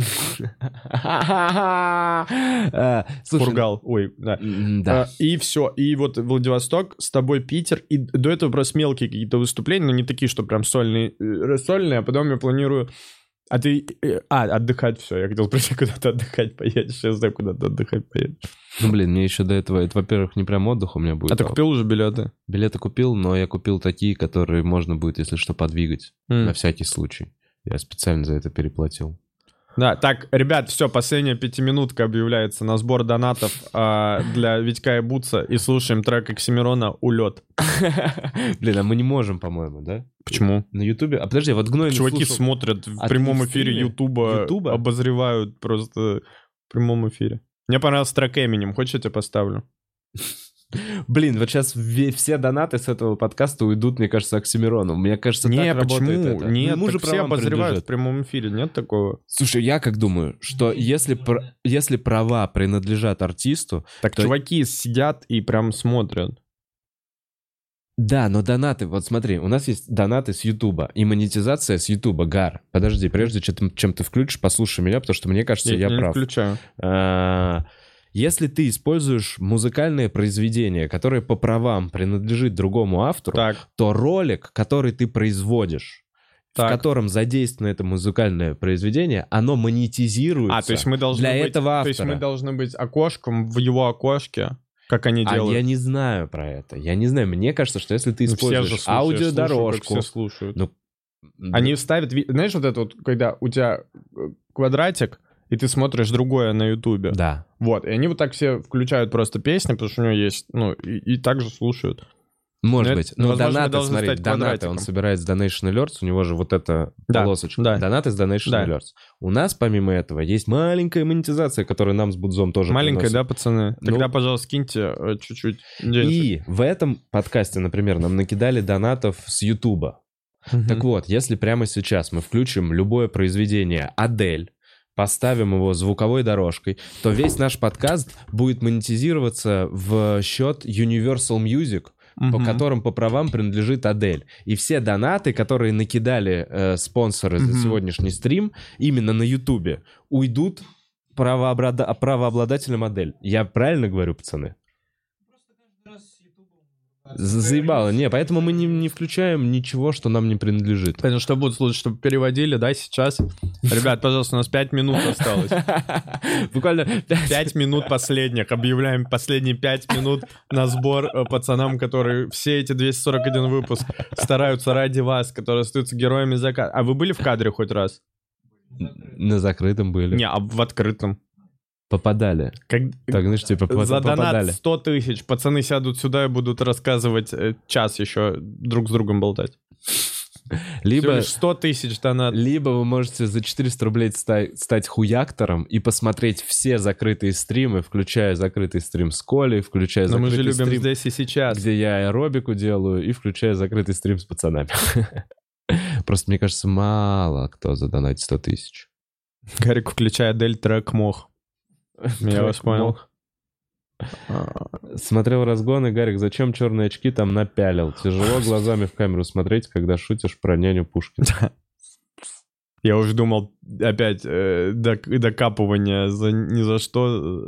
А, слушай, Фургал. Ой, да. м, да. А, И все. И вот Владивосток, с тобой Питер. И до этого просто мелкие какие-то выступления, но не такие, что прям сольные, э, сольные, а потом я планирую... А ты... э, А, отдыхать все. Я хотел спросить, куда ты отдыхать поедешь. Я знаю, куда ты отдыхать поедешь. Ну, блин, мне еще до этого... Это, во-первых, не прям отдых у меня будет. А ты купил уже билеты? Билеты купил, но я купил такие, которые можно будет, если что, подвигать. М. На всякий случай. Я специально за это переплатил. Да, так, ребят, все, последняя пятиминутка объявляется на сбор донатов а, для Витька и Буца. И слушаем трек Оксимирона «Улет». Блин, а мы не можем, по-моему, да? Почему? На Ютубе? А подожди, вот Гнойный Чуваки слушал- смотрят в А ты прямом в эфире стриме? Ютуба, Ютуба? обозревают просто в прямом эфире. Мне понравился трек Эминем. Хочешь, я тебе поставлю? Блин, вот сейчас все донаты с этого подкаста уйдут, мне кажется, Оксимирону. Мне кажется, Не, так почему? работает это. Нет, Ну, ему так же все правам обозревают принадлежат. в прямом эфире. Нет такого? Слушай, я как думаю, что если, пр- если права принадлежат артисту, Так То- чуваки сидят и прям смотрят. да, но донаты, вот смотри, у нас есть донаты с Ютуба и монетизация с Ютуба. Гар, подожди, прежде чем, чем ты включишь, послушай меня, потому что мне кажется, я, я не прав. включаю. А, Если ты используешь музыкальное произведение, которое по правам принадлежит другому автору, Так, то ролик, который ты производишь, Так. в котором задействовано это музыкальное произведение, оно монетизируется. а, то есть мы должны для быть, этого то есть мы автора. должны быть окошком в его окошке, как они А делают. я не знаю про это. Я не знаю. Мне кажется, что если ты Ну, все же используешь слушают, я слушаю, как аудиодорожку... все слушают. Ну, Они ставят, ви- знаешь, вот это вот, когда у тебя э, квадратик, и ты смотришь другое на Ютубе. Да. Вот, и они вот так все включают просто песни, потому что у него есть, ну, и, и также слушают. Может Но быть. это, Но возможно, донаты, должны смотри, стать донаты, квадратиком. он собирает с Donation Alerts, у него же вот эта Да, полосочка. да. Донаты с Donation Да. Alerts. У нас, помимо этого, есть маленькая монетизация, которая нам с Будзом тоже Маленькая, приносит. да, пацаны? Ну, Тогда, пожалуйста, киньте э, чуть-чуть денежек. И в этом подкасте, например, нам накидали донатов с Ютуба. Мгм. Так вот, если прямо сейчас мы включим любое произведение Адель, поставим его звуковой дорожкой, то весь наш подкаст будет монетизироваться в счет Universal Music, по Мгм. которым по правам принадлежит Адель. И все донаты, которые накидали э, спонсоры за Мгм. сегодняшний стрим, именно на Ютубе, уйдут правообрада- правообладателям Адель. Я правильно говорю, пацаны? За- Заебало. Не, поэтому мы не, не включаем ничего, что нам не принадлежит. Поэтому что будет лучше, чтобы переводили, да, сейчас? Ребят, пожалуйста, у нас пять минут осталось. Буквально пять. Пять минут последних. Объявляем последние пять минут на сбор э, пацанам, которые все эти двести сорок один выпуск стараются ради вас, которые остаются героями заката. А вы были в кадре хоть раз? На закрытом были. Не, а в открытом. Попадали. Как... Так, знаешь, типа по- За донат попадали. сто тысяч пацаны сядут сюда и будут рассказывать э, час еще друг с другом болтать. Всего Либо, лишь сто тысяч донат. либо вы можете за четыреста рублей ста- стать хуяктором и посмотреть все закрытые стримы, включая закрытый стрим с Колей, включая Но мы закрытый же любим стрим, здесь и сейчас. где я аэробику делаю, и включая закрытый стрим с пацанами. Просто, мне кажется, мало кто задонатит сто тысяч. Гарик, включай Адель трек «Мох». Я вас понял. Смотрел разгон, и Гарик, зачем черные очки там напялил? Тяжело глазами в камеру смотреть, когда шутишь про няню Пушкина. Я уже думал, опять э, док- докапывание за, ни за что.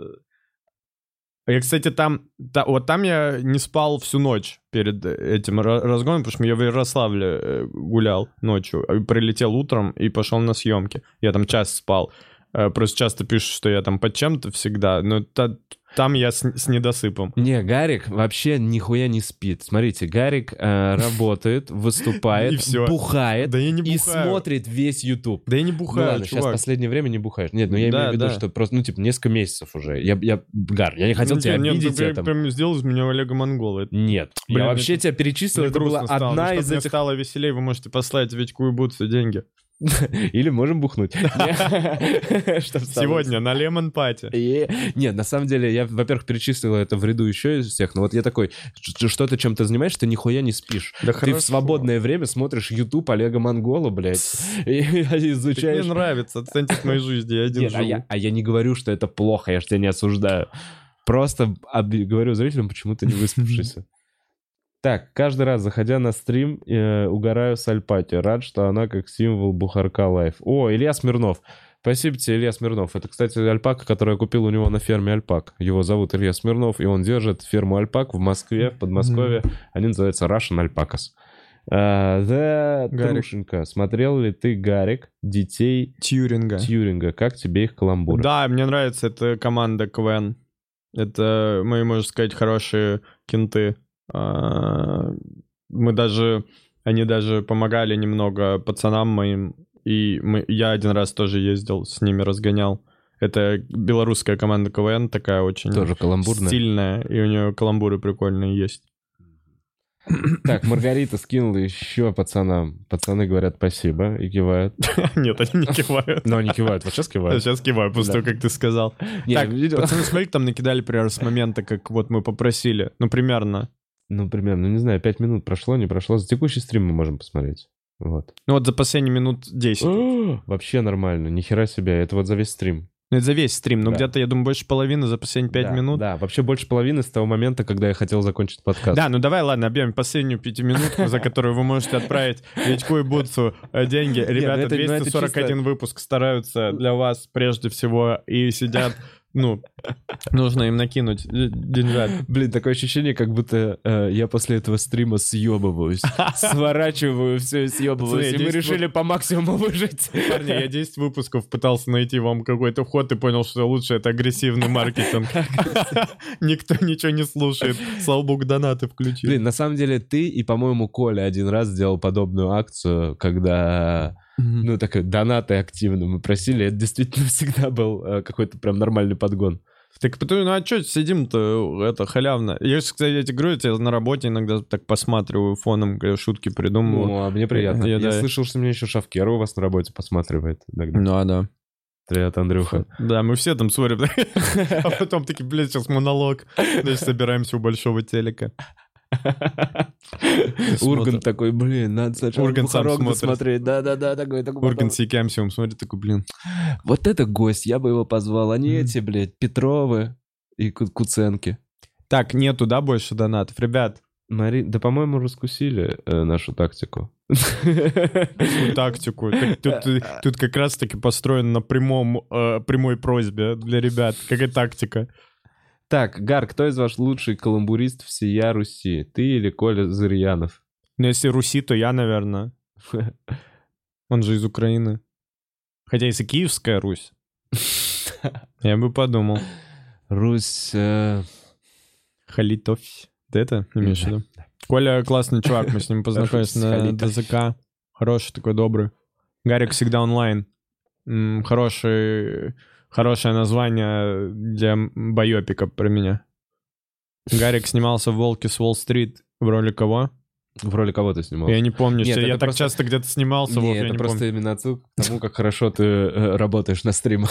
Я, кстати, там... та- вот там я не спал всю ночь перед этим ра- разгоном, потому что я в Ярославле э, гулял ночью, и прилетел утром и пошел на съемки. Я там час спал. Э, просто часто пишут, что я там под чем-то всегда, но та- там я с, с недосыпом. Не, Гарик вообще нихуя не спит. Смотрите, Гарик э, работает, И выступает, всё. бухает Да я не и бухаю. смотрит весь YouTube. Да я не Ну бухаю, ладно, сейчас в чувак. последнее время не бухаешь. Нет, ну я Да, имею в виду, да. что просто, ну, типа, несколько месяцев уже. Я, я, Гар, я не хотел Ну, тебя нет, обидеть ты прям- этим. прям сделал из меня Олега Монгола. Это Нет, Блин, я вообще это- тебя перечислил, мне это была грустно стало. одна Ну, чтоб из мне этих... стало веселее, вы можете послать Витьку и Бутсу деньги. Или можем бухнуть. Чтоб стало Сегодня на Лемон Пати. И- Нет, на самом деле, я, во-первых, перечислил это в ряду еще из всех, но вот я такой, ш- что ты чем-то занимаешься, ты нихуя не спишь. Да Ты хорошо. в свободное время смотришь YouTube Олега Монгола, блядь, и Так мне изучаешь... нравится, отстаньте от моей жизни, я один Нет, а живу. я, а я не говорю, что это плохо, я же тебя не осуждаю. Просто обе- говорю зрителям, почему ты не выспавшийся. Так, каждый раз, заходя на стрим, э, угораю с Альпати. Рад, что она как символ Бухарка Лайф. О, Илья Смирнов. Спасибо тебе, Илья Смирнов. Это, кстати, альпака, которую я купил у него на ферме альпак. Его зовут Илья Смирнов, и он держит ферму альпак в Москве, в Подмосковье. Они называются Russian Alpacas. Uh, The Гарик. Трушенька. Смотрел ли ты, Гарик, детей Тьюринга. Тьюринга? Как тебе их каламбуры? Да, мне нравится эта команда КВН. Это мои, можно сказать, хорошие кенты. А, Мы даже... Они даже помогали немного пацанам моим. И мы, я один раз тоже ездил, с ними разгонял. Это белорусская команда КВН, такая очень Тоже каламбурная. стильная. И у нее каламбуры прикольные есть. Так, Маргарита скинула еще пацанам. Пацаны говорят спасибо и кивают. Нет, они не кивают. Но они кивают. Вот сейчас Я кивают. сейчас киваю, после Да. того, как ты сказал. Не, Так, видел? пацаны, смотри, там накидали, например, с момента, как вот мы попросили. Ну, примерно. Ну, примерно, ну, не знаю, пять минут прошло, не прошло. За текущий стрим мы можем посмотреть. Вот. Ну, вот за последние минут десять. Вообще нормально, нихера себе. Это вот за весь стрим. Ну, это за весь стрим. Ну, Да. где-то, я думаю, больше половины за последние пять Да, минут. Да, вообще больше половины с того момента, когда я хотел закончить подкаст. Да, ну давай, ладно, объявим последнюю пятиминутку, за которую вы можете отправить Витьку и Бутсу э, деньги. Ребята, это- ну, это двести сорок один чисто- выпуск стараются для вас прежде всего и сидят, ну, нужно им накинуть э, деньжат. Блин, такое ощущение, как будто э, я после этого стрима съебываюсь. Сворачиваю все и съебываюсь. Пацаны, И мы десять решили по максимуму выжить. Парни, я десять выпусков пытался найти вам какой-то вход и понял, что лучше это агрессивный маркетинг. Никто ничего не слушает. Слава богу, донаты включили. Блин, на самом деле ты и, по-моему, Коля один раз сделал подобную акцию, когда Ну, такой, донаты активно мы просили. Это действительно всегда был э, какой-то прям нормальный подгон. Так потом, ну а что сидим-то, это халявно. Я, кстати, я тебе говорю, я на работе иногда так посматриваю фоном, когда шутки придумываю. Ну, а мне приятно. Я, я да. слышал, что меня еще Шавкера у вас на работе посматривает иногда. Ну, а да. Привет, Андрюха. Да, мы все там смотрим. А потом такие, блядь, сейчас монолог. Значит, собираемся у большого телека. Ургант такой, блин, надо сначала Ургант сам смотрит. Смотреть. Да-да-да, такой. такой Ургант с Якамсиум смотрит, такой, блин. Вот это гость, я бы его позвал. Они mm. эти, блядь, Петровы и Куценки. Так, нету, да, больше донатов? Ребят. Мари... Да, по-моему, раскусили э, нашу тактику. Тактику. Тут, тут как раз-таки построен на прямом, э, прямой просьбе для ребят. Какая тактика? Так, Гар, кто из вас лучший каламбурист всея Руси? Ты или Коля Зырьянов? Ну, если Руси, то я, наверное. Он же из Украины. Хотя если Киевская Русь, я бы подумал. Русь... Э... Халитов. Ты это имеешь в виду? Коля классный чувак, мы с ним познакомились на ДЗК. Хороший такой, добрый. Гарик всегда онлайн. Хороший... Хорошее название для байопика про меня. Гарик снимался в «Волке с Уолл-стрит». В роли кого? В роли кого ты снимался? Я не помню. Нет, я так просто... часто где-то снимался. Не, Вов, это я не просто помню. именно отсылка к тому, как хорошо ты э, работаешь на стримах.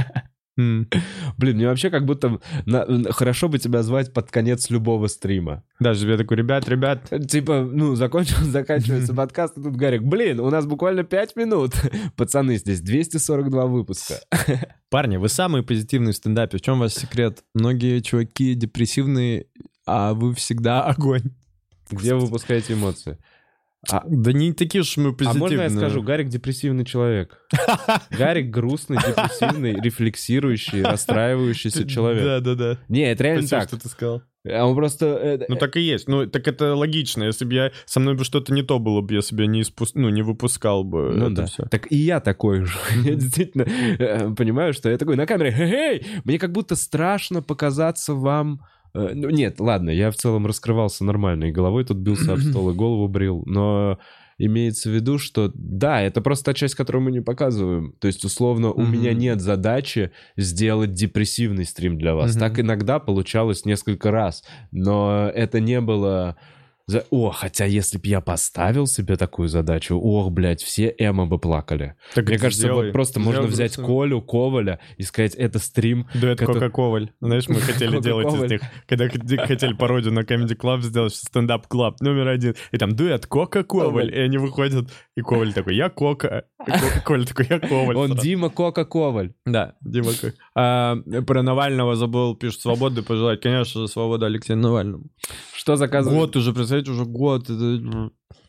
Mm. Блин, мне вообще как будто на... хорошо бы тебя звать под конец любого стрима. Даже я такой, ребят, ребят. Типа, ну, закончил, заканчивается подкаст, и тут Гарик, блин, у нас буквально пять минут. Пацаны, здесь двести сорок два выпуска. Парни, вы самые позитивные в стендапе. В чем ваш секрет? Многие чуваки депрессивные, а вы всегда огонь. Где вы выпускаете эмоции? А, да не такие уж мы позитивные. А можно я скажу, Гарик депрессивный человек. Гарик грустный, депрессивный, рефлексирующий, расстраивающийся человек. Да-да-да. Не, это реально Спасибо, так. что ты сказал. А он просто... Ну так и есть. Ну так это логично. Если бы я... Со мной бы что-то не то было бы, если бы я не, испу... ну, не выпускал бы ну, это да. все. Так и я такой же. Я действительно понимаю, что я такой на камере. Хе-хей! Мне как будто страшно показаться вам... Ну, нет, ладно, я в целом раскрывался нормально, и головой тут бился об стол, и голову брил, но имеется в виду, что да, это просто та часть, которую мы не показываем. То есть, условно, у mm-hmm. меня нет задачи сделать депрессивный стрим для вас. Mm-hmm. Так иногда получалось несколько раз, но это не было... За... О, хотя если бы я поставил себе такую задачу, ох, блядь, все эмо бы плакали. Так мне кажется, сделай. Вот просто сделай можно взять просто. Колю, Коваля и сказать, это стрим... Дуэт который... Кока-Коваль. Знаешь, мы хотели делать из них, когда хотели пародию на Comedy Club сделать, стендап-клаб номер один, и там дуэт Кока-Коваль, и они выходят, и Коваль такой, я Кока, Коля такой, я Коваль. Он Дима Кока-Коваль. Да, Дима Кока. Про Навального забыл, пишет, свободы пожелать. Конечно же, свобода Алексею Навальному. Что заказывает? Год уже, представляете, уже год. Это...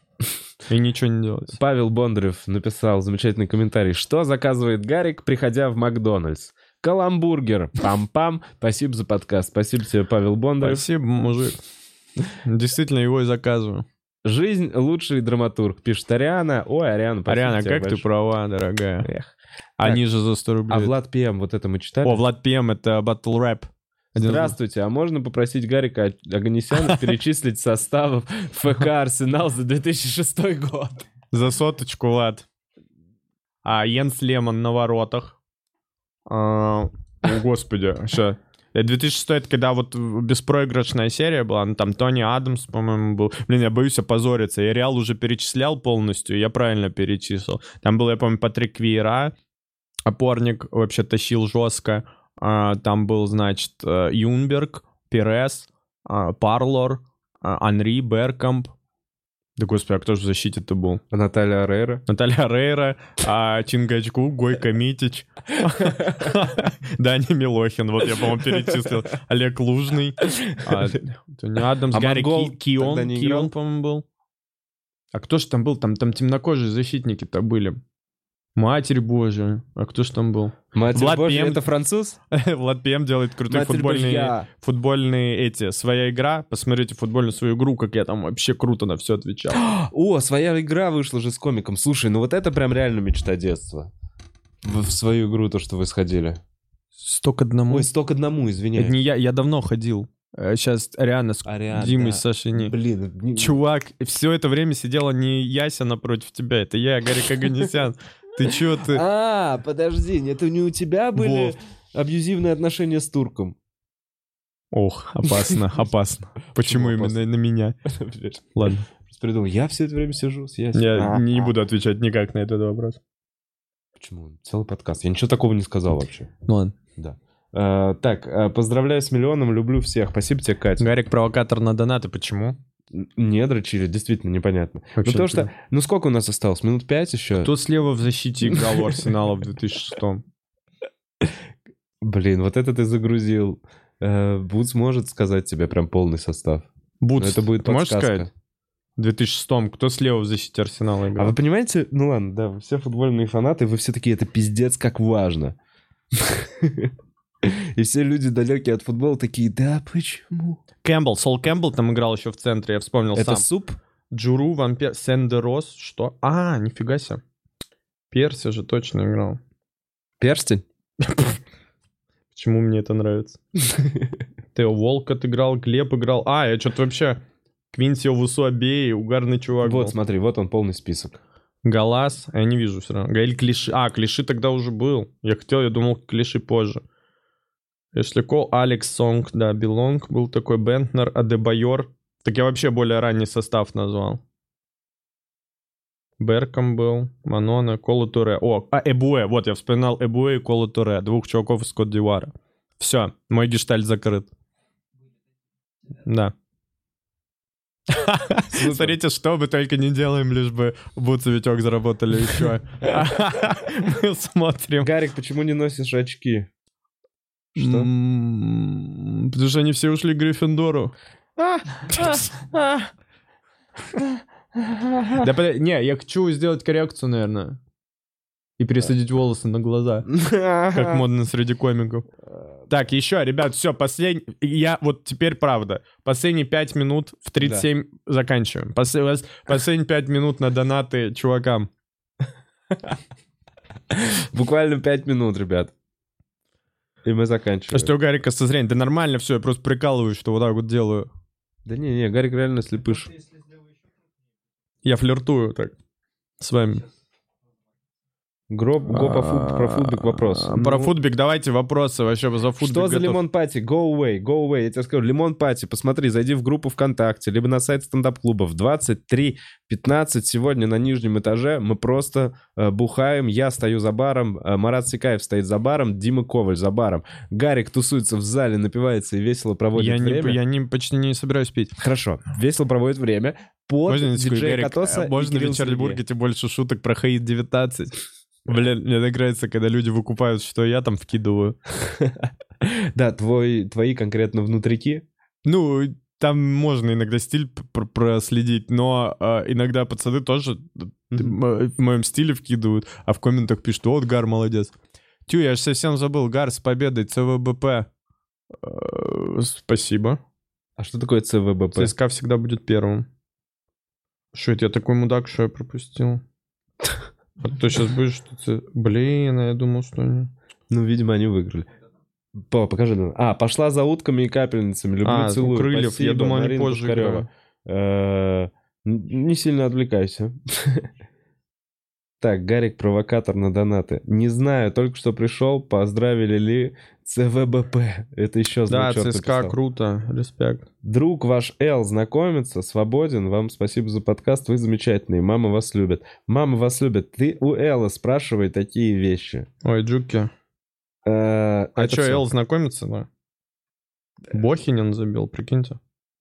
И ничего не делать. Павел Бондарев написал замечательный комментарий. Что заказывает Гарик, приходя в Макдональдс? Каламбургер. Пам-пам. Спасибо за подкаст. Спасибо тебе, Павел Бондарев. Спасибо, мужик. Действительно, его и заказываю. Жизнь — лучший драматург. Пишет Ариана. Ой, Ариана, Ариана, как большое. Ты права, дорогая. Эх. Они так, же за сто рублей. А Влад ПМ, вот это мы читали? О, Влад ПМ — это батл рэп. Здравствуйте, а можно попросить Гарика Оганесяна перечислить составов ФК «Арсенал» за две тысячи шестой год? За соточку, Влад. А Йенс Лемон на воротах. А, о, господи, сейчас. две тысячи шестой — это когда вот беспроигрышная серия была, ну, там Тони Адамс, по-моему, был. Блин, я боюсь опозориться. Я Реал уже перечислял полностью, я правильно перечислил. Там был, я помню, Патрик Виейра, опорник, вообще тащил жестко. Uh, там был, значит, uh, Юнберг, Перес, uh, Парлор, uh, Анри, Беркамп. Да господи, а кто же в защите-то был? Наталья Арейра. Наталья Арейра, uh, Чингачгук, Гойко Митич, Даня Милохин, вот я, по-моему, перечислил. Олег Лужный, Тони Адамс, Гарри Кион, Кион, по-моему, был. А кто же там был? Там темнокожие защитники-то были. Матерь Божия. А кто ж там был? Матерь Влад Божия, ПМ... это француз? Влад ПМ делает крутые футбольные, футбольные эти, своя игра. Посмотрите футбольную свою игру, как я там вообще круто на все отвечал. О, своя игра вышла же с комиком. Слушай, ну вот это прям реально мечта детства. В, в свою игру, то, что вы сходили. Сто к одному. Ой, сто к одному, извиняюсь. Это не я, я давно ходил. Сейчас реально с Ариан, Димой да. Сашини. Блин, не- Чувак, все это время сидела не Яся напротив тебя, это я, Гарик Оганесян. Ты чё ты? А, подожди, это не у тебя были Вов. абьюзивные отношения с турком? Ох, опасно, опасно. Почему Почему именно опасно? на меня? Ладно, Просто придумал, я все это время сижу с Ясей. я А, не а. буду отвечать никак на этот вопрос. Почему? Целый подкаст. Я ничего такого не сказал вообще. Ну ладно. Да. А, так, а, поздравляю с миллионом, люблю всех. Спасибо тебе, Катя. Гарик провокатор на донаты, почему? Н- Не дрочили, действительно непонятно. Вообще ну, потому что, непонятно. ну сколько у нас осталось? Минут пять еще? Кто слева в защите играл у Арсенала в две тысячи шестом? Блин, вот это ты загрузил. Э, Бут сможет сказать тебе прям полный состав. Бутс, Но это будет ты можешь подсказка. сказать? В две тысячи шестом кто слева в защите Арсенала А играл? вы понимаете, ну ладно, да, вы все футбольные фанаты, вы все такие, это пиздец как важно. И все люди далекие от футбола такие, да почему? Кэмпбелл, Сол Кэмпбелл там играл еще в центре, я вспомнил Это сам. суп? Джуру, Вампир, Сендерос, что? А, нифига себе. Перси же точно играл. Перстень? Почему мне это нравится? Тео Волкот играл, Глеб играл. А, я что-то вообще... Квинсио Вусуабей, угарный чувак Вот, был. смотри, вот он полный список. Галас, а я не вижу все равно. Гаэль Клиши. А, Клиши тогда уже был. Я хотел, я думал, Клиши позже. Эшли Кол, Алекс Сонг, да, Билонг был такой, Бентнер, Адебайор. Так я вообще более ранний состав назвал. Берком был, Манона, Колу Туре. О, а, Эбуэ, вот я вспоминал Эбуэ и Колу Туре, двух чуваков из Кот-д'Ивуара. Все, мой гештальт закрыт. Да. Смотрите, что мы только не делаем, лишь бы Бутс и Витек заработали еще. Мы смотрим. Гарик, почему не носишь очки? Что? М, Потому что они все ушли к Гриффиндору. Да, подожди, не, я хочу сделать коррекцию, наверное. И пересадить волосы на глаза. Как модно среди комиков. Так, еще, ребят, все, последний... Я вот теперь правда. Последние пять минут в тридцать семь заканчиваем. Пос- Последние пять минут на донаты чувакам. Буквально пять минут, ребят. И мы А заканчиваем. что у Гарика со зрением? Да нормально все, я просто прикалываюсь, что вот так вот делаю. Да не-не, Гарик реально слепыш. Я флиртую так с вами. Гроб, гопа, фут, про футбик вопрос. А, Про Ну, футбик давайте вопросы вообще за футбик. Что за готов. лимон пати? Go away, go away. Я тебе скажу, лимон пати, посмотри, зайди в группу ВКонтакте, либо на сайт стендап-клубов. двадцать три пятнадцать сегодня на нижнем этаже. Мы просто э, бухаем. Я стою за баром, э, Марат Сикаев стоит за баром, Дима Коваль за баром. Гарик тусуется в зале, напивается и весело проводит Я, не, время. я не, почти не собираюсь пить. Хорошо, весело проводит время. Под Можно, на секунду, диджея Гарик, Катоса а и можно в Кирилла Вечерлибурге Сергея. больше шуток про Хейт девятнадцать? Блин, мне так нравится, когда люди выкупают, что я там вкидываю. Да, твой, твои конкретно внутрики. Ну, там можно иногда стиль пр- проследить, но э, иногда пацаны тоже Мгм. в моем стиле вкидывают, а в комментах пишут, вот, Гар, молодец. Тю, я же совсем забыл, Гар, с победой, ЦВБП. Э, Спасибо. А что такое ЦВБП? ЦСКА всегда будет первым. Что это, я такой мудак, что я пропустил? А то сейчас будет что-то... Блин, а я думал, что они... Ну, видимо, они выиграли. Папа, покажи. нам. А, пошла за утками и капельницами. Люблю, А, у целую. Крыльев, я Спасибо, думал, они Марина позже Пушкарева. играют. Э, н- Не сильно отвлекайся. Так, Гарик провокатор на донаты. Не знаю, только что пришел, поздравили ли ЦВБП. Это еще Да, звучок ЦСКА написал. круто, респект. Друг ваш Эл знакомится, свободен. Вам спасибо за подкаст, вы замечательные. Мама вас любит. Мама вас любит. Ты у Элла спрашивай такие вещи. Ой, Джуки. Э, А это что, всё. Эл знакомится, да? Бохинин забил, прикиньте.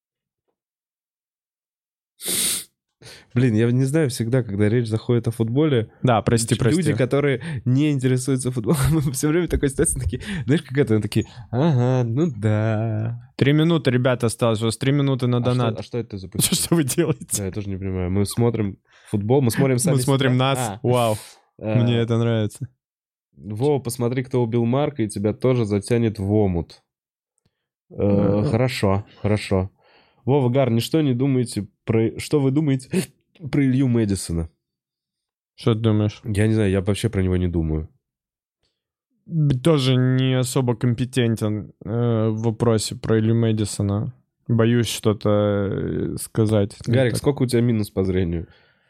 Блин, я не знаю, всегда, когда речь заходит о футболе, Да, прости, Люди, прости. которые не интересуются футболом, все время в такой ситуации такие, знаешь, как это, они такие, ага, ну да. Три минуты, ребята, осталось. У вас три минуты на А что, донат. а что это за пустяк? Что вы делаете? Да, я тоже не понимаю. Мы смотрим футбол, мы смотрим сами Мы смотрим себя. нас. А, Вау, э, мне это нравится. Вова, посмотри, кто убил Марка, и тебя тоже затянет в омут. Э, Э. Хорошо, хорошо. Вова, Гар, ничто не думаете про... Что вы думаете про Илью Мэдисона? Что ты думаешь? Я не знаю, я вообще про него не думаю. тоже не особо компетентен э, в вопросе про Илью Мэдисона. Боюсь что-то сказать. Гарик, сколько у тебя минус по зрению?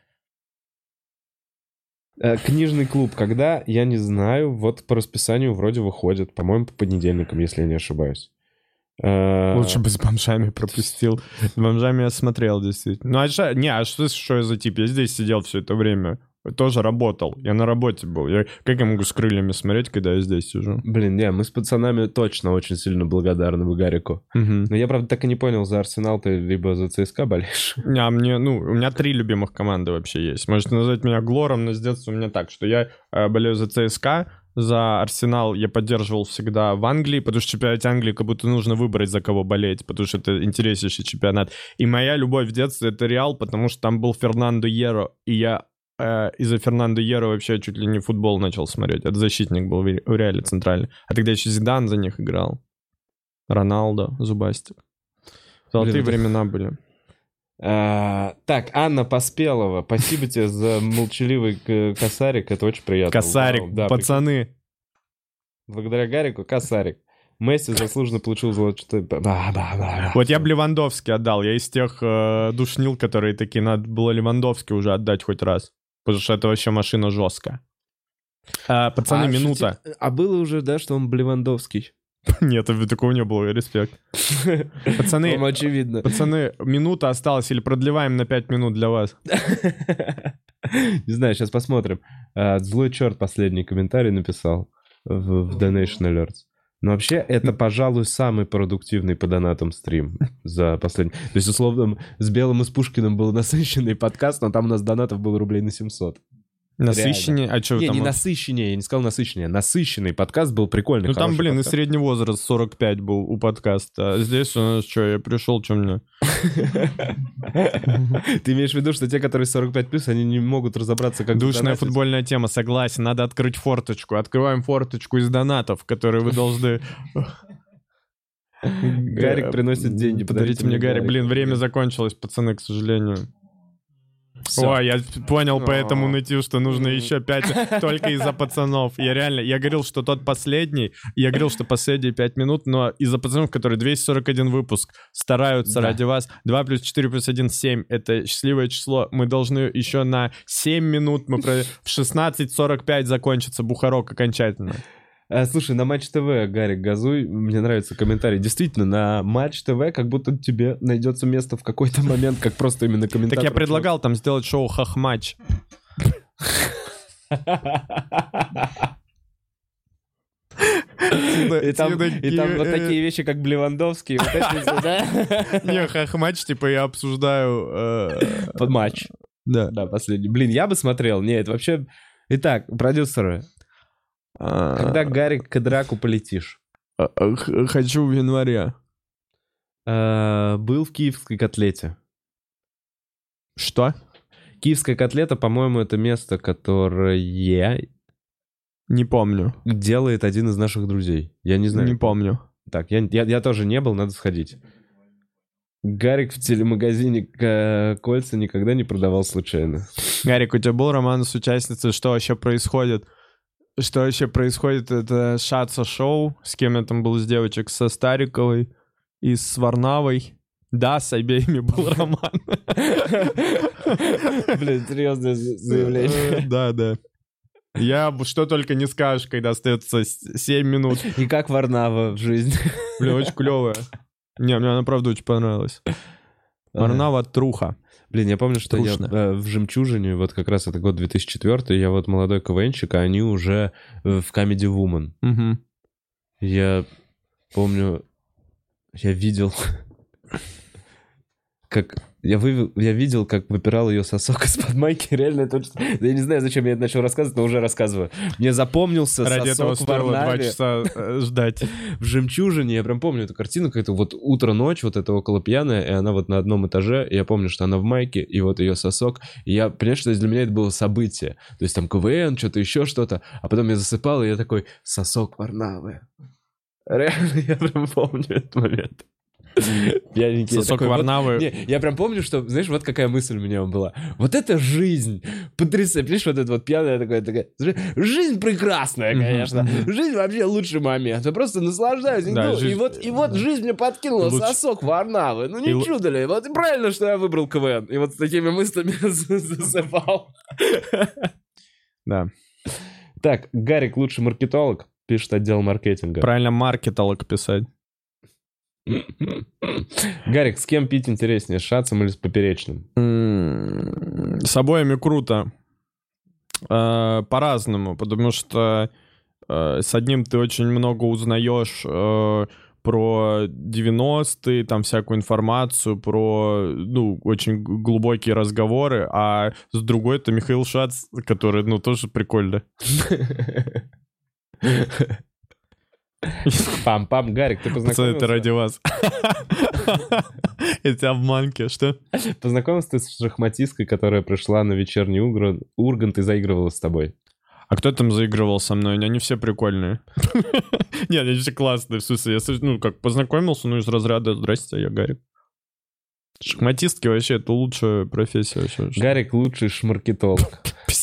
Книжный клуб когда? Я не знаю. Вот по расписанию вроде выходит. По-моему, по понедельникам, если я не ошибаюсь. Лучше бы с бомжами пропустил. С бомжами я смотрел, действительно. Ну, а что, не, а что, что я за тип? Я здесь сидел все это время. Тоже работал. Я на работе был. Я, как я могу с крыльями смотреть, когда я здесь сижу? Блин, не, мы с пацанами точно очень сильно благодарны Гарику. Угу. Но я, правда, так и не понял, за Арсенал ты либо за ЦСКА болеешь? А мне, ну, у меня три любимых команды вообще есть. Можете назвать меня Глором, но с детства у меня так, что я э, болею за ЦСКА, за Арсенал я поддерживал всегда в Англии, потому что в чемпионате Англии как будто нужно выбрать, за кого болеть, потому что это интереснейший чемпионат. И моя любовь в детстве — это Реал, потому что там был Фернандо Йеро, и я э, из-за Фернандо Йеро вообще чуть ли не футбол начал смотреть. Это защитник был в Реале центральный. А тогда еще Зидан за них играл. Роналдо, Зубастик. Золотые Блин, времена это... были. А, так, Анна Поспелова, спасибо тебе за молчаливый косарик, это очень приятно. Косарик, Вау, да, пацаны. Прикольно. Благодаря Гарику косарик. Месси заслуженно получил золотой... Вот я бы Левандовски отдал, я из тех э, душнил, которые такие, надо было Левандовски уже отдать хоть раз, потому что это вообще машина жесткая. А, пацаны, а минута. Шути... А было уже, да, что он Левандовский? Нет, такого не было, респект. Пацаны, очевидно. Пацаны, минута осталась или продлеваем на пять минут для вас? Не знаю, сейчас посмотрим. Злой черт последний комментарий написал в, в Donation Alerts. Но вообще, это, пожалуй, самый продуктивный по донатам стрим за последний... То есть, условно, с Белым и с Пушкиным был насыщенный подкаст, но там у нас донатов было рублей на семьсот. Насыщеннее? А что не, там? Не насыщеннее, я не сказал насыщеннее. Насыщенный подкаст был прикольный. Ну там, блин, подкаст. И средний возраст сорок пять был у подкаста. А здесь у нас что, я пришел, что мне? Ты имеешь в виду, что те, которые сорок пять плюс, они не могут разобраться, как душная футбольная тема, согласен. Надо открыть форточку. Открываем форточку из донатов, которые вы должны... Гарик приносит деньги. Подарите мне Гарик. Блин, время закончилось, пацаны, к сожалению. Все. Ой, я понял по этому нытью, что нужно еще пять только из-за пацанов. Я реально, я говорил, что тот последний, я говорил, что последние пять минут, но из-за пацанов, которые двести сорок один выпуск, стараются да. ради вас. два плюс четыре плюс один — семь. Это счастливое число. Мы должны еще на семь минут, мы про... в шестнадцать сорок пять закончится Бухарок окончательно. Слушай, на Матч ТВ, Гарик, газуй, мне нравится комментарий. Действительно, на Матч ТВ как будто тебе найдется место в какой-то момент, как просто именно комментатор. Так я предлагал там сделать шоу «Хахматч». И там вот такие вещи, как Левандовский. Не, «Хахматч», типа я обсуждаю... Под матч. Да. Да, последний. Блин, я бы смотрел. Не, это вообще... Итак, продюсеры. Когда, Гарик, к драку полетишь? Хочу в январе. А, был в Киевской котлете. Что? Киевская котлета, по-моему, это место, которое... Не помню. Делает один из наших друзей. Я не знаю. Не помню. Так, я, я, я тоже не был, надо сходить. Гарик в телемагазине кольца никогда не продавал случайно. Гарик, у тебя был роман с участницей? Что вообще происходит? Что вообще происходит? Это Шаца-шоу. С кем я там был из девочек? Со Стариковой и с Варнавой. Да, с обеими был роман. Блин, серьезное заявление. Да, да. Я что только не скажешь, когда остается семь минут. И как Варнава в жизни? Блин, очень клевая. Не, мне она правда очень понравилась. Варнава труха. Блин, я помню, что Трушно. я э, в «Жемчужине», вот как раз это год две тысячи четвёртый, я вот молодой КВНщик, а они уже в Comedy Woman. Угу. Я помню, я видел, как... Я, вывел, я видел, как выпирал ее сосок из-под майки. Реально, это очень... Я не знаю, зачем я это начал рассказывать, но уже рассказываю. Мне запомнился Ради сосок этого в Варнаве. Два часа ждать. В «Жемчужине». Я прям помню эту картину, какая-то вот утро-ночь, вот это около пьяная, и она вот на одном этаже. И я помню, что она в майке, и вот ее сосок. И я, понимаешь, что для меня это было событие. То есть там КВН, что-то еще что-то. А потом я засыпал, и я такой, сосок Варнавы. Реально, я прям помню этот момент. Пьяненький. Сосок такой, вот- Варнавы. Не, я прям помню, что, знаешь, вот какая мысль у меня была. Вот это жизнь! Потрясающе. Понимаешь, вот это вот пьяная такая, такая... Жизнь прекрасная, Мгм, конечно. мгм. Жизнь вообще лучший момент. Я просто наслаждаюсь. Да, Ну, и, жизнь- вот, и вот жизнь мне подкинула Лучше. сосок Варнавы. Ну, не И лу- чудо ли? Вот и правильно, что я выбрал КВН. И вот с такими мыслями засыпал. Да. Так, Гарик лучший маркетолог, пишет отдел маркетинга. Правильно маркетолог писать. Гарик, с кем пить интереснее, с Шацем или с Поперечным? М, С обоими круто. Э, По-разному, потому что э, с одним ты очень много узнаешь э, про девяностые, там всякую информацию, про, ну, очень г- глубокие разговоры, а с другой это Михаил Шац, который, ну, тоже прикольно. Пам-пам, Гарик, ты Пацаны, познакомился? это ради вас. Эти обманки, что? Познакомился ты с шахматисткой, которая пришла на вечерний Урган- Ургант и заигрывала с тобой? А кто там заигрывал со мной? Они все прикольные. Не, они все классные, в смысле, я, с- ну, как познакомился, ну, из разряда «Здрасте, я Гарик». Шахматистки вообще, это лучшая профессия вообще. Гарик лучший шмаркетолог.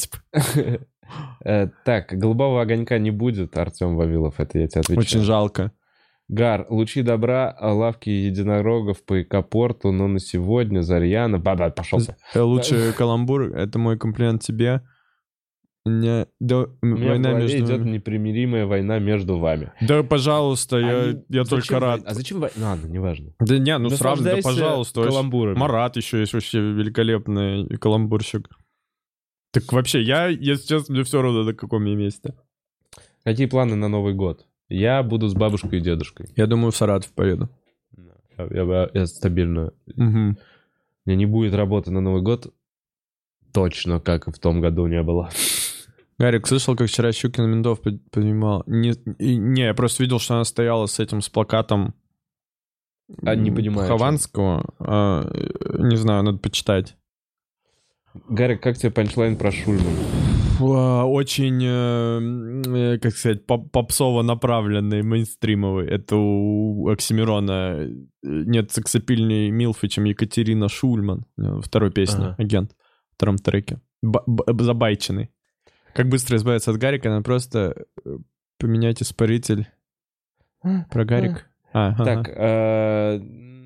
Э, Так, голубого огонька не будет, Артем Вавилов, это я тебе отвечаю. Очень жалко. Гар, лучи добра, лавки единорогов по экопорту, но на сегодня Зарьяна... Ба-ба, пошел ты. Э, Лучший каламбур, это мой комплимент тебе. Не, да, У меня в война голове между идет нами. непримиримая война между вами. Да, пожалуйста, я, Они- я Зачем только рад. вой- А зачем война? Ладно, неважно. Да не, ну сразу, да, Наслаждайся пожалуйста. вообще. каламбурами. Марат еще есть вообще великолепный каламбурщик. Так вообще, я, если честно, мне все равно на каком я месте. Какие планы на Новый год? Я буду с бабушкой и дедушкой. Я думаю, в Саратов поеду. Я, я- я стабильно... Мгм. У меня не будет работы на Новый год точно, как и в том году не было. Гарик, слышал, как вчера Щукин Мендов под- поднимал? Не, и- не, я просто видел, что она стояла с этим, с плакатом А, не м, понимаю, о чем. Хованского. А, э, не знаю, надо почитать. Гарик, как тебе панчлайн про Шульмана? А, Очень, э, э, как сказать, поп- попсово направленный, мейнстримовый. Это у Оксимирона э, нет сексапильней милфы, чем Екатерина Шульман. Во второй песне Ага. «Агент», в втором треке. Б- б- забайченный. Как быстро избавиться от Гарика? Надо просто э, поменять испаритель. Про Гарик. А, ага. Так, э,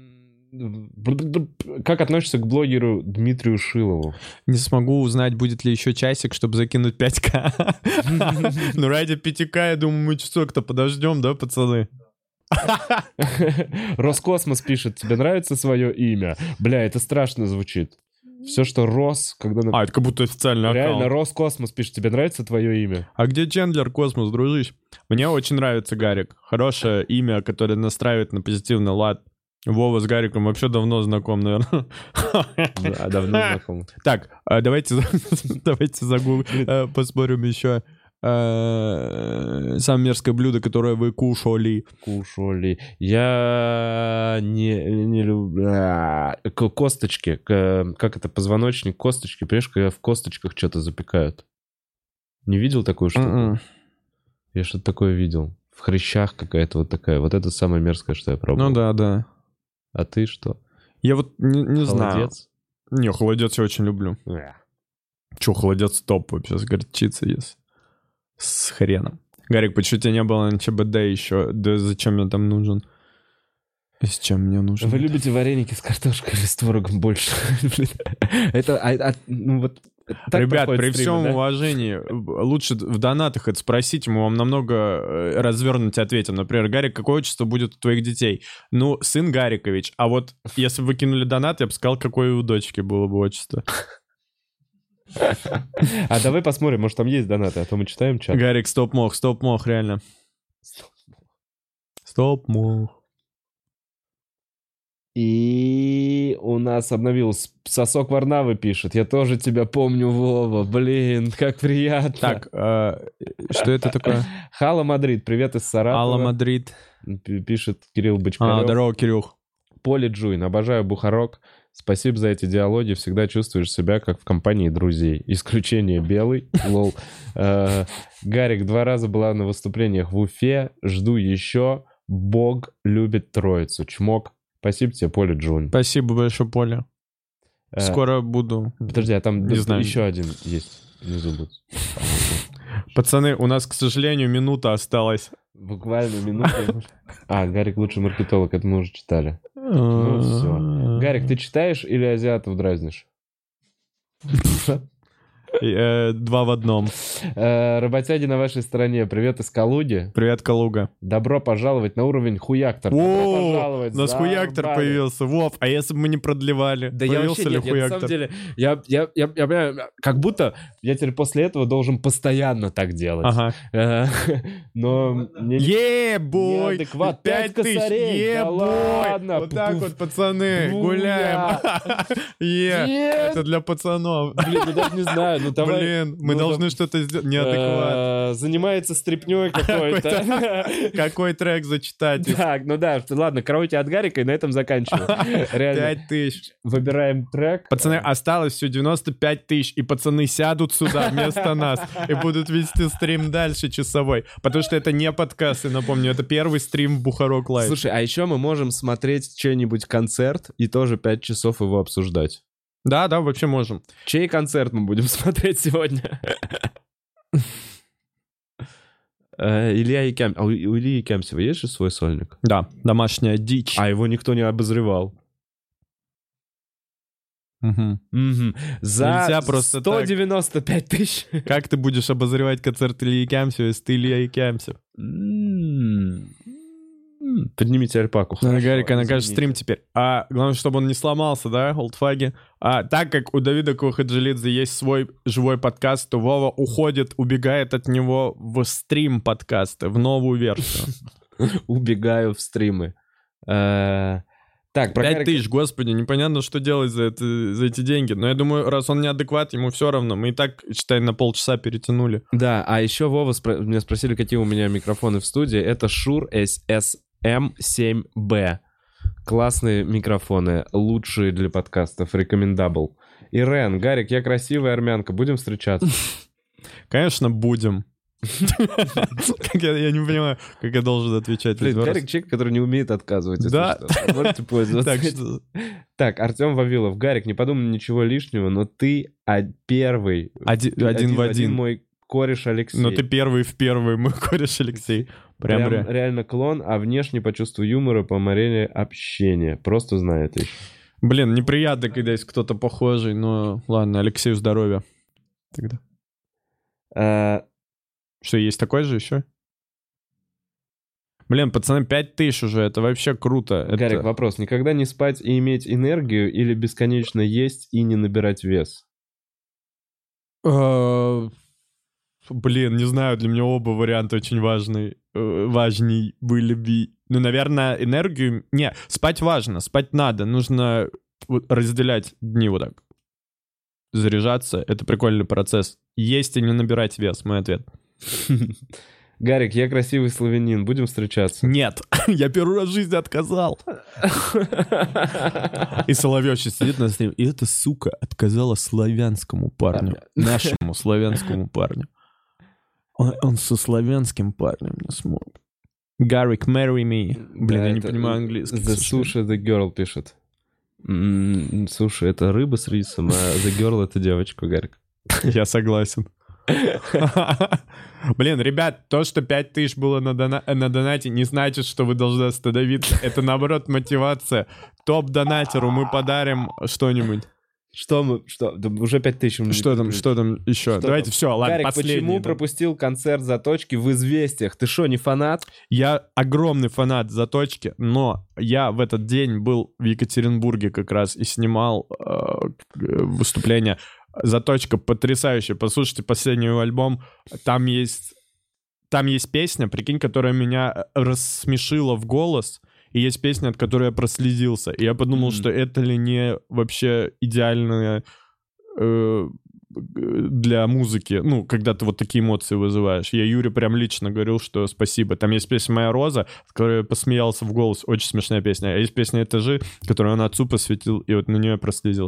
как относишься к блогеру Дмитрию Шилову? Не смогу узнать, будет ли еще часик, чтобы закинуть пять ка. Ну, ради пяти ка, я думаю, мы часок-то подождем, да, пацаны? Роскосмос пишет, тебе нравится свое имя? Бля, это страшно звучит. Все, что Рос, когда... на- А, это как будто официальный Реально, аккаунт. Роскосмос пишет, тебе нравится твое имя? А где Чендлер Космос, дружище? Мне очень нравится Гарик. Хорошее имя, которое настраивает на позитивный лад. Вова с Гариком вообще давно знаком, наверное. Да, давно знакомы. Так, а давайте, за- давайте загуглим, э, посмотрим еще. э, Самое мерзкое блюдо, которое вы кушали. Кушали. Я не, не люблю... А, к- Косточки. К- Как это, позвоночник, косточки. Понимаешь, когда в косточках что-то запекают. Не видел такую штуку? М-м. Я что-то такое видел. В хрящах какая-то вот такая. Вот это самое мерзкое, что я пробовал. Ну да, да. А ты что? Я вот не, не знаю. Холодец? Не, холодец я очень люблю. Э. Че, холодец топ вообще с горчицей есть. С хреном. Гарик, почему тебя не было на ЧБД еще? Да зачем я там нужен? И с чем мне нужен? Вы любите вареники с картошкой или с творогом больше? Блин. Это, а- а, ну вот, так Ребят, проходят при стримы, всем да? уважении, лучше в донатах это спросить, мы вам намного э, развернуто ответим. Например, Гарик, какое отчество будет у твоих детей? Ну, сын Гарикович. А вот если бы вы кинули донат, я бы сказал, какое у дочки было бы отчество. А давай посмотрим, может там есть донаты, а то мы читаем чат. Гарик, стоп-мох, стоп-мох, реально. Стоп-мох. И у нас обновился Сосок Варнавы пишет. Я тоже тебя помню, Вова. Блин, как приятно. Так, э, что это такое? Хала Мадрид, привет из Саратова. Алла Мадрид. П- Пишет Кирилл Бочкарев. А, здорово, Кирюх. Поле Джуин, обожаю Бухарок. Спасибо за эти диалоги. Всегда чувствуешь себя как в компании друзей. Исключение Белый. Лол. Э, Гарик два раза была на выступлениях в Уфе. Жду еще. Бог любит троицу. Чмок. Спасибо тебе, Поля Джун. Спасибо большое, Поля. Э, Скоро буду. Подожди, а там Не знаю. еще один есть внизу будет. Пацаны, у нас, к сожалению, минута осталась. Буквально минуту. А, Гарик лучший маркетолог, это мы уже читали. Ну все. Гарик, ты читаешь или азиатов дразнишь? Э, Два в одном. Э, Работяги на вашей стороне. Привет из Калуги. Привет, Калуга. Добро пожаловать на уровень хуяктор. Добро О, пожаловать. у нас хуяктор Забали. появился. Вов, а если бы мы не продлевали? Да я Появился вообще ли нет, я, на хуяктор? самом деле, я, я, я, я понимаю, как будто я теперь после этого должен постоянно так делать. Ага. Э, Но мне Е-бой! неадекват. Пять Пять тысяч! косарей! Да Е-бой! ладно! Вот так Пуф. вот, пацаны, Буя. гуляем. Е, Нет! это для пацанов. Блин, я даже не знаю, ну давай... Блин, мы ну, должны да- что-то сделать. Неадекват. Э, Занимается стряпнёй какой-то. Какой трек зачитать? Так, ну да, что- ладно, караоке от Гарика, и на этом заканчиваем. Реально. Пять тысяч. Выбираем трек. Пацаны, осталось все девяносто пять тысяч, и пацаны сядут сюда вместо нас и будут вести стрим дальше часовой. Потому что это не подкаст, и напомню, это первый стрим в Бухарок Лайв. Слушай, а еще мы можем смотреть чей-нибудь концерт и тоже пять часов его обсуждать. Да, да, вообще можем. Чей концерт мы будем смотреть сегодня? Э, Илья Яким... А у у Ильи Якимцева есть же свой сольник? Да, домашняя дичь. А его никто не обозревал. Мгм. Мгм. За Нельзя просто сто девяносто пять тысяч. Как ты будешь обозревать концерт Ильи Якимцева, если ты Илья Якимцев? М. М. Поднимите альпаку. Ну, хорошо, Гарика накажет извините. стрим теперь. А главное, чтобы он не сломался, да, олдфаги? А так как у Давида Кухаджилидзе есть свой живой подкаст, то Вова уходит, убегает от него в стрим подкаста, в новую версию. Убегаю в стримы. Э, Так, про Пять Гарика- тысяч, господи, непонятно, что делать за, это, за эти деньги. Но я думаю, раз он неадекват, ему все равно. Мы и так, считай, на полчаса перетянули. Да, а еще Вова спро- меня спросили, какие у меня микрофоны в студии. Это Shure эс эс эм семь би. Классные микрофоны, лучшие для подкастов, рекомендабл. Ирен, Гарик, я красивая армянка, будем встречаться? Конечно, будем. Как я я не понимаю, как я должен отвечать. Блин, на этот Гарик человек, который не умеет отказывать. если Да. что. Можете пользоваться. Так что... Так, Артем Вавилов. Гарик, не подумай ничего лишнего, но ты а, первый. Один, один в один. мой кореш Алексей. Но ты первый в первый, мой кореш Алексей. Прям, Прям ре- реально клон, а внешне по чувству юмора, по морене общения. Просто знаю это еще. Блин, неприятно, когда есть кто-то похожий, но ладно, Алексею здоровья. Тогда. А, Что, есть такой же еще? Блин, пацаны, пять тысяч уже, это вообще круто. Это- Гарик, вопрос. Никогда не спать и иметь энергию или бесконечно есть и не набирать вес? Э, Блин, не знаю, для меня оба варианта очень важны, э, важней были бы. Ну, наверное, энергию... Не, спать важно, спать надо. Нужно вот разделять дни вот так. Заряжаться — это прикольный процесс. Есть и не набирать вес, мой ответ. Гарик, я красивый славянин, будем встречаться? Нет, я первый раз в жизни отказал. И Соловьев сейчас сидит на стриме. И эта сука отказала славянскому парню. Нашему славянскому парню. Он, он со славянским парнем не смог. Гарик, marry me. Блин, Да, я не это понимаю английский. к The сожалению. Sushi The Girl пишет. М, Слушай, это рыба с рисом, а The Girl — это девочка, Гарик. Я согласен. Блин, ребят, то, что пять тысяч было на, дона- на донате, не значит, что вы должны остановиться. Это, наоборот, мотивация. Топ-донатеру мы подарим что-нибудь. Что мы... Что? Да уже пять тысяч. мы не Что там, придумали. что там еще? Что Давайте там? все, ладно, Гарик, последний. почему да. пропустил концерт «Заточки» в «Известиях»? Ты что, не фанат? Я огромный фанат «Заточки», но я в этот день был в Екатеринбурге как раз и снимал э, выступление. «Заточка» потрясающая. Послушайте последний его альбом. Там есть, там есть песня, прикинь, которая меня рассмешила в голос. И есть песня, от которой я прослезился. И я подумал, Мгм. что это ли не вообще идеальная э, для музыки, ну, когда ты вот такие эмоции вызываешь. Я Юре прям лично говорил, что спасибо. Там есть песня «Моя роза», с которой я посмеялся в голос. Очень смешная песня. А есть песня «Этажи», которую он отцу посвятил, и вот на нее я прослезился.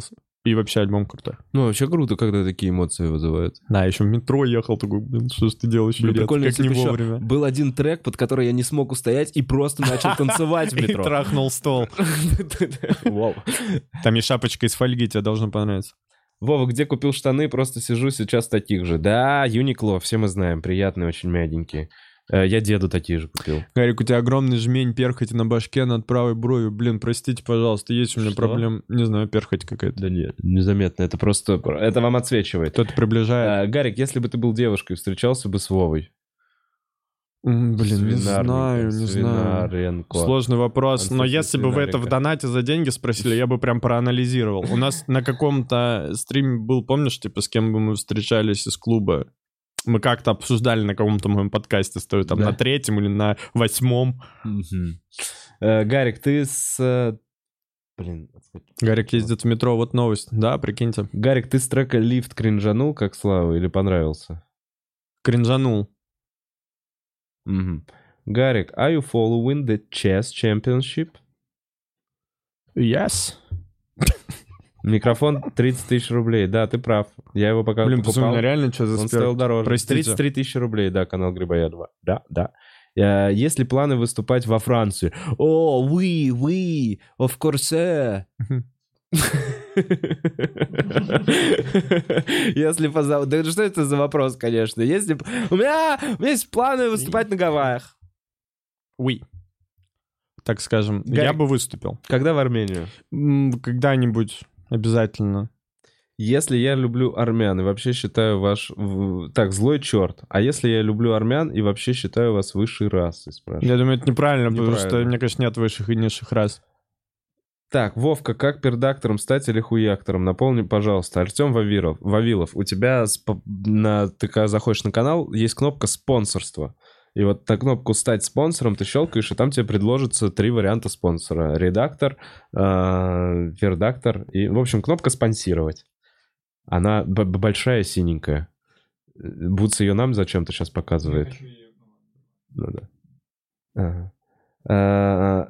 И вообще альбом крутой. Ну, вообще круто, когда такие эмоции вызывают. Да, еще в метро ехал, такой, блин, что ж ты делаешь, Блин, Юрец, прикольно, как если не бы еще вовремя. был один трек, под который я не смог устоять и просто начал танцевать в И метро. трахнул стол. Вау. Там есть шапочка из фольги, тебе должно понравиться. Вова, где купил штаны? Просто сижу сейчас таких же. Да, Юникло, все мы знаем, приятные, очень мягенькие. Э, Я деду такие же купил. Гарик, у тебя огромный жмень перхоти на башке над правой бровью. Блин, простите, пожалуйста, есть у меня Что? проблема. Не знаю, перхоть какая-то. Да нет, незаметно, это просто... Это вам отсвечивает. Кто-то приближает. Э, Гарик, если бы ты был девушкой, встречался бы с Вовой? М, Блин, не Свинарненько, знаю, не знаю. Свинаренко. Сложный вопрос, но Анастасия если бы вы это в Свинаренко. донате за деньги спросили, я бы прям проанализировал. У нас на каком-то стриме был, помнишь, типа, с кем бы мы встречались из клуба? Мы как-то обсуждали на каком-то моем подкасте, стоит там Да. на третьем или на восьмом. Мгм. Э, Гарик, ты с... э, Блин, отскочил. Гарик ездит в метро, вот новость. Да, прикиньте. Гарик, ты с трека «Лифт» кринжанул, как Слава, или понравился? Кринжанул. Мгм. Гарик, are you following the chess championship? Yes. Микрофон тридцать тысяч рублей. Да, ты прав. Я его пока Блин, покупал. пацаны, реально что за Он спер? стоил дороже. Простите. тридцать три тысячи рублей, да, канал Грибоедова. Да, да. Э, Есть ли планы выступать во Франции? О, oui, oui, of course. Если позовут... Да что это за вопрос, конечно? Если... б- У меня... У меня есть планы выступать на Гавайях. Oui. Так скажем, Гарик. я бы выступил. Когда в Армению? М, Когда-нибудь обязательно. Если я люблю армян и вообще считаю ваш... в- Так, злой черт. А если я люблю армян и вообще считаю вас высшей расой, спрашиваю. Я думаю, это неправильно, потому что, Неправильно. мне кажется, нет высших и низших рас. Так, Вовка, как пердактором стать или хуяктором? Напомни, пожалуйста. Артем Вавилов, Вавилов, у тебя спо- на, ты когда заходишь на канал, есть кнопка «Спонсорство». И вот на кнопку «Стать спонсором» ты щелкаешь, и там тебе предложится три варианта спонсора. Редактор, э, пердактор и, в общем, кнопка «Спонсировать». Она б- б- большая, синенькая. Бутс ее нам зачем-то сейчас показывает. Ну да. Ага. А,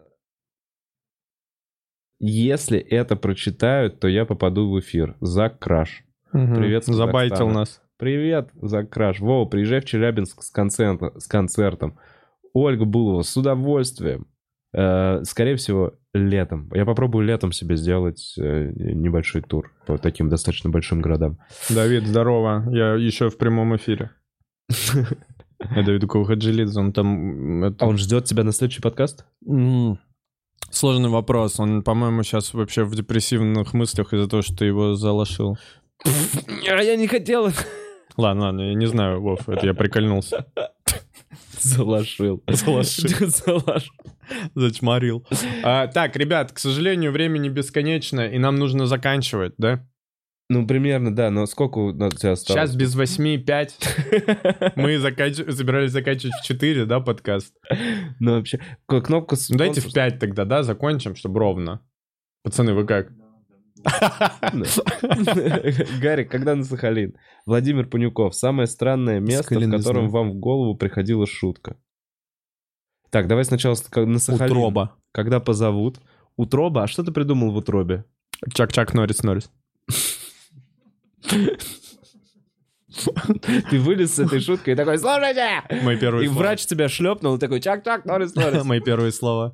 Если это прочитают, то я попаду в эфир. Зак Краш. Привет, с Забайтил Казахстана. нас. Привет, Зак Краш. Вова, приезжай в Челябинск с, концерта, с концертом. Ольга Булова, с удовольствием. Э, скорее всего, летом. Я попробую летом себе сделать э, небольшой тур по таким достаточно большим городам. Давид, здорово. Я еще в прямом эфире. Я Давид Кухаджилидзе, он там... это- А он ждет тебя на следующий подкаст? М, Сложный вопрос. Он, по-моему, сейчас вообще в депрессивных мыслях из-за того, что ты его залошил. А я не хотел. Ладно, ладно, я не знаю, Вов, это я прикольнулся. Залошил. Залошил. Залошил. Зачморил. А, так, ребят, к сожалению, время не бесконечно, и нам нужно заканчивать, да? Ну, примерно, да, но сколько у тебя осталось? Сейчас без восьми пять. Мы заканч- собирались заканчивать в четыре, да, подкаст? Ну, вообще, к- кнопка... Ну, давайте в пять тогда, да, закончим, чтобы ровно. Пацаны, вы как? Гарик, когда на Сахалин? Владимир Панюков. Самое странное место, Сахалин в не котором знаю. вам в голову приходила шутка. Так, давай сначала с- как- на Сахалин. Утроба. Когда позовут. Утроба? А что ты придумал в утробе? Чак-чак, Норрис, Норрис. Ты вылез с этой шуткой и такой, слушайте! Мои первые И слова. врач тебя шлепнул и такой, чак-чак, Норрис, Норрис. Мои первые слова.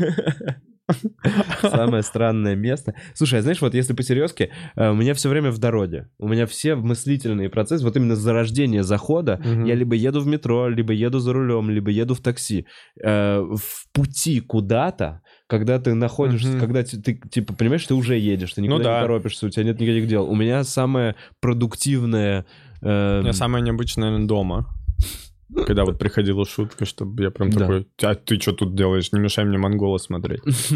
Самое странное место. Слушай, а знаешь, вот если по-серьезки, э, у меня все время в дороге. У меня все мыслительные процессы, вот именно с зарождения захода, Мгм. я либо еду в метро, либо еду за рулем, либо еду в такси. Э, в пути куда-то, когда ты находишься, Мгм. когда ты, ты, типа, понимаешь, ты уже едешь, ты никуда Ну да. не торопишься, у тебя нет никаких дел. У меня самое продуктивное... э, У меня самое необычное, наверное, дома. Когда вот приходила шутка, чтобы я прям Да. такой, а ты что тут делаешь? Не мешай мне монгола смотреть.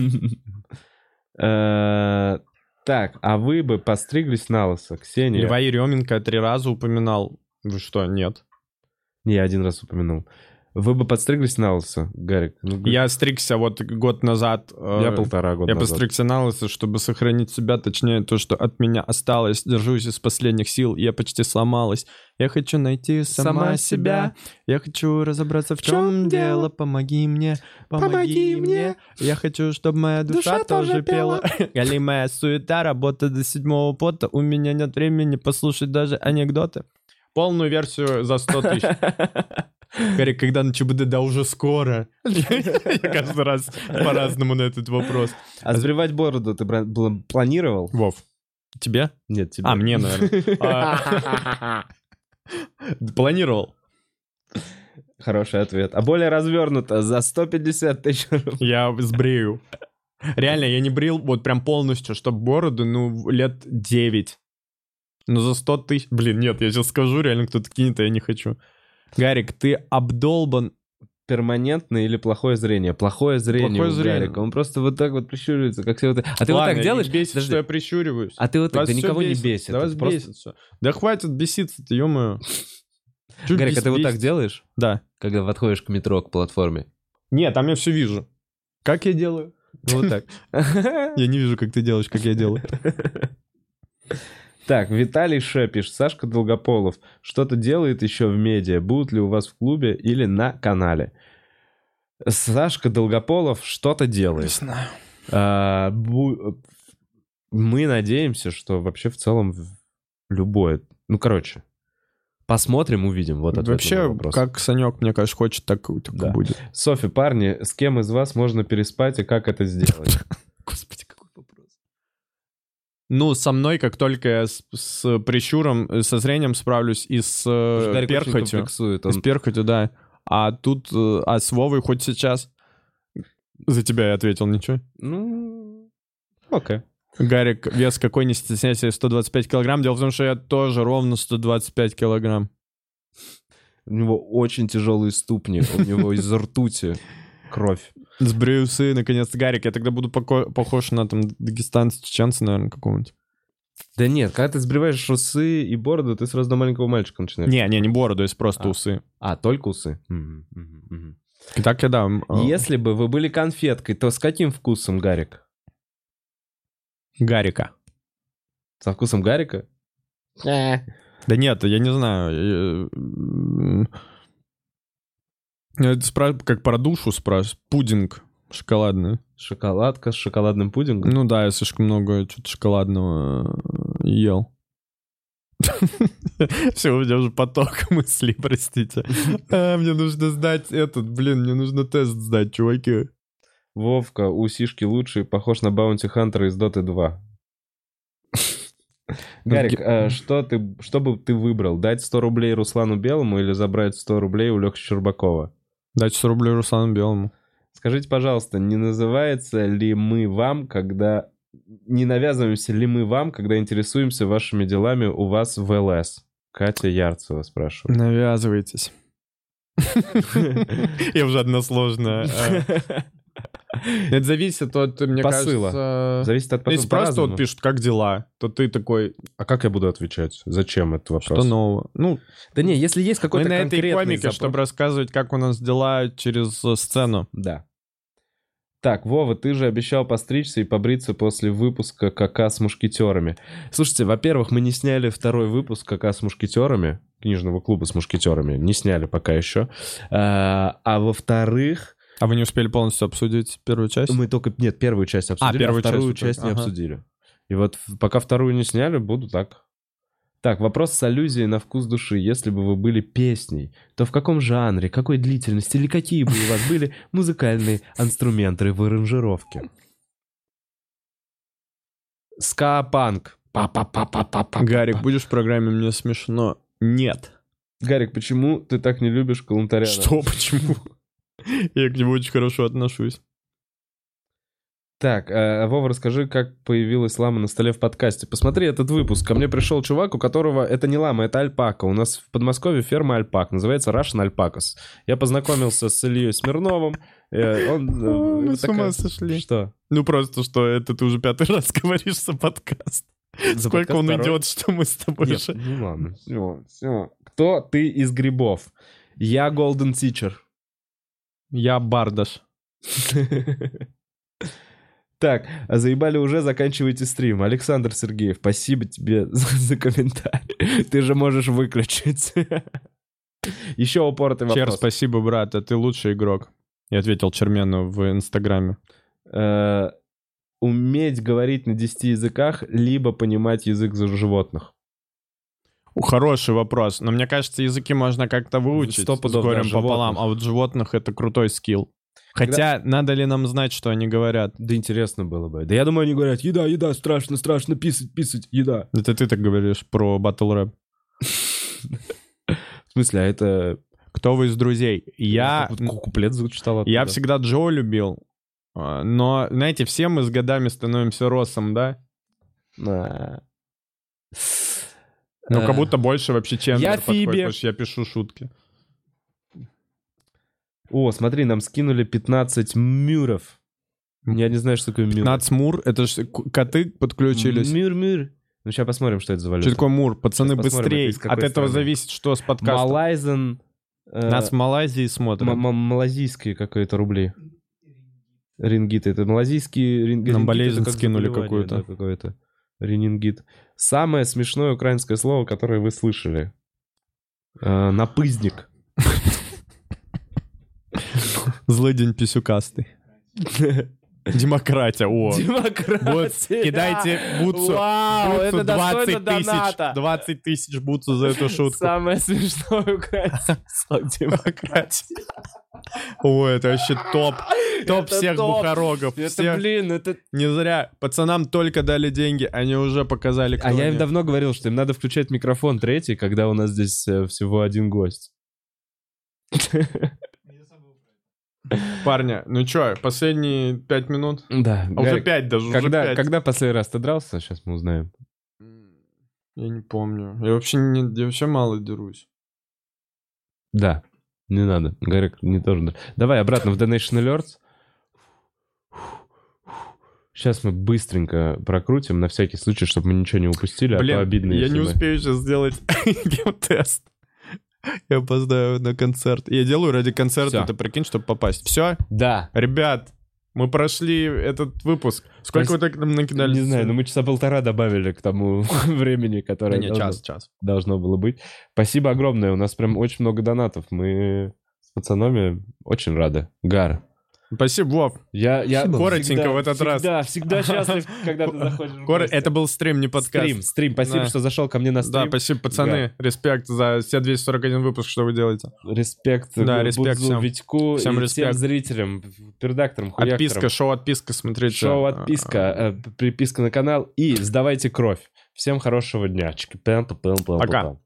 Э, Так, а вы бы постриглись на лысо, Ксения? Льва Еременко три раза упоминал. Вы что, нет? Не, я один раз упомянул. Вы бы подстриглись на лысо, Гарик? Ну, Я стригся вот год назад. Я э, полтора года Я назад. постригся на лысо, чтобы сохранить себя, точнее, то, что от меня осталось. Держусь из последних сил, я почти сломалась. Я хочу найти сама, Сама себя. себя. Я хочу разобраться, в чем дело. Помоги мне, помоги, Помоги мне. мне. Я хочу, чтобы моя душа, Душа тоже тоже пела. Голимая суета, работа до седьмого пота. У меня нет времени послушать даже анекдоты. Полную версию за сто тысяч. Гарик, когда на ЧБД? Да уже скоро. Я каждый раз по-разному на этот вопрос. А сбривать бороду ты бра- бл- планировал? Вов, тебе? Нет, тебе. А, мне, наверное. А, Планировал. Хороший ответ. А более развернуто, за сто пятьдесят тысяч рублей. Я сбрею. Реально, я не брил вот прям полностью, чтобы бороду, ну, лет девять. Ну, за сто тысяч... Блин, нет, я сейчас скажу, реально кто-то кинет, а я не хочу. Гарик, ты обдолбан. Перманентное или плохое зрение? Плохое зрение Плохое у зрение. Гарика. Он просто вот так вот прищуривается, как все вот... А ты вот Ладно, так делаешь? не бесит, Подожди. что я прищуриваюсь. А ты вот так, Вас да всё никого бесит. не бесит. Да вас Это просто- бесит все. Да хватит беситься-то, ё-моё. Чё Гарик, а бесит- ты вот так бесит? делаешь, Да. когда подходишь к метро, к платформе? Нет, там я все вижу. Как я делаю? Ну, вот так. Я не вижу, как ты делаешь, как я делаю. Так, Виталий Ше пишет. Сашка Долгополов что-то делает еще в медиа. Будут ли у вас в клубе или на канале? Сашка Долгополов что-то делает. знаю. А, бу- Мы надеемся, что вообще в целом в- любое... Ну, короче, посмотрим, увидим. Вот ответ на Вообще, мой вопрос. как Санек, мне кажется, хочет, так, так Да. и будет. Софи, парни, с кем из вас можно переспать и как это сделать? Господи, какой вопрос. Ну, со мной, как только я с, с прищуром, э, со зрением справлюсь и с э, Гарик очень перхотью. комплексует, И с он- перхотью, да. А тут, э, а с Вовой хоть сейчас. За тебя я ответил, ничего. Ну, окей. Гарик, вес какой, не стесняйся, сто двадцать пять килограмм. Дело в том, что я тоже ровно сто двадцать пять килограмм. У него очень тяжелые ступни, у него из ртути кровь. Сбрею усы, наконец-то. Гарик, я тогда буду поко- похож на там дагестанца, чеченца, наверное, какого-нибудь. Да нет, когда ты сбриваешь усы и бороду, ты сразу на маленького мальчика начинаешь. Не, не, не бороду, есть просто А. усы. А, только усы? Мгм, мгм, мгм. И так я дам. э, Если бы вы были конфеткой, то с каким вкусом, Гарик? Гарика. Со вкусом Гарика? Да нет, я не знаю. э, м, Это спра- как про душу спрашиваешь. Пудинг шоколадный. Шоколадка с шоколадным пудингом? Ну да, я слишком много что-то шоколадного э, ел. Все, у меня уже поток мыслей, простите. А, мне нужно сдать этот, блин, мне нужно тест сдать, чуваки. Вовка, усишки лучшие, похож на Баунти Хантера из Доты два. Гарик, а что, ты, что бы ты выбрал? Дать сто рублей Руслану Белому или забрать сто рублей у Лёхи Щербакова? Дайте сто рублей Руслану Белому. Скажите, пожалуйста, не называется ли мы вам, когда... Не навязываемся ли мы вам, когда интересуемся вашими делами у вас в ЛС? Катя Ярцева спрашивает. Навязывайтесь. Я уже односложно. Это зависит от, мне Посыла. кажется... Зависит от Если посыла, просто по-разному. вот пишут, как дела, то ты такой, А как я буду отвечать? Зачем этот вопрос? что нового? Ну, Да не, если есть мы какой-то на этой конкретный комике, запрос- чтобы рассказывать, как у нас дела через э, сцену. Да. Так, Вова, ты же обещал постричься и побриться после выпуска «КК с мушкетерами». Слушайте, во-первых, мы не сняли второй выпуск «КК с мушкетерами», книжного клуба с мушкетерами. Не сняли пока еще. А, а во-вторых, А вы не успели полностью обсудить первую часть? мы только... Нет, первую часть обсудили, а, первую вторую часть часть, только, не ага. обсудили. И вот в- пока вторую не сняли, буду так. Так, вопрос с аллюзией на вкус души. Если бы вы были песней, то в каком жанре, какой длительности или какие бы у вас были музыкальные инструменты в аранжировке? Ска-панк. Па-па-па-па-па-па. Гарик, будешь в программе «Мне смешно»? Нет. Гарик, почему ты так не любишь Калантаряна? Что, почему? Я к нему очень хорошо отношусь. Так, э, Вова, расскажи, как появилась лама на столе в подкасте. Посмотри этот выпуск. Ко мне пришел чувак, у которого... Это не лама, это альпака. У нас в Подмосковье ферма альпак. Называется Russian Alpacas. Я познакомился с Ильей Смирновым. э, Он... э, О, мы это с ума такая- сошли. Что? Ну просто, что это ты уже пятый раз говоришь за подкаст. За Сколько подкаст он второй? идет, что мы с тобой Нет, уже... ну ладно. Все, все. Кто ты из грибов? Я Golden Teacher. Я Бардаш. Так, а заебали уже, заканчивайте стрим. Александр Сергеев, спасибо тебе за, за комментарий. Ты же можешь выключить. Еще упоротый вопрос. Чер, спасибо, брат, а ты лучший игрок. Я ответил Чермену в Инстаграме. Э, уметь говорить на десяти языках, либо понимать язык за животных. Хороший вопрос. Но мне кажется, языки можно как-то выучить Сто пудов, с горем да, пополам, а вот животных это крутой скилл. Хотя, Когда... надо ли нам знать, что они говорят? Да интересно было бы. Да я думаю, они говорят, еда, еда, страшно, страшно, писать, писать, еда. Это ты так говоришь про батл рэп. В смысле, а это... Кто вы из друзей? Я... Куплет зачитал оттуда. Я всегда Джо любил. Но, знаете, все мы с годами становимся Россом, да? А... Ну, как будто больше вообще Чендлер Я подходит, Фиби. потому что я пишу шутки. О, смотри, нам скинули пятнадцать мюров. Я не знаю, что такое мюр. пятнадцать мур, это ж коты подключились. Мюр-мюр. Ну, сейчас посмотрим, что это за валюта. Что такое мур? Пацаны, Сейчас посмотрим, быстрее. это из какой От этого страны. зависит, что с подкастом. Малайзен... э, Нас в Малайзии смотрят. м- м- малазийские какие-то рубли. Рингиты. Это малазийские рин- Нам рингиты, болезнь это как скинули заболевание, какую-то. да, какое-то. Ренингит. Самое смешное украинское слово, которое вы слышали. Э, напызник. Злый день писюкастый. Демократия, о. Демократия. Вот, кидайте бутсу. Вау, бутсу это достойно двадцать тысяч. доната. двадцать тысяч бутсу за эту шутку. Самое смешное украинское слово. Демократия. О, это вообще топ. Топ Это всех топ. бухарогов. Это, Всех. блин, это... Не зря. Пацанам только дали деньги, они уже показали, кто А я им они. давно говорил, что им надо включать микрофон третий, когда у нас здесь э, всего один гость. Парня, ну чё, последние пять минут? Да. А уже пять даже, уже Когда, пять. когда последний раз ты дрался, сейчас мы узнаем. Я не помню. Я вообще, не, я вообще мало дерусь. Да, не надо. Гарик, не тоже. Давай обратно в Donation Alerts. Сейчас мы быстренько прокрутим, на всякий случай, чтобы мы ничего не упустили, Блин, а то обидно, я если не мы- успею сейчас сделать гейм-тест. Я опоздаю на концерт. Я делаю ради концерта, Всё. ты прикинь, чтобы попасть. Все, Да. ребят, мы прошли этот выпуск. Сколько Спас- вы так нам накидали? Не знаю, но мы часа полтора добавили к тому времени, Да которое не, должно, час, час. должно было быть. Спасибо огромное, у нас прям очень много донатов. Мы с пацанами очень рады. Гар. Спасибо, Вов. Я, я Спасибо. Коротенько всегда- в этот раз. всегда, Всегда счастлив, когда ты заходишь в Кор- гости. Это был стрим, не подкаст. Стрим, стрим. Спасибо, Да. что зашел ко мне на Да, стрим. спасибо, пацаны. Респект за все двести сорок один выпуск, что вы делаете. Респект. Да, Гу- респект Будзу, всем. Витьку Всем и респект. всем зрителям, пердакторам, хуякторам. Отписка, шоу-отписка, смотрите. Шоу-отписка, э, приписка на канал и сдавайте кровь. Всем хорошего дня. Чики-пэн-пэн-пэн-пэн-пэн. Пока.